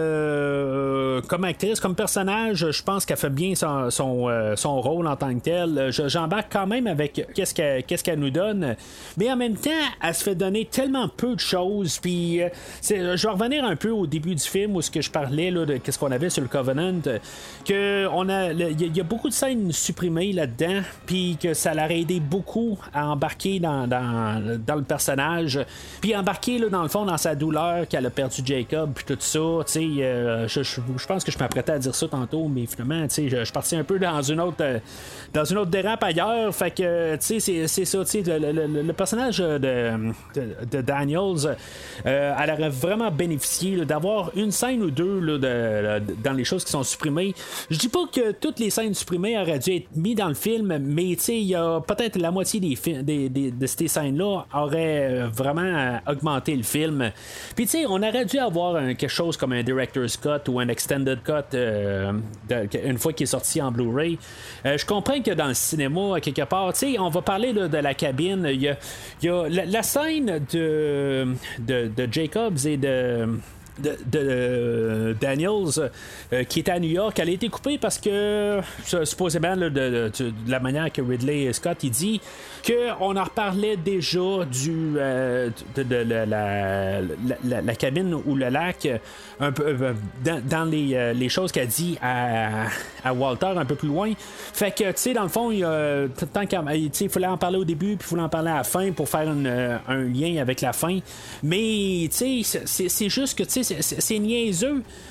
euh, comme actrice, comme personnage, je pense qu'elle fait bien son, son, euh, son rôle en tant que tel. Je, j'embarque quand même avec qu'est-ce qu'elle, qu'est-ce qu'elle nous donne, mais en même temps elle se fait donner tellement peu de choses. Puis euh, je vais revenir un peu au début du film où ce que je parlais là, de qu'est-ce qu'on avait sur le Covenant, que on a, il y, y a beaucoup de scènes supprimées là-dedans, puis que ça l'a aidé beaucoup à embarquer dans, dans, dans le personnage, puis embarquer là, dans le fond dans sa douleur qu'elle a perdu Jacob, puis tout ça. Tu sais, euh, je, je, je pense que je m'apprêtais à dire ça tantôt, mais finalement, tu sais, je, je suis parti un peu dans une autre, euh, dans une autre dérape ailleurs. Fait que, tu sais, c'est, c'est ça. Tu sais, le, le, le personnage de, de, de Daniels, euh, elle aurait vraiment bénéficié là, d'avoir une scène ou deux là, de, de, dans les choses qui sont supprimées. Je dis pas que toutes les scènes supprimées auraient dû être mises dans le film, mais tu sais, il y a peut-être la moitié des, fi- des, des de ces scènes-là aurait vraiment augmenté le film. Puis tu sais, on aurait dû avoir un, quelque chose comme un director's cut ou un extended cut euh, de, une fois qu'il est sorti en Blu-ray. Euh, je comprends que dans le cinéma, quelque part, tu sais, on va parler là, de la cabine. Il y a, il y a la, la scène de, de, de Jacobs et de de, de, de Daniels euh, qui était à New York, elle a été coupée parce que supposément là, de, de, de la manière que Ridley Scott il dit qu'on en reparlait déjà du euh, de, de, de la, la, la, la cabine ou le lac un peu euh, dans, dans les, euh, les choses qu'elle dit à, à Walter un peu plus loin. Fait que tu sais dans le fond il euh, tant qu'il fallait en parler au début puis il fallait en parler à la fin pour faire une, un lien avec la fin, mais tu sais c'est, c'est juste que tu sais C'est, c'est niaiseux,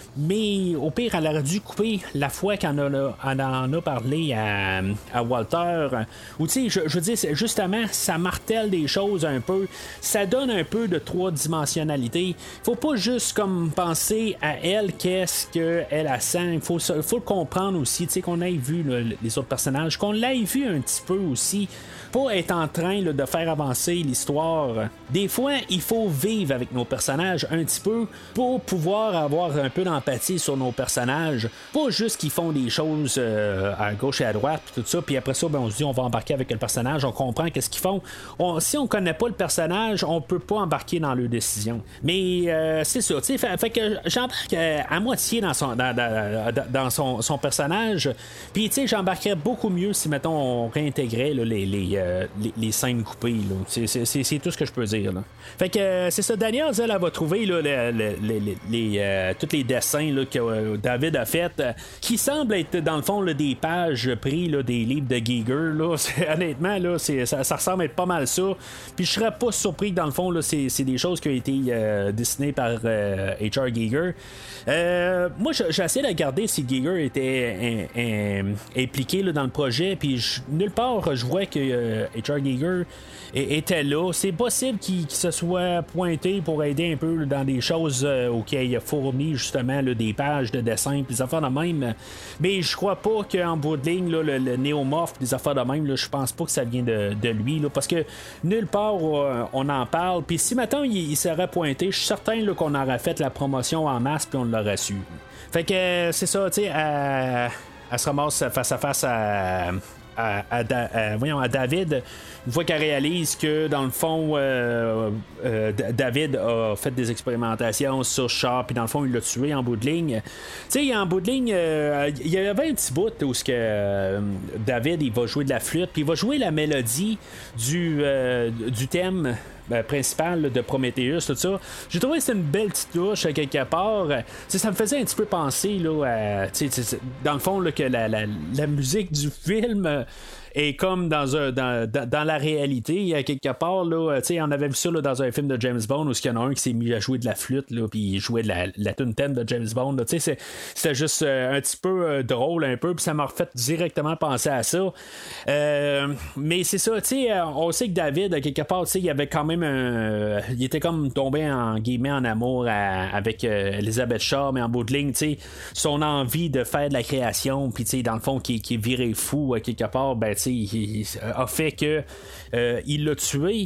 mais au pire, elle aurait dû couper la fois qu'elle en a, elle en a parlé à, à Walter. Ou tu sais, je, je veux dire, justement, ça martèle des choses un peu. Ça donne un peu de trois-dimensionnalité. Faut pas juste comme penser à elle, qu'est-ce qu'elle a sent. Il faut, faut le comprendre aussi, tu sais, qu'on ait vu là, les autres personnages, qu'on l'ait vu un petit peu aussi. Pas être en train là, de faire avancer l'histoire. Des fois, il faut vivre avec nos personnages un petit peu pour pouvoir avoir un peu d'empathie sur nos personnages. Pas juste qu'ils font des choses euh, à gauche et à droite, puis tout ça, puis après ça, ben, on se dit on va embarquer avec le personnage, on comprend qu'est-ce qu'ils font. On, si on connaît pas le personnage, on peut pas embarquer dans leurs décisions. Mais euh, c'est ça, tu sais, fait, fait que j'embarque à moitié dans son, dans, dans, dans son, son personnage, puis tu sais, j'embarquerais beaucoup mieux si, mettons, on réintégrait là, les, les Euh, les, les scènes coupées. C'est, c'est, c'est, c'est tout ce que je peux dire. Là. Fait que euh, c'est ça, Danielle, elle, elle va trouver là, les, les, les, les, euh, tous les dessins là, que euh, David a fait, euh, qui semblent être dans le fond là, des pages pris là, des livres de Giger. Là. Honnêtement, là, c'est, ça, ça ressemble à être pas mal ça. Puis je serais pas surpris que dans le fond, là, c'est, c'est des choses qui ont été euh, dessinées par euh, H R. Giger. Euh, moi, j'ai essayé de regarder si Giger était in, in, impliqué là, dans le projet, puis je, nulle part je vois que euh, H R. Giger était là. C'est possible qu'il, qu'il se soit pointé pour aider un peu là, dans des choses euh, auxquelles il a fourni justement là, des pages de dessin, des affaires de même. Mais je crois pas qu'en bout de ligne, là, le, le néomorphe, des affaires de même, là, je pense pas que ça vient de, de lui, là, parce que nulle part euh, on en parle. Puis si maintenant il, il serait pointé, je suis certain là, qu'on aurait fait la promotion en masse puis on l'aurait su. Fait que euh, c'est ça, tu sais, elle, elle se ramasse face à face à. À, à, à, voyons, à David, une fois qu'elle réalise que dans le fond euh, euh, David a fait des expérimentations sur Sharp, puis dans le fond il l'a tué en bout de ligne. Tu sais, en bout de ligne, euh, il y avait un petit bout où ce que euh, David il va jouer de la flûte, puis il va jouer la mélodie du, euh, du thème Ben, principal là, de Prometheus, tout ça. J'ai trouvé que c'était une belle petite touche à quelque part. T'sais, ça me faisait un petit peu penser là, à, t'sais, t'sais, dans le fond là, que la, la, la musique du film est comme dans un dans, dans, dans la réalité à quelque part là, on avait vu ça là, dans un film de James Bond où il y en a un qui s'est mis à jouer de la flûte là, puis il jouait de la, la tune thème de James Bond là, c'est, c'était juste euh, un petit peu euh, drôle un peu, puis ça m'a refait directement penser à ça. Euh, mais c'est ça, on sait que David à quelque part il avait quand même un, il était comme tombé en guillemets en amour à, avec euh, Elizabeth Shaw, mais en bout de ligne son envie de faire de la création, puis dans le fond qui, qui virait fou à quelque part, ben Il, il a fait que euh, il l'a tué.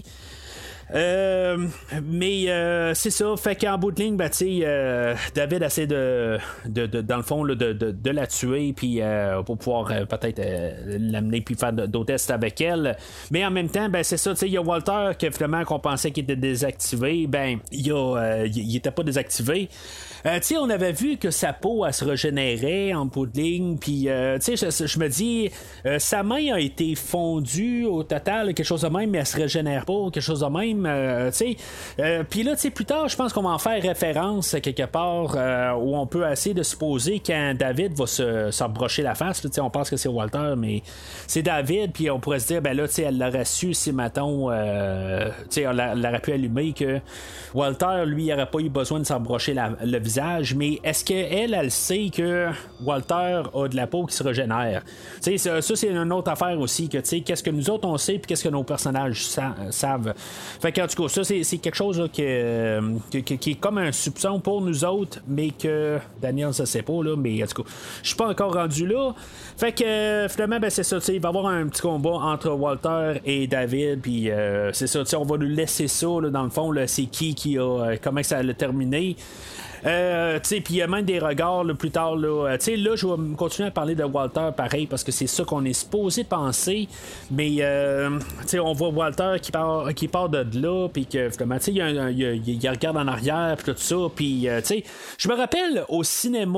Euh, mais euh, c'est ça, fait qu'en bout de ligne, ben, euh, David essaie de, de, de, dans le fond, là, de, de, de la tuer, puis euh, pour pouvoir euh, peut-être euh, l'amener puis faire d'autres tests avec elle. Mais en même temps, ben, c'est ça, il y a Walter que finalement qu'on pensait qu'il était désactivé, ben, il euh, était pas désactivé. Euh, tu sais, on avait vu que sa peau, elle se régénérait en bout de ligne, puis euh, tu sais, je, je me dis, euh, sa main a été fondue au total, quelque chose de même, mais elle se régénère pas, quelque chose de même, euh, tu sais. Euh, puis là, tu sais, plus tard, je pense qu'on va en faire référence à quelque part euh, où on peut essayer de supposer quand David va se s'embrocher la face, tu sais, on pense que c'est Walter, mais c'est David, puis on pourrait se dire, ben là, tu sais, elle l'aurait su si, mettons, euh, tu sais, elle, elle aurait pu allumer que Walter, lui, il n'aurait pas eu besoin de s'embrocher la, le visage. Mais est-ce qu'elle, elle sait que Walter a de la peau qui se régénère? T'sais, ça, ça, c'est une autre affaire aussi. Que, qu'est-ce que nous autres, on sait, puis qu'est-ce que nos personnages sa- savent. Fait qu'en tout cas, ça, c'est, c'est quelque chose là, que, que, que, qui est comme un soupçon pour nous autres, mais que Daniel, ça sait pas, là, mais en tout cas, je suis pas encore rendu là. Fait que, finalement, ben, c'est ça, il va y avoir un petit combat entre Walter et David, puis euh, c'est ça, on va nous laisser ça, là, dans le fond, là, c'est qui qui a, comment ça a terminé. Euh, puis il y a même des regards là, plus tard. Là, là je vais continuer à parler de Walter pareil parce que c'est ça qu'on est supposé penser. Mais euh, on voit Walter qui part, qui part de là. Puis que finalement, il, y a un, il, y a, il regarde en arrière. Puis tout ça. Puis euh, je me rappelle au cinéma.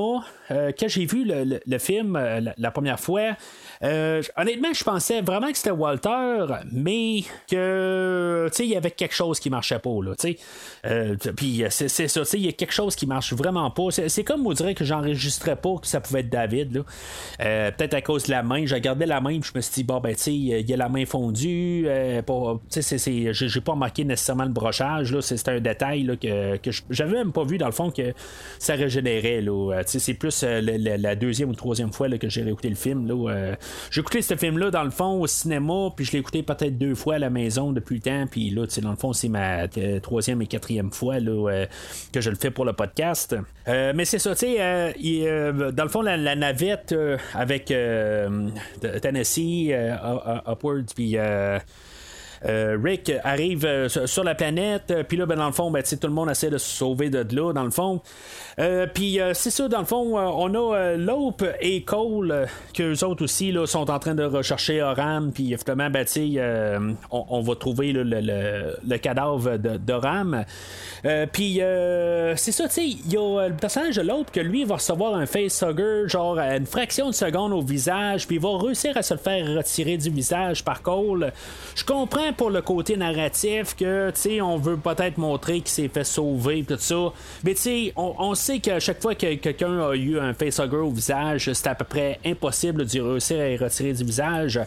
euh, quand j'ai vu le, le, le film euh, la, la première fois, euh, honnêtement, je pensais vraiment que c'était Walter, mais que, tu sais, il y avait quelque chose qui marchait pas, là, tu sais. Euh, puis c'est, c'est ça, tu sais, il y a quelque chose qui marche vraiment pas. C'est, c'est comme on dirait que j'enregistrais pas que ça pouvait être David, là. Euh, peut-être à cause de la main. Je regardais la main, puis je me suis dit, bon, ben, tu sais, il y a la main fondue. Euh, tu sais, c'est, c'est, j'ai, j'ai pas remarqué nécessairement le brochage, là. C'est, c'est un détail, là, que, que j'avais même pas vu, dans le fond, que ça régénérait, là. Tu sais, c'est plus euh, la, la, la deuxième ou troisième fois, là, que j'ai réécouté le film, là. Euh, j'ai écouté ce film-là, dans le fond, au cinéma, puis je l'ai écouté peut-être deux fois à la maison depuis le temps, puis là, tu sais, dans le fond, c'est ma euh, troisième et quatrième fois, là, euh, que je le fais pour le podcast. Euh, mais c'est ça, tu sais, euh, euh, dans le fond, la, la navette euh, avec euh, Tennessee, euh, Upwards, puis... Euh, Euh, Rick arrive euh, sur la planète, euh, puis là, ben, dans le fond, ben, tout le monde essaie de se sauver de là, dans le fond. Euh, puis euh, c'est ça, dans le fond, euh, on a euh, Lope et Cole, euh, qu'eux autres aussi là, sont en train de rechercher Oram, puis évidemment, ben, euh, on, on va trouver là, le, le, le cadavre de, d'Oram. Euh, puis euh, c'est ça, tu sais, il y a le personnage de Lope que lui va recevoir un facehugger, genre à une fraction de seconde au visage, puis il va réussir à se le faire retirer du visage par Cole. Je comprends pour le côté narratif que, tu sais, on veut peut-être montrer qu'il s'est fait sauver tout ça, mais tu sais, on, on sait qu'à chaque fois que quelqu'un a eu un facehugger au visage, c'est à peu près impossible de réussir à y retirer du visage.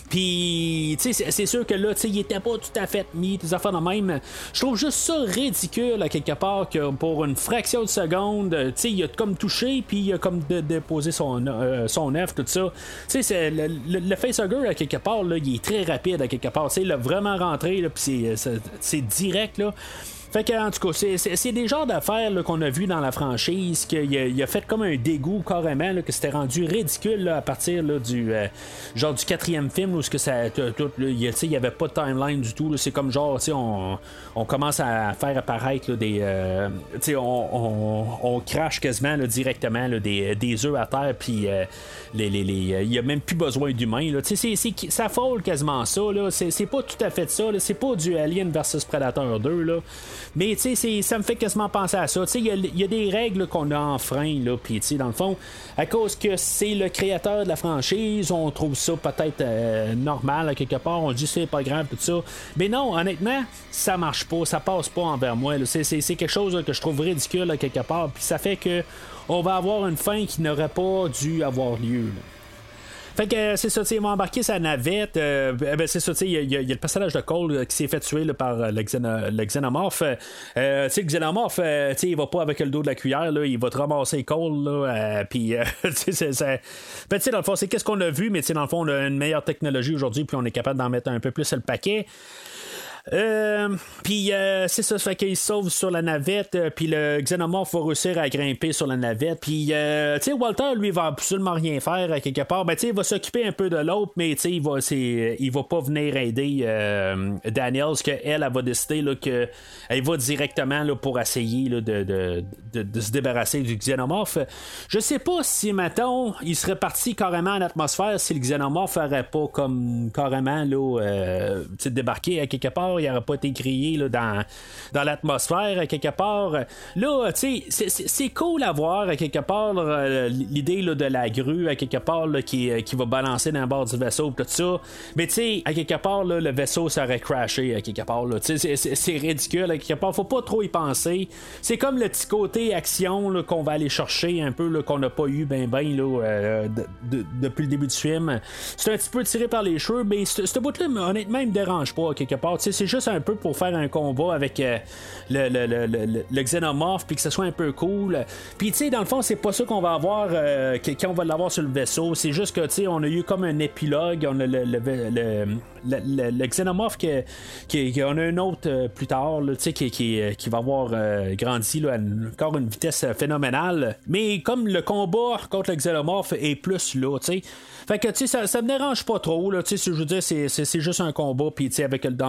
Puis, tu sais, c'est, c'est sûr que là, tu sais, il était pas tout à fait mis, des affaires de même. Je trouve juste ça ridicule, à quelque part, que pour une fraction de seconde, tu sais, il a comme touché, puis il a comme de, déposé son, euh, son œuf, tout ça. Tu sais, le, le, le facehugger, à quelque part, là, il est très rapide, à quelque part. Tu sais, il a vraiment rentré, là, puis c'est, c'est, c'est direct, là. Fait que, en tout cas, c'est, c'est, c'est des genres d'affaires là, qu'on a vu dans la franchise, qu'il a, il a fait comme un dégoût carrément, là, que c'était rendu ridicule là, à partir là, du euh, genre du quatrième film, où ce que ça, tout, là, il n'y avait pas de timeline du tout. Là, c'est comme genre, on, on commence à faire apparaître là, des, euh, on, on, on crache quasiment là, directement là, des, des œufs à terre, puis euh, les, les, les, il n'y a même plus besoin d'humains. Là. C'est, c'est, ça frôle quasiment ça. Là. C'est, c'est pas tout à fait ça. Là. C'est pas du Alien versus Predator deux. Là. Mais tu sais, ça me fait quasiment penser à ça. Tu sais, il y, y a des règles qu'on a enfreint, là, puis tu sais, dans le fond, à cause que c'est le créateur de la franchise, on trouve ça peut-être euh, normal à quelque part, on dit c'est pas grave, tout ça. Mais non, honnêtement, ça marche pas, ça passe pas envers moi. Là. C'est, c'est, c'est quelque chose là, que je trouve ridicule à quelque part, puis ça fait que on va avoir une fin qui n'aurait pas dû avoir lieu. Là. Fait que euh, c'est ça, ils vont embarquer sa navette. Euh, ben, c'est ça, il y, y, y a le personnage de Cole euh, qui s'est fait tuer là, par euh, le, xéno, le xénomorphe. Euh, le xénomorphe, euh, il va pas avec le dos de la cuillère, là, il va te ramasser Cole. Euh, Puis, euh, c'est, c'est, ben, dans le fond, c'est qu'est-ce qu'on a vu, mais dans le fond, on a une meilleure technologie aujourd'hui, puis on est capable d'en mettre un peu plus sur le paquet. Euh, puis euh, c'est ça, ça fait qu'il se sauve sur la navette, euh, puis le xénomorphe va réussir à grimper sur la navette, puis euh, tu sais, Walter lui va absolument rien faire à quelque part. Ben tu sais, il va s'occuper un peu de l'autre, mais tu sais, il va c'est, il va pas venir aider euh, Daniels, que elle, elle va décider là, que elle va directement là, pour essayer là, de, de, de, de se débarrasser du xénomorphe. Je sais pas si mettons il serait parti carrément en atmosphère si le xénomorphe aurait pas comme carrément là, euh, débarqué à quelque part. Il n'aurait pas été crié là, dans, dans l'atmosphère quelque part. Là, tu sais, c'est, c'est, c'est cool à voir à quelque part là, l'idée là, de la grue à quelque part là, qui, qui va balancer dans le bord du vaisseau tout ça. Mais tu sais, à quelque part là, le vaisseau serait crashé à quelque part. Là. C'est, c'est, c'est ridicule à quelque part. Faut pas trop y penser. C'est comme le petit côté action là, qu'on va aller chercher un peu là, qu'on n'a pas eu ben ben là, euh, de, de, depuis le début du film. C'est un petit peu tiré par les cheveux, mais ce bout-là honnêtement il me dérange pas à quelque part. Tu sais, c'est juste un peu pour faire un combat avec euh, le, le, le, le, le xénomorphe puis que ce soit un peu cool. Puis tu sais, dans le fond, c'est pas ça qu'on va avoir euh, quand on va l'avoir sur le vaisseau. C'est juste que tu sais, on a eu comme un épilogue. On a le, le, le, le, le, le xénomorphe qui, qui, qui on a un autre euh, plus tard, tu sais, qui, qui, qui va avoir euh, grandi là, à une, encore une vitesse phénoménale. Mais comme le combat contre le xénomorphe est plus là, tu sais. Fait que tu sais, ça, ça me dérange pas trop là, tu sais, je veux dire, c'est, c'est, c'est juste un combat puis tu sais, avec le danger puis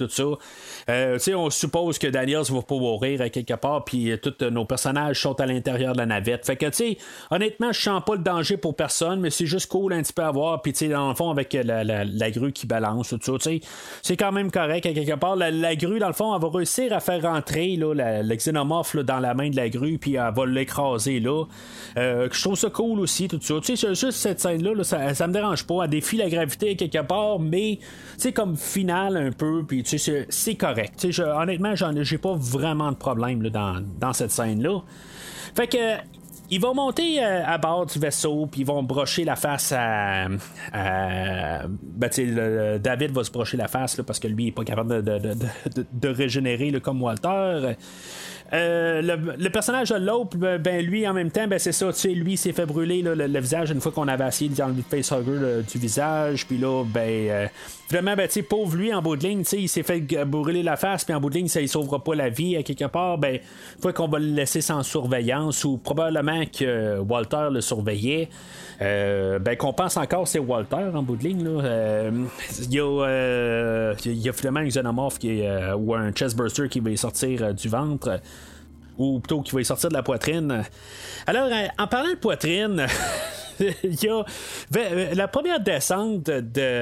tout ça. Euh, on suppose que Daniels va pas mourir à quelque part, puis euh, tous nos personnages sont à l'intérieur de la navette. Fait que, tu sais, honnêtement, je sens pas le danger pour personne, mais c'est juste cool un petit peu à voir. Puis, tu sais, dans le fond, avec la, la, la grue qui balance, tout ça, tu sais, c'est quand même correct à quelque part. La, la grue, dans le fond, elle va réussir à faire rentrer là, la, le xénomorphe là, dans la main de la grue, puis elle va l'écraser là. Euh, je trouve ça cool aussi, tout ça. Tu sais, juste cette scène-là, là, ça, ça me dérange pas. Elle défie la gravité à quelque part, mais, tu sais, comme finale un peu, puis, tu sais, c'est, c'est correct. Tu sais, je, honnêtement, j'en, j'ai pas vraiment de problème là, dans, dans cette scène-là. Fait que ils vont monter euh, à bord du vaisseau, puis ils vont brocher la face à. à ben, tu sais, le, David va se brocher la face là, parce que lui, il est pas capable de, de, de, de, de régénérer là, comme Walter. Euh, le, le personnage de l'autre, ben lui en même temps, ben c'est ça, tu sais, lui il s'est fait brûler là, le, le visage une fois qu'on avait essayé d'enlever le facehugger là, du visage, puis là, ben euh, vraiment, ben tu sais, pauvre lui en bout de ligne, tu sais, il s'est fait brûler la face, puis en bout de ligne, ça il sauvera pas la vie à quelque part, ben une fois qu'on va le laisser sans surveillance, ou probablement que Walter le surveillait. Euh, ben qu'on pense encore c'est Walter en bout de ligne là. Euh, il y a euh, il y a finalement un xénomorphe qui est, euh, ou un chestburster qui va y sortir euh, du ventre, ou plutôt qui va y sortir de la poitrine. Alors euh, en parlant de poitrine il y a la première descente de,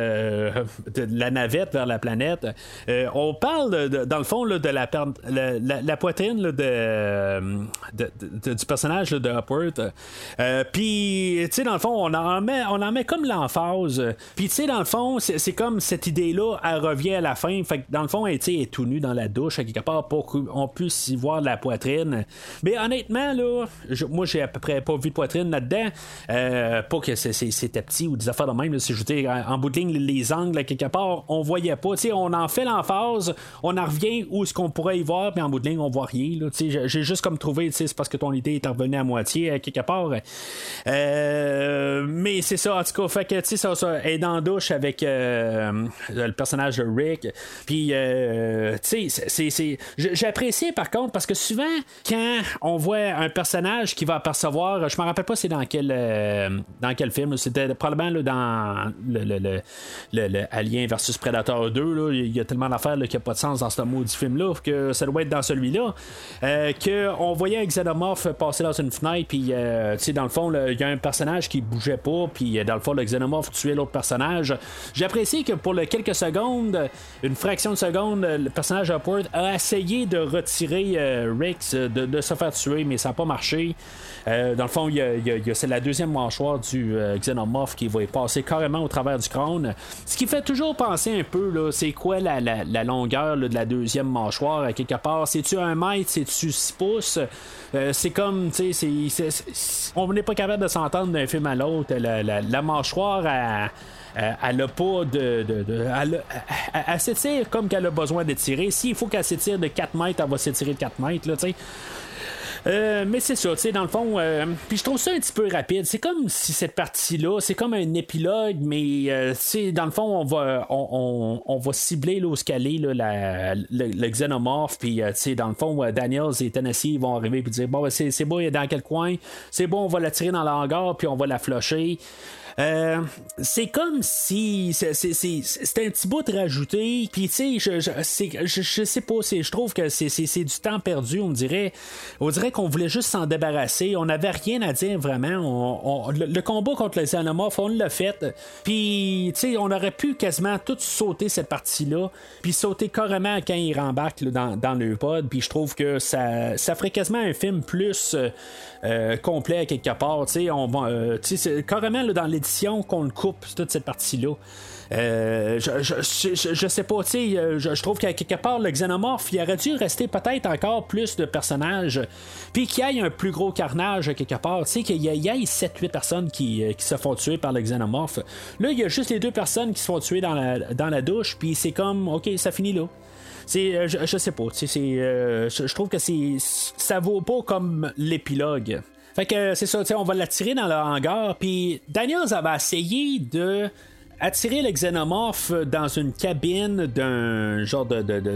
de la navette vers la planète. Euh, on parle de, dans le fond là, de la, la, la, la poitrine là, de, de, de, du personnage là, de Upworth. Euh, Puis, tu sais, dans le fond, on en met, on en met comme l'emphase. Puis, tu sais, dans le fond, c'est, c'est comme cette idée-là, elle revient à la fin. Fait que, dans le fond, elle, elle est tout nue dans la douche, à quelque part, pour qu'on puisse y voir de la poitrine. Mais honnêtement, là, je, moi, j'ai à peu près pas vu de poitrine là-dedans. Euh, Euh, pas que c'est, c'est, c'était petit ou des affaires de même, là, c'est, je veux dire, en bout de ligne, les angles, là, quelque part, on voyait pas. T'sais, on en fait l'emphase, on en revient où est-ce qu'on pourrait y voir, puis en bout de ligne, on voit rien. Là, j'ai, j'ai juste comme trouvé, c'est parce que ton idée est revenue à moitié, à quelque part. Euh, mais c'est ça, en tout cas, fait que, tu sais, ça, ça, elle est dans la douche avec euh, le personnage de Rick. Puis, euh, tu sais, c'est, c'est, j'ai apprécié par contre, parce que souvent, quand on voit un personnage qui va apercevoir, je me rappelle pas c'est dans quel. Euh, dans quel film, là, c'était probablement là, dans le, le, le, le, le Alien versus Predator deux, là, il y a tellement d'affaires là, qui n'a pas de sens dans ce maudit film-là que ça doit être dans celui-là, euh, qu'on voyait un xénomorphe passer dans une fenêtre, puis euh, tu sais, dans le fond, il y a un personnage qui bougeait pas, puis dans le fond, le xénomorphe tuait l'autre personnage. J'ai apprécié que pour le quelques secondes, une fraction de seconde, le personnage Upward a essayé de retirer euh, Rex, de, de se faire tuer, mais ça n'a pas marché. Euh, dans le fond, il y a, y a, y a, c'est la deuxième mâchoire du euh, xénomorphe qui va y passer carrément au travers du crâne. Ce qui fait toujours penser un peu, là, c'est quoi la, la, la longueur là, de la deuxième mâchoire à quelque part. C'est-tu un mètre, c'est-tu six pouces? Euh, c'est comme, tu sais, c'est, c'est, c'est, on n'est pas capable de s'entendre d'un film à l'autre. La, la, la mâchoire, elle, elle a pas de. de, de elle, elle, elle s'étire comme qu'elle a besoin d'étirer. S'il faut qu'elle s'étire de quatre mètres, elle va s'étirer de quatre mètres, là, tu sais. Euh, mais c'est ça, tu sais, dans le fond, euh, puis je trouve ça un petit peu rapide. C'est comme si cette partie-là, c'est comme un épilogue, mais euh, tu sais, dans le fond, on va, on, on, on va cibler là, où ce qu'elle est, là, la, le, le xénomorphe, puis euh, tu sais, dans le fond, Daniels et Tennessee ils vont arriver et dire bon, ben, c'est, c'est bon, il est dans quel coin, c'est bon, on va la tirer dans l'hangar, puis on va la flusher. Euh, c'est comme si c'est, c'est, c'est, c'est un petit bout rajouté, puis tu sais, je, je, c'est, je, je sais pas, c'est, je trouve que c'est, c'est, c'est du temps perdu, on dirait, on dirait qu'on voulait juste s'en débarrasser, on n'avait rien à dire vraiment, on, on, le, le combat contre les xénomorphes, on l'a fait, puis tu sais, on aurait pu quasiment tout sauter cette partie-là, puis sauter carrément quand il rembarque là, dans, dans le pod, puis je trouve que ça, ça ferait quasiment un film plus euh, euh, complet à quelque part, tu sais, on va, euh, tu sais, c'est carrément là, dans les qu'on le coupe toute cette partie-là. Euh, je, je, je, je sais pas, tu sais, je, je trouve qu'à quelque part, le xénomorphe, il aurait dû rester peut-être encore plus de personnages, puis qu'il y ait un plus gros carnage à quelque part, tu sais, qu'il y ait sept huit personnes qui, qui se font tuer par le xénomorphe. Là, il y a juste les deux personnes qui se font tuer dans la, dans la douche, puis c'est comme, ok, ça finit là. C'est, je, je sais pas, tu sais, c'est, euh, je, je trouve que c'est, ça vaut pas comme l'épilogue. Fait que c'est ça, tu sais, on va l'attirer dans le hangar, puis Daniels avait essayé de attirer le xénomorphe dans une cabine d'un genre de, de, de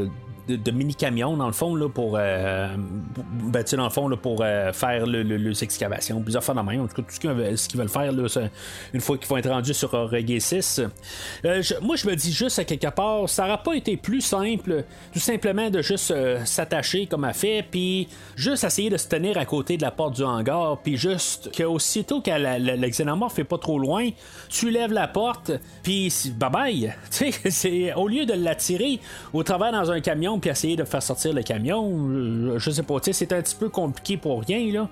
de, de mini-camions, dans le fond, là, pour, euh, ben, dans le fond, là, pour euh, faire le, le, les excavations, plusieurs fois dans la main, en tout cas, tout ce qu'ils veulent, ce qu'ils veulent faire, là, une fois qu'ils vont être rendus sur Reggae six. Euh, je, moi, je me dis juste, à quelque part, ça n'aurait pas été plus simple, tout simplement, de juste euh, s'attacher comme elle fait, puis juste essayer de se tenir à côté de la porte du hangar, puis juste qu'aussitôt que la, la, le xénomorphe est pas trop loin, tu lèves la porte, puis bye bye. Tu sais, c'est au lieu de l'attirer au travers dans un camion puis essayer de faire sortir le camion, je sais pas, tu sais, c'est un petit peu compliqué pour rien là.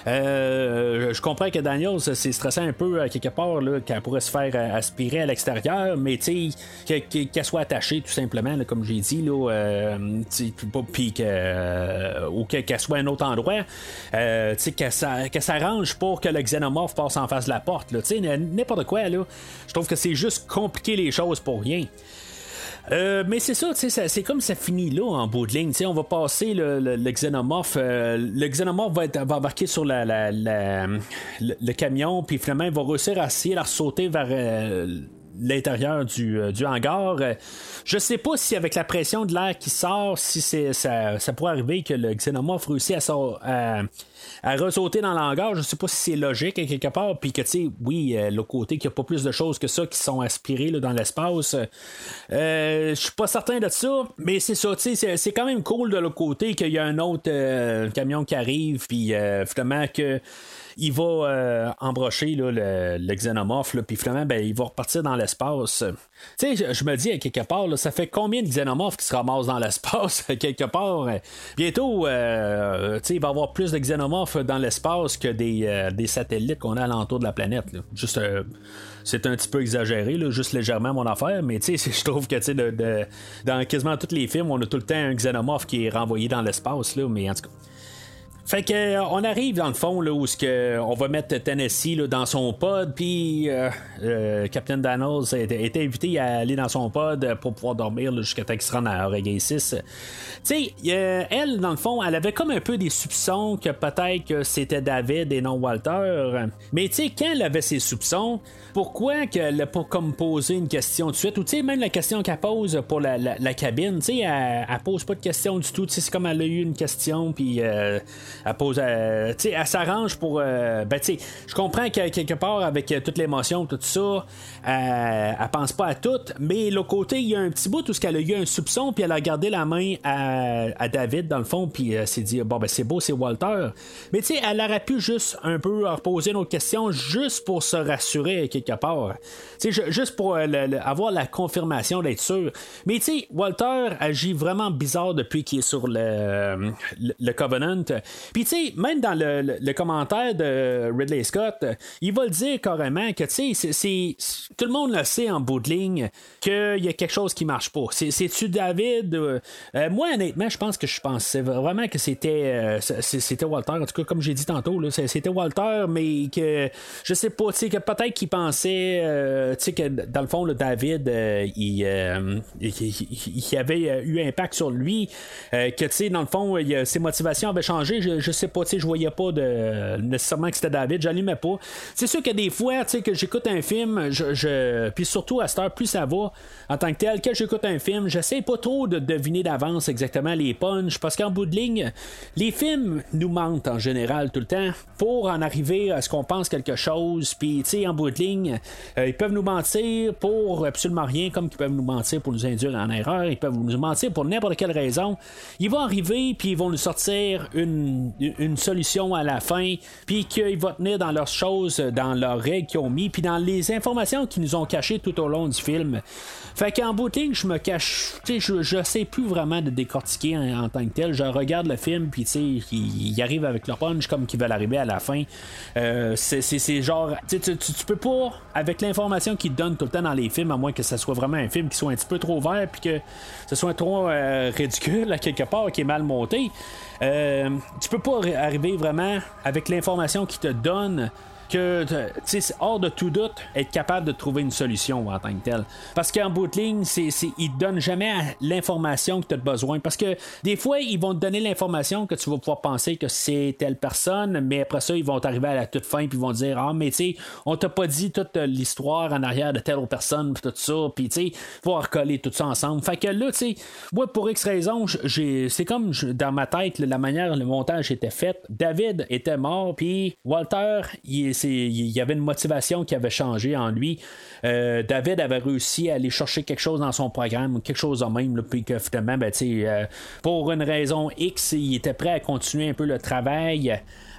Euh, je comprends que Daniels c'est stressant un peu à quelque part là, qu'elle pourrait se faire aspirer à l'extérieur, mais tu sais qu'elle soit attachée tout simplement là, comme j'ai dit là, euh, puis que euh, ou qu'elle soit à un autre endroit, euh, tu sais qu'elle s'arrange pour que le xénomorphe passe en face de la porte là, tu sais n'importe quoi là. Je trouve que c'est juste compliquer les choses pour rien. Euh, mais c'est ça, ça, c'est comme ça finit là en bout de ligne. On va passer le, le, le xénomorphe. Euh, le xénomorphe va, être, va embarquer sur la, la, la, le, le camion, puis finalement il va réussir à essayer de sauter vers euh, l'intérieur du, euh, du hangar. Euh, je sais pas si avec la pression de l'air qui sort, si c'est, ça, ça pourrait arriver que le xénomorphe réussit à, sort, à, à ressauter dans l'hangar. Je sais pas si c'est logique à quelque part, puis que tu sais, oui, euh, l'autre côté, qu'il n'y a pas plus de choses que ça qui sont aspirées là, dans l'espace. Euh, je suis pas certain de ça, mais c'est ça, tu sais, c'est, c'est quand même cool de l'autre côté qu'il y a un autre euh, camion qui arrive, puis euh, finalement que il va euh, embrocher là, le, le xénomorphe, puis finalement, ben, il va repartir dans l'espace. Tu sais, je, je me dis, à quelque part, là, ça fait combien de xénomorphes qui se ramassent dans l'espace, à quelque part? Bientôt, euh, tu sais, il va y avoir plus de xénomorphes dans l'espace que des, euh, des satellites qu'on a alentour de la planète. Là. Juste... Euh, c'est un petit peu exagéré, là, juste légèrement mon affaire, mais tu sais, je trouve que de, de, dans quasiment tous les films, on a tout le temps un xénomorphe qui est renvoyé dans l'espace, là, mais en tout cas. Fait que euh, on arrive dans le fond là où ce que on va mettre Tennessee là, dans son pod, puis euh, euh, Captain Daniels a été invité à aller dans son pod pour pouvoir dormir là, jusqu'à temps qu'il se rende à Reggae six. Tu sais, euh, elle dans le fond, elle avait comme un peu des soupçons que peut-être que c'était David et non Walter. Mais tu sais, quand elle avait ses soupçons, pourquoi qu'elle n'a pas comme posé une question tout de suite, ou tu sais même la question qu'elle pose pour la, la, la cabine, tu sais, elle, elle pose pas de question du tout. Tu sais, c'est comme elle a eu une question puis euh, elle pose, euh, tu sais, elle s'arrange pour, euh, ben tu sais, je comprends que quelque part avec euh, toute l'émotion, tout ça, euh, elle pense pas à tout, mais l'autre côté, il y a un petit bout où ce qu'elle a eu un soupçon, puis elle a gardé la main à, à David dans le fond, puis elle euh, s'est dit bon ben c'est beau, c'est Walter, mais tu sais, elle aurait pu juste un peu reposer une autre question, juste pour se rassurer quelque part, tu sais, juste pour euh, le, le, avoir la confirmation d'être sûr, mais tu sais, Walter agit vraiment bizarre depuis qu'il est sur le, le, le Covenant. Puis tu sais, même dans le, le, le commentaire de Ridley Scott, il va le dire carrément que tu sais, c'est, c'est, tout le monde le sait en bout de ligne qu'il y a quelque chose qui marche pas. C'est, c'est-tu David? Euh, moi, honnêtement, je pense que je pensais vraiment que c'était euh, c'était Walter. En tout cas, comme j'ai dit tantôt, là, c'était Walter, mais que je sais pas, tu sais, que peut-être qu'il pensait euh, tu sais, que dans le fond, le David, euh, il, euh, il, il, il avait eu impact sur lui, euh, que tu sais, dans le fond, il, ses motivations avaient changé. Je, je sais pas, tu sais, je voyais pas de nécessairement que c'était David, j'allumais pas. C'est sûr que des fois, tu sais, que j'écoute un film, je, je puis surtout à cette heure, plus ça va, en tant que tel, quand j'écoute un film, j'essaie pas trop de deviner d'avance exactement les punchs, parce qu'en bout de ligne, les films nous mentent en général tout le temps pour en arriver à ce qu'on pense quelque chose, puis tu sais, en bout de ligne, euh, ils peuvent nous mentir pour absolument rien, comme ils peuvent nous mentir pour nous induire en erreur, ils peuvent nous mentir pour n'importe quelle raison. Ils vont arriver, puis ils vont nous sortir une, une solution à la fin, puis qu'ils vont tenir dans leurs choses, dans leurs règles qu'ils ont mis, puis dans les informations qu'ils nous ont cachées tout au long du film. Fait qu'en bout de ligne, je me cache, tu sais, je, je sais plus vraiment de décortiquer en, en tant que tel. Je regarde le film, puis tu sais, ils, ils arrivent avec leur punch comme qu'ils veulent arriver à la fin. Euh, c'est, c'est, c'est genre, tu, tu, tu peux pas, avec l'information qu'ils te donnent tout le temps dans les films, à moins que ça soit vraiment un film qui soit un petit peu trop vert, puis que ce soit trop euh, ridicule à quelque part, qui est mal monté. Euh, tu peux pas arriver vraiment avec l'information qu'ils te donnent que, tu sais, c'est hors de tout doute, être capable de trouver une solution en tant que tel. Parce qu'en bout de ligne, c'est, c'est, ils te donnent jamais l'information que tu as besoin. Parce que des fois, ils vont te donner l'information que tu vas pouvoir penser que c'est telle personne, mais après ça, ils vont t'arriver à la toute fin, puis ils vont dire, ah, mais tu sais, on t'a pas dit toute l'histoire en arrière de telle autre personne, puis tout ça, puis tu sais, pouvoir recoller tout ça ensemble. Fait que là, tu sais, moi, pour X raison, j'ai, c'est comme dans ma tête, la manière le montage était fait. David était mort, puis Walter, il, c'est, il y avait une motivation qui avait changé en lui. Euh, David avait réussi à aller chercher quelque chose dans son programme, quelque chose de même, là, puis que finalement, ben, tu sais, euh, pour une raison X, il était prêt à continuer un peu le travail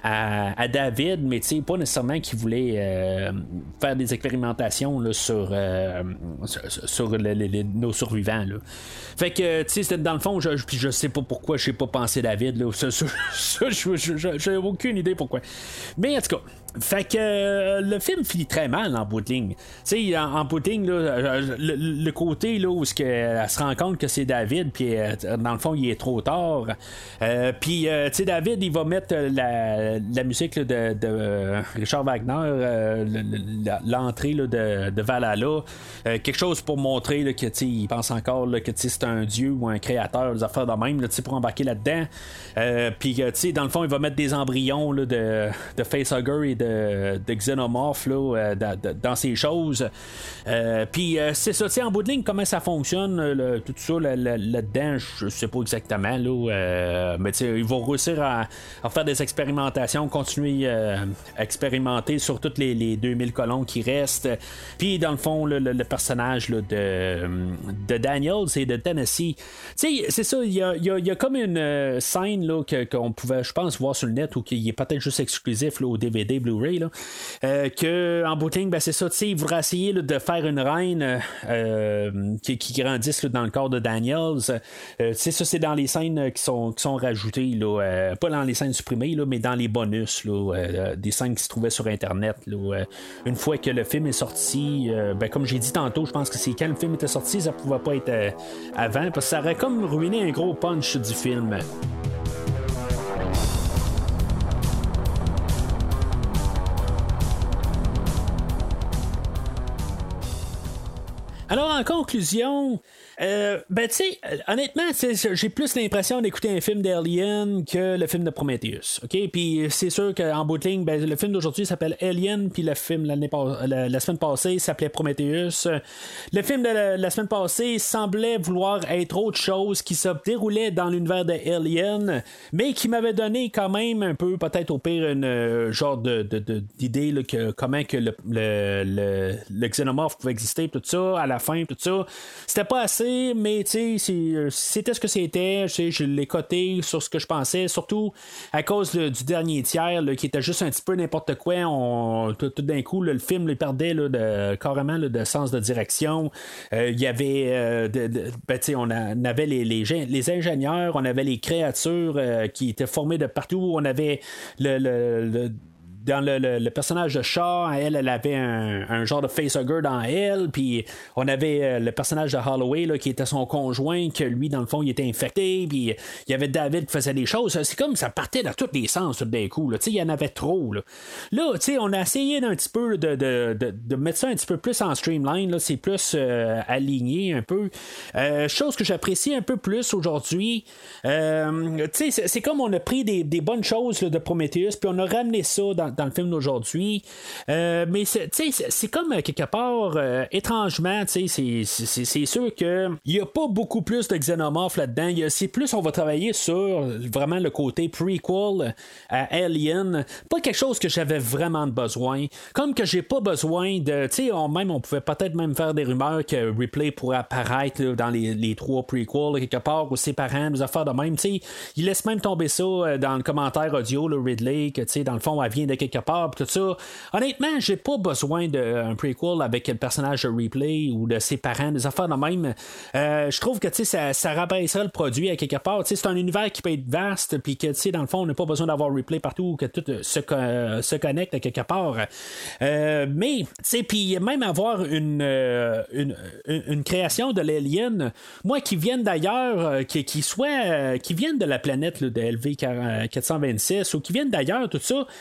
à, à David, mais tu sais, pas nécessairement qu'il voulait euh, faire des expérimentations là, sur, euh, sur, sur le, le, le, nos survivants. Là. Fait que, tu sais, dans le fond, je, je sais pas pourquoi je sais pas pensé David. Là, ça, ça, ça, je, je, je, j'ai aucune idée pourquoi. Mais en tout cas, fait que euh, le film finit très mal en bout de ligne. Tu sais, en, en bout de ligne, là, le, le côté là, où que, elle se rend compte que c'est David, puis euh, dans le fond, il est trop tard. Euh, puis, euh, tu sais, David, il va mettre la, la musique là, de, de Richard Wagner, euh, l'entrée là, de, de Valhalla, euh, quelque chose pour montrer là, que il pense encore là, que c'est un dieu ou un créateur, des affaires de même, là, pour embarquer là-dedans. Euh, puis, tu sais, dans le fond, il va mettre des embryons là, de, de facehugger et de de, de xénomorphes là, euh, dans, dans ces choses. Euh, puis euh, c'est ça, tu sais, en bout de ligne, comment ça fonctionne, le, tout ça là, là, là-dedans, je sais pas exactement, là, euh, mais tu sais, ils vont réussir à, à faire des expérimentations, continuer euh, à expérimenter sur toutes les, les deux mille colons qui restent. Puis dans le fond, le, le, le personnage là, de, de Daniels et de Tennessee, tu sais, c'est ça, il y a, y, a, y a comme une euh, scène là, que, qu'on pouvait, je pense, voir sur le net ou qui est peut-être juste exclusif là, au D V D, Blu-ray, là, euh, que en bout de ligne, ben, c'est ça, tu sais, il voudrait essayer là, de faire une reine euh, qui, qui grandisse là, dans le corps de Daniels. Euh, tu sais, ça, c'est dans les scènes qui sont, qui sont rajoutées, là, euh, pas dans les scènes supprimées, là, mais dans les bonus, là, euh, des scènes qui se trouvaient sur Internet. Là, euh, une fois que le film est sorti, euh, ben, comme j'ai dit tantôt, je pense que c'est quand le film était sorti, ça pouvait pas être euh, avant, parce que ça aurait comme ruiné un gros punch du film. Alors, en conclusion, euh, ben, tu sais, honnêtement, j'ai plus l'impression d'écouter un film d'Alien que le film de Prometheus. OK? Puis c'est sûr qu'en bout de ligne, ben, le film d'aujourd'hui s'appelle Alien, puis le film l'année pa- la, la semaine passée s'appelait Prometheus. Le film de la, la semaine passée semblait vouloir être autre chose qui se déroulait dans l'univers de Alien, mais qui m'avait donné quand même un peu, peut-être au pire, une euh, genre de, de, de, d'idée là, que comment que le, le, le, le xénomorphe pouvait exister, tout ça, à la fin, tout ça. C'était pas assez, mais tu sais, c'était ce que c'était. Je l'ai coté sur ce que je pensais, surtout à cause là, du dernier tiers là, qui était juste un petit peu n'importe quoi. On, tout, tout d'un coup, là, le film lui perdait là, de, carrément là, de sens de direction. Il euh, y avait, euh, de, de, ben, on, a, on avait les, les, les ingénieurs, on avait les créatures euh, qui étaient formées de partout. On avait le, le, le dans le, le, le personnage de Shaw, elle, elle avait un, un genre de facehugger dans elle, puis on avait euh, le personnage de Holloway là, qui était son conjoint, que lui, dans le fond, il était infecté, puis il y avait David qui faisait des choses. C'est comme ça partait dans tous les sens tout d'un coup. Il y en avait trop. Là, là on a essayé d'un petit peu de, de, de, de mettre ça un petit peu plus en streamline. Là, c'est plus euh, aligné un peu. Euh, chose que j'apprécie un peu plus aujourd'hui. Euh, c'est, c'est comme on a pris des, des bonnes choses là, de Prometheus, puis on a ramené ça dans dans le film d'aujourd'hui. Euh, mais c'est, c'est, c'est comme quelque part euh, étrangement, c'est, c'est, c'est sûr que il n'y a pas beaucoup plus de xénomorphes là-dedans. Il y a, c'est plus on va travailler sur vraiment le côté prequel à Alien. Pas quelque chose que j'avais vraiment besoin. Comme que j'ai pas besoin de. Tu sais, on, même on pouvait peut-être même faire des rumeurs que Ripley pourrait apparaître là, dans les, les trois prequels quelque part, ou ses parents, des affaires de même. Tu sais, il laisse même tomber ça dans le commentaire audio, le Ridley, que tu sais, dans le fond, elle vient de quelque part, tout ça. Honnêtement, j'ai pas besoin d'un prequel avec le personnage de Ripley ou de ses parents, des affaires de même. Euh, je trouve que tu sais, ça, ça rabaisserait le produit à quelque part. Tu sais, c'est un univers qui peut être vaste, puis que tu sais, dans le fond, on n'a pas besoin d'avoir Ripley partout, que tout se, euh, se connecte à quelque part. Euh, mais, tu sais, puis même avoir une, euh, une, une, une création de l'Alien, moi qui vienne d'ailleurs, euh, qui, qui soit, euh, qui vienne de la planète là, de L V quatre cent vingt-six ou qui vienne d'ailleurs, tout ça. J'ai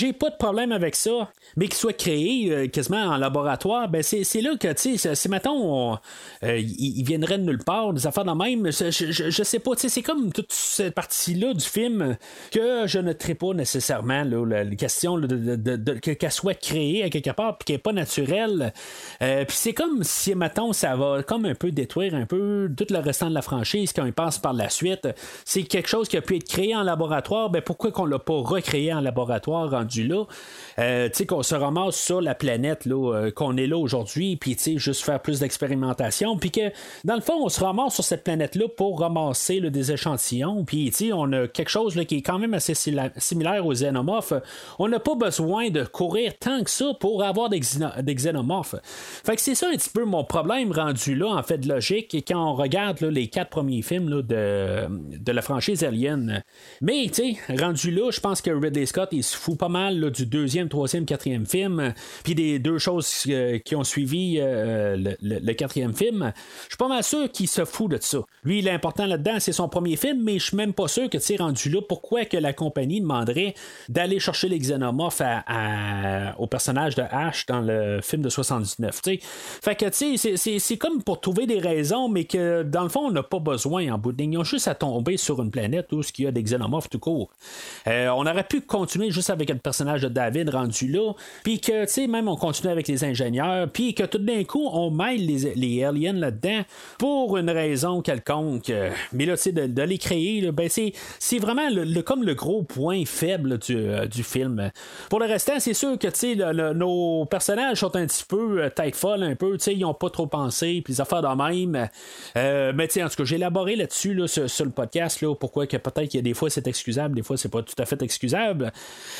j'ai pas de problème avec ça, mais qu'il soit créé euh, quasiment en laboratoire, ben c'est, c'est là que, tu sais, si mettons, euh, il, il viendrait de nulle part, des affaires de même, je, je, je sais pas, tu sais, c'est comme toute cette partie-là du film que je ne traite pas nécessairement, là, la, la question là, de, de, de, de, qu'elle soit créée à quelque part, puis qu'elle n'est pas naturelle. Euh, puis c'est comme si, mettons, ça va comme un peu détruire un peu tout le restant de la franchise quand il passe par la suite. C'est quelque chose qui a pu être créé en laboratoire, ben pourquoi qu'on l'a pas recréé en laboratoire rendu là? Euh, tu sais, qu'on se ramasse sur la planète, là, euh, qu'on est là aujourd'hui, puis tu sais, juste faire plus d'expérimentation, puis que, dans le fond, on se ramasse sur cette planète-là pour ramasser là, des échantillons, puis tu sais, on a quelque chose là, qui est quand même assez similaire aux xénomorphes. On n'a pas besoin de courir tant que ça pour avoir des, xéno- des xénomorphes. Fait que c'est ça un petit peu mon problème rendu là, en fait, de logique, quand on regarde là, les quatre premiers films là, de, de la franchise Alien. Mais, tu sais, rendu là, je pense que Ridley Scott, il se fout pas mal là, du deuxième, troisième, quatrième film, puis des deux choses euh, qui ont suivi euh, le, le, le quatrième film. Je suis pas mal sûr qu'il se fout de ça. Lui, l'important là-dedans, c'est son premier film, mais je suis même pas sûr que, tu sais, rendu là, pourquoi que la compagnie demanderait d'aller chercher les xénomorphes à, à, au personnage de Ash dans le film de soixante-dix-neuf, tu sais. Fait que, tu sais, c'est, c'est, c'est comme pour trouver des raisons, mais que, dans le fond, on n'a pas besoin en bout de ligne. Ils ont juste à tomber sur une planète où il y a des xénomorphes tout court. Euh, on aurait pu continuer juste avec le personnage de David rendu là, puis que, tu sais, même on continue avec les ingénieurs, puis que tout d'un coup, on mêle les, les aliens là-dedans pour une raison quelconque. Mais là, tu sais, de, de les créer, là, ben, c'est, c'est vraiment le, le, comme le gros point faible du, euh, du film. Pour le restant, c'est sûr que, tu sais, le, le, nos personnages sont un petit peu euh, tête folle, un peu, tu sais, ils n'ont pas trop pensé, puis les affaires de même. Euh, mais, tu sais, en tout cas, j'ai élaboré là-dessus, là, sur, sur le podcast, là, pourquoi que peut-être qu'il y a des fois c'est excusable, des fois c'est pas tout à fait excusable.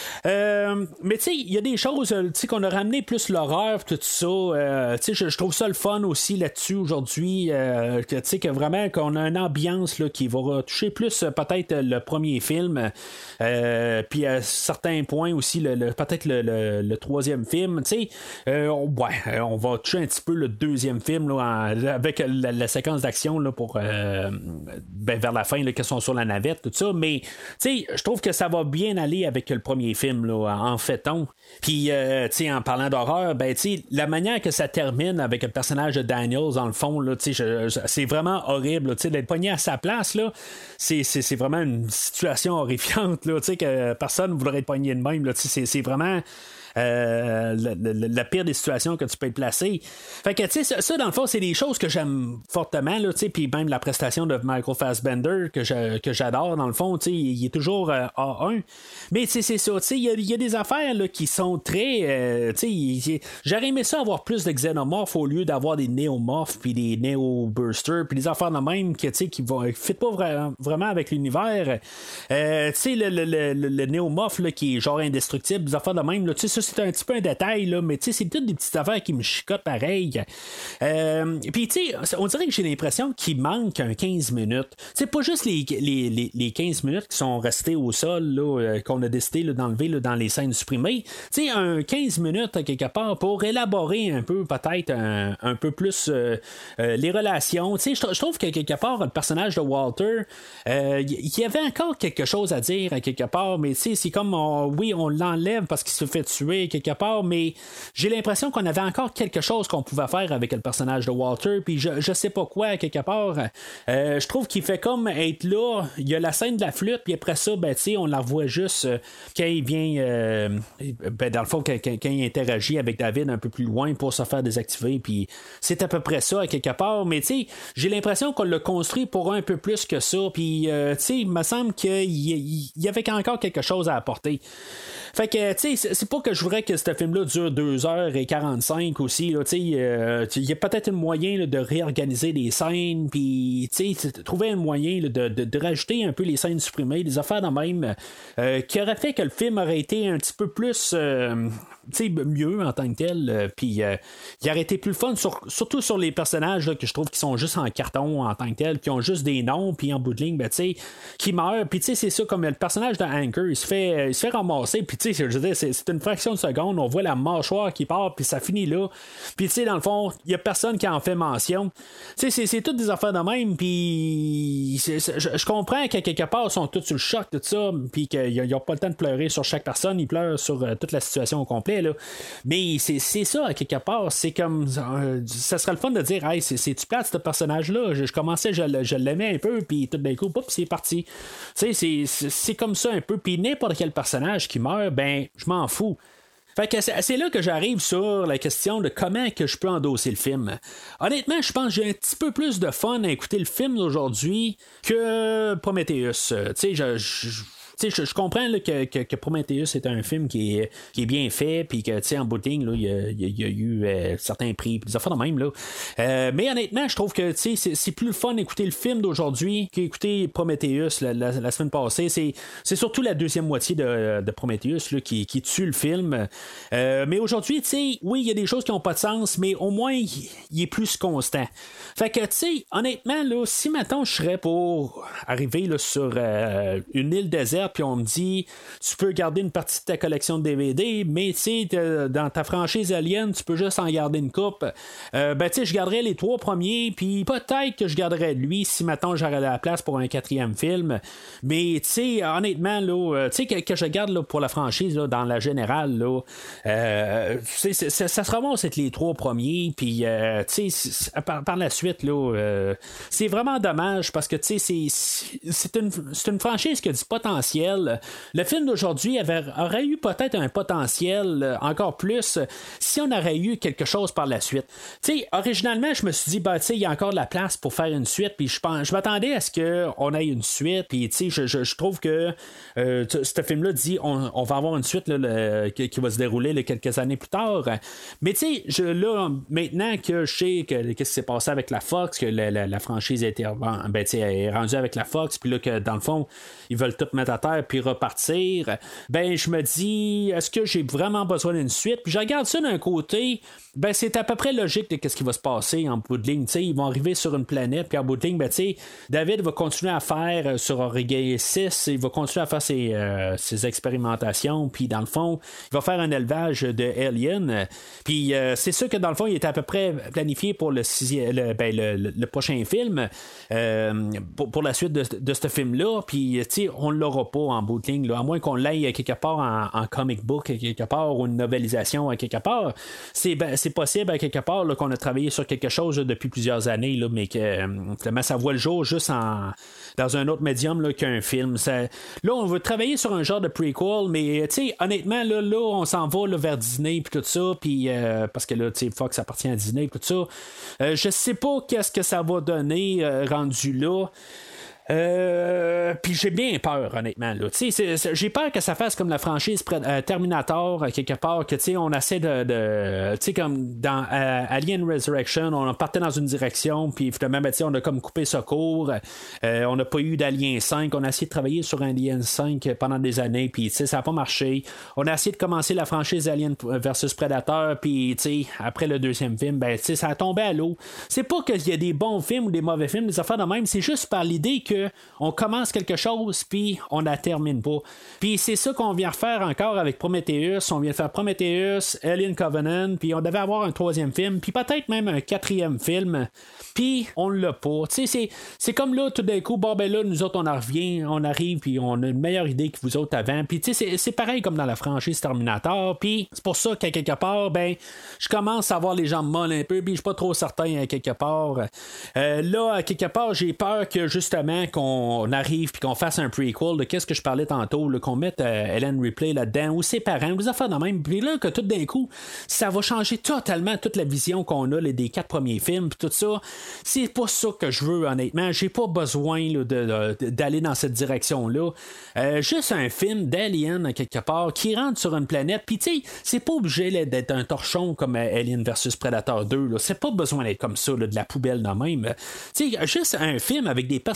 Euh, mais, tu sais, il y a des choses, tu sais, qu'on a ramené plus l'horreur, tout ça. Euh, tu sais, je, je trouve ça le fun aussi là-dessus aujourd'hui, euh, que, tu sais, que vraiment qu'on a une ambiance là, qui va toucher plus euh, peut-être le premier film, euh, puis à certains points aussi, le, le, peut-être le, le, le troisième film, tu sais, euh, on, ouais, on va toucher un petit peu le deuxième film là, en, avec la, la séquence d'action là, pour euh, ben, vers la fin, là, qu'ils sont sur la navette, tout ça, mais tu sais, je trouve que ça va bien aller avec le premier film là, en fait-on. Puis, euh, tu sais, en parlant d'horreur, ben, tu sais, la manière que ça termine avec le personnage de Daniels, dans le fond, là, tu sais, c'est vraiment horrible, tu sais, d'être pogné à sa place, là, c'est, c'est, c'est vraiment une situation horrifiante, là, tu sais, que personne ne voudrait être pogné de même, là, tu sais, c'est, c'est vraiment... Euh, la, la, la pire des situations que tu peux être placé. Fait que, tu sais, ça, ça, dans le fond, c'est des choses que j'aime fortement, là, tu sais, puis même la prestation de Michael Fassbender, que, je, que j'adore, dans le fond, tu sais, il est toujours euh, A un. Mais, tu sais, c'est ça, tu sais, il y, y a des affaires, là, qui sont très, euh, tu sais, j'aurais aimé ça avoir plus de xénomorphes au lieu d'avoir des néomorphes, puis des néo-bursters, puis des affaires de même, que, tu sais, qui vont, fit pas vra- vraiment avec l'univers. Euh, tu sais, le, le, le, le, le néomorphe, là, qui est genre indestructible, des affaires de même, là, tu sais, c'est un petit peu un détail, là, mais c'est toutes des petites affaires qui me chicotent pareil. Euh, Puis, tu sais, on dirait que j'ai l'impression qu'il manque un quinze minutes. C'est pas juste les, les, les, les quinze minutes qui sont restées au sol, là, euh, qu'on a décidé là, d'enlever là, dans les scènes supprimées. Tu sais, un quinze minutes, quelque part, pour élaborer un peu, peut-être, un, un peu plus euh, euh, les relations. Tu sais, je trouve que, quelque part, le personnage de Walter, il euh, y, y avait encore quelque chose à dire, à quelque part, mais tu sais, c'est comme, on, oui, on l'enlève parce qu'il se fait tuer quelque part, mais j'ai l'impression qu'on avait encore quelque chose qu'on pouvait faire avec le personnage de Walter, puis je, je sais pas quoi, quelque part. Euh, je trouve qu'il fait comme être là, il y a la scène de la flûte, puis après ça, ben, tu sais, on la revoit juste euh, quand il vient, euh, ben, dans le fond, quand, quand, quand il interagit avec David un peu plus loin pour se faire désactiver, puis c'est à peu près ça, à quelque part, mais tu sais, j'ai l'impression qu'on l'a construit pour un peu plus que ça, puis euh, tu sais, il me semble qu'il y, y avait encore quelque chose à apporter. Fait que, tu sais, c'est pas que je voudrais que ce film-là dure deux heures quarante-cinq aussi, là, tu sais, euh, il y a peut-être un moyen là, de réorganiser les scènes, puis, tu sais, trouver un moyen là, de, de, de rajouter un peu les scènes supprimées, des affaires de même, euh, qui aurait fait que le film aurait été un petit peu plus... Euh, mieux en tant que tel. Euh, puis euh, il aurait été plus fun, sur, surtout sur les personnages là, que je trouve qui sont juste en carton en tant que tel, qui ont juste des noms, puis en bout de ligne, ben, tu sais, qui meurent. Puis tu sais, c'est ça, comme le personnage de Anchor, il se fait, il se fait ramasser, puis tu sais, je veux dire, c'est, c'est une fraction de seconde, on voit la mâchoire qui part, puis ça finit là. Puis tu sais, dans le fond, il y a personne qui en fait mention. Tu sais, c'est, c'est toutes des affaires de même, puis c'est, c'est, je, je comprends qu'à quelque part, ils sont tous sur le choc, tout ça, puis qu'ils n'ont pas le temps de pleurer sur chaque personne, ils pleurent sur euh, toute la situation au complet, là. Mais c'est, c'est ça, à quelque part, c'est comme, euh, ça serait le fun de dire, hey, c'est, c'est-tu plate, ce personnage-là? Je, je commençais, je, je l'aimais un peu, puis tout d'un coup, c'est parti. Tu sais, c'est, c'est, c'est comme ça un peu, puis n'importe quel personnage qui meurt, ben, je m'en fous. Fait que c'est, c'est là que j'arrive sur la question de comment que je peux endosser le film. Honnêtement, je pense que j'ai un petit peu plus de fun à écouter le film d'aujourd'hui que Prometheus. Tu sais, je... je Je, je comprends là, que, que, que Prometheus est un film qui est, qui est bien fait, puis que en bout de ligne, il y a, y a, y a eu euh, certains prix, des affaires de même. Là. Euh, mais honnêtement, je trouve que c'est, c'est plus le fun d'écouter le film d'aujourd'hui qu'écouter Prometheus la, la, la semaine passée. C'est, c'est surtout la deuxième moitié de, de Prometheus là, qui, qui tue le film. Euh, mais aujourd'hui, oui, il y a des choses qui n'ont pas de sens, mais au moins, il est plus constant. Fait que, tu sais, honnêtement, là, si maintenant je serais pour arriver là, sur euh, une île déserte, puis on me dit tu peux garder une partie de ta collection de D V D, mais tu sais, dans ta franchise Alien, tu peux juste en garder une coupe. Euh, ben tu sais, je garderais les trois premiers, puis peut-être que je garderais lui si maintenant j'aurais la place pour un quatrième film. Mais tu sais, honnêtement, là, tu sais, que, que je garde là, pour la franchise là, dans la générale, là, euh, ça, ça, ça se ramasse avec les trois premiers, puis euh, tu sais, par, par la suite, là, euh, c'est vraiment dommage parce que tu sais, c'est, c'est, une, c'est une franchise qui a du potentiel. Le film d'aujourd'hui avait, aurait eu peut-être un potentiel encore plus si on aurait eu quelque chose par la suite. Tu sais, originalement, je me suis dit, bah, tu sais, il y a encore de la place pour faire une suite, puis je, je m'attendais à ce qu'on ait une suite, puis tu sais, je, je, je trouve que euh, ce film-là dit, on, on va avoir une suite là, le, qui, qui va se dérouler là, quelques années plus tard. Mais tu sais, je, là, maintenant que je sais que, qu'est-ce qui s'est passé avec la Fox, que la, la, la franchise a été ben, est rendue avec la Fox, puis là, que dans le fond, ils veulent tout mettre à terre puis repartir, ben je me dis, est-ce que j'ai vraiment besoin d'une suite? Puis je regarde ça d'un côté, ben c'est à peu près logique de ce qui va se passer en bout de ligne. T'sais, ils vont arriver sur une planète, puis en bout de ligne, ben, David va continuer à faire sur Origay six, il va continuer à faire ses, euh, ses expérimentations, puis dans le fond, il va faire un élevage de aliens. Puis euh, c'est sûr que dans le fond, il était à peu près planifié pour le, sixième, le, ben, le, le, le prochain film, euh, pour, pour la suite de, de ce film-là, puis on l'aura pas en bout de ligne, là, à moins qu'on l'aille quelque part en, en comic book quelque part ou une novélisation à quelque part. C'est, ben, c'est possible à quelque part là, qu'on a travaillé sur quelque chose là, depuis plusieurs années, là, mais que euh, ça voit le jour juste en, dans un autre médium là, qu'un film. Ça, là, on veut travailler sur un genre de prequel, mais honnêtement, là, là, on s'en va là, vers Disney puis tout ça, puis euh, parce que là, Fox appartient à Disney puis tout ça. Euh, je sais pas qu'est-ce que ça va donner euh, rendu là. Euh, puis j'ai bien peur, honnêtement. Là. C'est, c'est, j'ai peur que ça fasse comme la franchise euh, Terminator, quelque part, que on essaie de. de tu sais, comme dans euh, Alien Resurrection, on partait dans une direction, puis finalement, ben, on a comme coupé ce cours. Euh, on n'a pas eu d'Alien cinq. On a essayé de travailler sur un Alien cinq pendant des années, puis ça n'a pas marché. On a essayé de commencer la franchise Alien versus Predator, puis après le deuxième film, ben, ça a tombé à l'eau. C'est pas qu'il y a des bons films ou des mauvais films, des affaires de même, c'est juste par l'idée que on commence quelque chose puis on la termine pas. Puis c'est ça qu'on vient faire encore avec Prometheus. On vient de faire Prometheus, Alien Covenant, puis on devait avoir un troisième film, puis peut-être même un quatrième film, puis on l'a pas. Tu sais, c'est, c'est comme là, tout d'un coup, bon ben là, nous autres, on en revient, on arrive, puis on a une meilleure idée que vous autres avant. Puis tu sais, c'est, c'est pareil comme dans la franchise Terminator, puis c'est pour ça qu'à quelque part, ben, je commence à avoir les jambes molles un peu, puis je suis pas trop certain à quelque part. Euh, là, à quelque part, j'ai peur que justement, qu'on on arrive puis qu'on fasse un prequel de qu'est-ce que je parlais tantôt, là, qu'on mette euh, Ellen Ripley là-dedans ou ses parents, des affaires de même, puis là que tout d'un coup ça va changer totalement toute la vision qu'on a là, des quatre premiers films puis tout ça. C'est pas ça que je veux, honnêtement. J'ai pas besoin là, de, de, d'aller dans cette direction-là. Euh, juste un film d'Alien quelque part qui rentre sur une planète, puis tu sais, c'est pas obligé là, d'être un torchon comme Alien versus Predator deux, là. C'est pas besoin d'être comme ça, là, de la poubelle de même. Tu sais, juste un film avec des personnages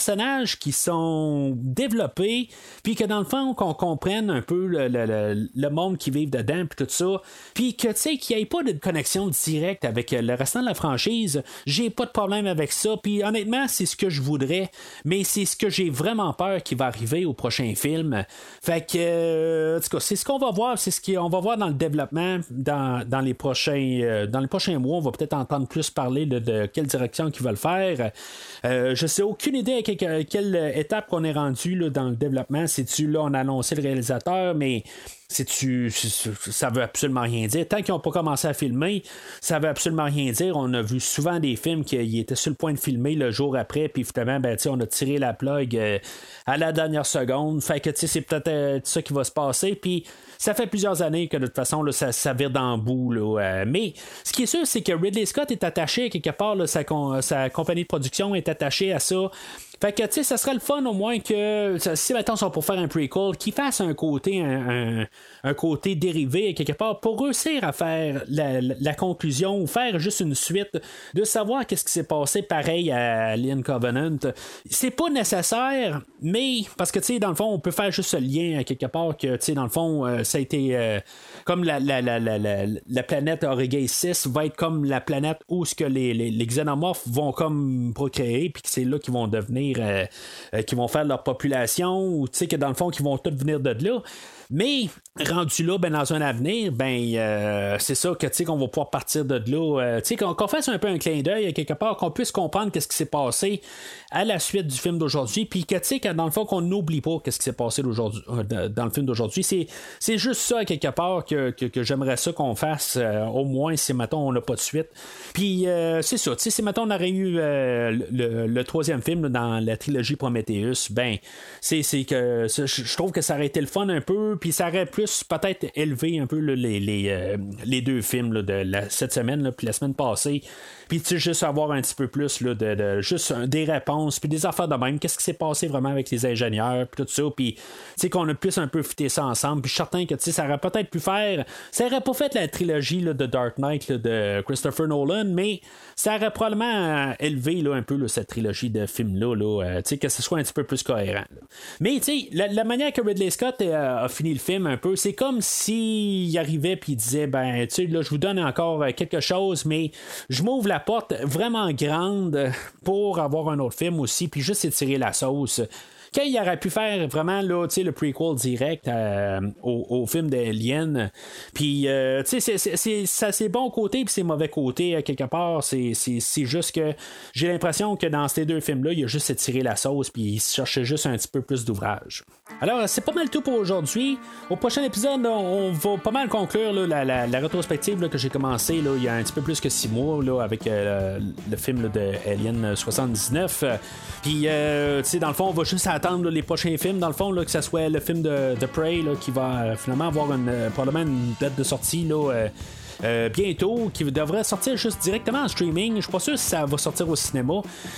personnages qui sont développés, puis que dans le fond, qu'on comprenne un peu le, le, le, le monde qui vit dedans, puis tout ça, puis que tu sais, qu'il n'y ait pas de connexion directe avec le restant de la franchise, j'ai pas de problème avec ça, puis honnêtement, c'est ce que je voudrais, mais c'est ce que j'ai vraiment peur qui va arriver au prochain film. Fait que, euh, en tout cas, c'est ce qu'on va voir, c'est ce qu'on va voir dans le développement dans, dans les prochains euh, dans les prochains mois. On va peut-être entendre plus parler de, de quelle direction qu'ils veulent faire. Euh, je sais aucune idée à quelle, quelle étape qu'on est rendu là, dans le développement. C'est-tu là, on a annoncé le réalisateur, mais c'est-tu, ça veut absolument rien dire. Tant qu'ils n'ont pas commencé à filmer, ça veut absolument rien dire. On a vu souvent des films qui étaient sur le point de filmer le jour après, puis finalement, ben, on a tiré la plug euh, à la dernière seconde. Fait que c'est peut-être euh, ça qui va se passer. Puis ça fait plusieurs années que de toute façon, là, ça, ça vire dans le bout. Là, euh, mais ce qui est sûr, c'est que Ridley Scott est attaché quelque part. Là, sa, sa compagnie de production est attachée à ça. Fait que, tu sais, ça serait le fun au moins que, si maintenant ils sont pour faire un prequel, qu'ils fassent un côté, un, un, un côté dérivé quelque part pour réussir à faire la, la, la conclusion ou faire juste une suite, de savoir qu'est-ce qui s'est passé pareil à Alien Covenant. C'est pas nécessaire, mais parce que, tu sais, dans le fond, on peut faire juste ce lien quelque part que, tu sais, dans le fond, euh, ça a été euh, comme la, la, la, la, la, la planète Aurigae six va être comme la planète où ce que les, les, les xénomorphes vont comme procréer, puis que c'est là qu'ils vont devenir Euh, euh, qui vont faire leur population, ou tu sais que dans le fond qui vont tous venir de là. Mais rendu là, ben, dans un avenir, ben euh, c'est ça que tu sais qu'on va pouvoir partir de là. Euh, tu sais qu'on, qu'on fasse un peu un clin d'œil quelque part, qu'on puisse comprendre qu'est-ce qui s'est passé à la suite du film d'aujourd'hui, puis que tu sais que dans le fond qu'on n'oublie pas qu'est-ce qui s'est passé d'aujourd'hui, euh, dans le film d'aujourd'hui. C'est, c'est juste ça quelque part que, que, que j'aimerais ça qu'on fasse, euh, au moins si mettons on n'a pas de suite. Puis euh, c'est ça, tu sais si mettons on aurait eu euh, le, le, le troisième film là, dans la trilogie Prometheus, ben c'est, c'est que je trouve que ça aurait été le fun un peu. Puis ça aurait plus peut-être élevé un peu là, les, les, euh, les deux films là, de la, cette semaine, puis la semaine passée. Puis tu sais, juste avoir un petit peu plus là, de, de juste des réponses, puis des affaires de même. Qu'est-ce qui s'est passé vraiment avec les ingénieurs, puis tout ça. Puis tu sais qu'on a plus un peu fité ça ensemble. Puis je suis certain que tu sais, ça aurait peut-être pu faire. Ça aurait pas fait la trilogie là, de Dark Knight là, de Christopher Nolan, mais ça aurait probablement élevé là, un peu là, cette trilogie de films-là, là, euh, tu sais, que ce soit un petit peu plus cohérent. Là. Mais tu sais, la, la manière que Ridley Scott euh, a fini le film un peu, c'est comme s'il arrivait puis il disait, ben tu sais, là, je vous donne encore quelque chose, mais je m'ouvre la porte vraiment grande pour avoir un autre film aussi, puis juste étirer la sauce. Quand il aurait pu faire vraiment là, le prequel direct euh, au, au film d'Alien, puis euh, c'est, c'est, c'est, ça c'est bon côté puis c'est mauvais côté quelque part. C'est, c'est, c'est juste que j'ai l'impression que dans ces deux films-là, il a juste étiré la sauce puis il cherchait juste un petit peu plus d'ouvrage. Alors, c'est pas mal tout pour aujourd'hui. Au prochain épisode, on va pas mal conclure là, la, la, la rétrospective là, que j'ai commencé là, il y a un petit peu plus que six mois là, avec euh, le film là, de Alien soixante-dix-neuf. Puis, euh, tu sais, dans le fond, on va juste attendre là, les prochains films, dans le fond, là, que ce soit le film de, de Prey là, qui va euh, finalement avoir une, euh, probablement une date de sortie là, euh, Euh, bientôt, qui devrait sortir juste directement en streaming. Je suis pas sûr si ça va sortir au cinéma.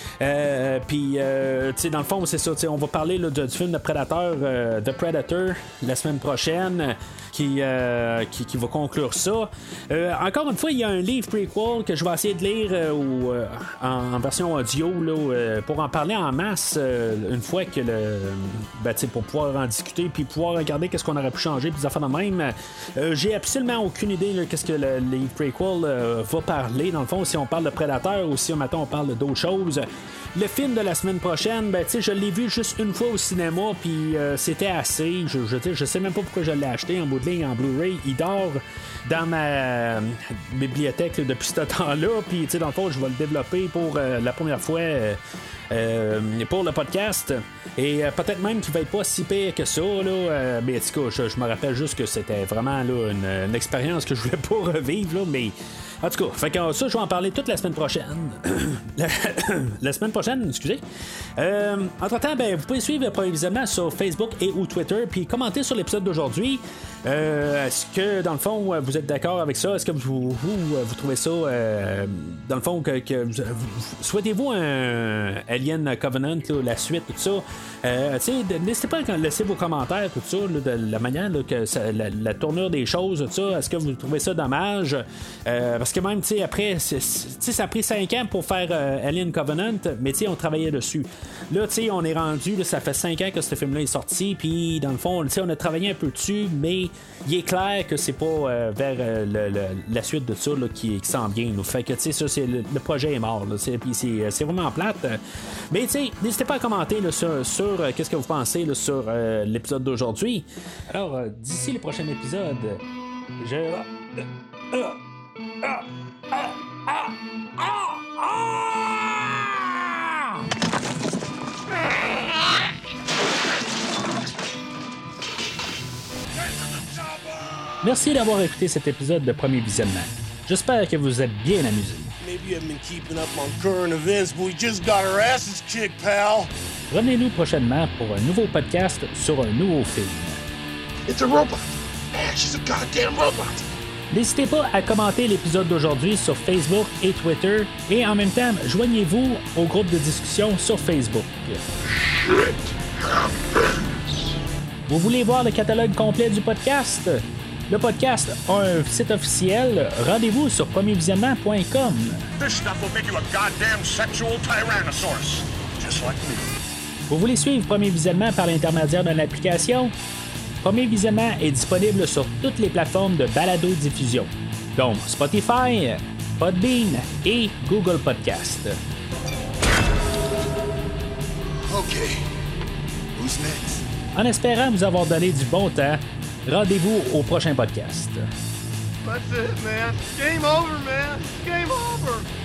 Euh, Puis, euh, tu sais, dans le fond, c'est ça. On va parler là, du film de Predator, euh, The Predator, la semaine prochaine, qui, euh, qui, qui va conclure ça. Euh, encore une fois, il y a un livre prequel que je vais essayer de lire euh, ou, euh, en, en version audio là, euh, pour en parler en masse euh, une fois que le. Ben, tu sais, pour pouvoir en discuter puis pouvoir regarder qu'est-ce qu'on aurait pu changer puis des affaires de même. Euh, j'ai absolument aucune idée là, qu'est-ce que le le livre prequel euh, va parler. Dans le fond, si on parle de Predator ou si maintenant on parle d'autres choses. Le film de la semaine prochaine, ben, je l'ai vu juste une fois au cinéma, puis euh, c'était assez. Je, je, je sais même pas pourquoi je l'ai acheté en bout de ligne, en Blu-ray. Il dort dans ma euh, bibliothèque là, depuis ce temps-là, puis dans le fond, je vais le développer pour euh, la première fois euh, euh, pour le podcast. Et euh, peut-être même qu'il va être pas si pire que ça, là, euh, mais en tout cas, je, je me rappelle juste que c'était vraiment là, une, une expérience que je voulais pas revivre, là, mais en tout cas, fait que ça, je vais en parler toute la semaine prochaine. la, la semaine prochaine, excusez. Euh, entre-temps, ben, vous pouvez suivre prévisiblement sur Facebook et ou Twitter, puis commenter sur l'épisode d'aujourd'hui. Euh, est-ce que, dans le fond, vous êtes d'accord avec ça? Est-ce que vous, vous, vous trouvez ça, euh, dans le fond, que, que vous, vous, souhaitez-vous un Alien Covenant, là, la suite, tout ça? Euh, n'hésitez pas à laisser vos commentaires, tout ça, là, de la manière là, que ça, la, la tournure des choses, tout ça. Est-ce que vous trouvez ça dommage? Euh, parce que même, tu sais, après, c'est, c'est, ça a pris cinq ans pour faire euh, Alien Covenant, mais tu sais, on travaillait dessus. Là, tu sais, on est rendu, là, ça fait cinq ans que ce film-là est sorti, puis dans le fond, tu sais, on a travaillé un peu dessus, mais il est clair que c'est pas euh, vers euh, le, le, la suite de ça là, qui, qui s'en vient. Là. Fait que, tu sais, ça, c'est, le, le projet est mort, là, puis c'est, c'est vraiment plate. Mais, tu sais, n'hésitez pas à commenter là, sur, sur euh, qu'est-ce que vous pensez là, sur euh, l'épisode d'aujourd'hui. Alors, euh, d'ici le prochain épisode, je... Euh, euh, Ah, ah, ah, ah, ah. Merci d'avoir écouté cet épisode de Premier Visionnement. J'espère que vous êtes bien amusés. Revenez-nous prochainement pour un nouveau podcast sur un nouveau film. It's a robot. Man, she's a goddamn robot. N'hésitez pas à commenter l'épisode d'aujourd'hui sur Facebook et Twitter et en même temps, joignez-vous au groupe de discussion sur Facebook. Vous voulez voir le catalogue complet du podcast? Le podcast a un site officiel. Rendez-vous sur premier visionnement point com. Vous voulez suivre Premier Visionnement par l'intermédiaire d'une application? Premier Visionnement est disponible sur toutes les plateformes de balado-diffusion, donc Spotify, Podbean et Google Podcast. Okay. Who's next? En espérant vous avoir donné du bon temps, rendez-vous au prochain podcast. That's it, man. Game over, man. Game over.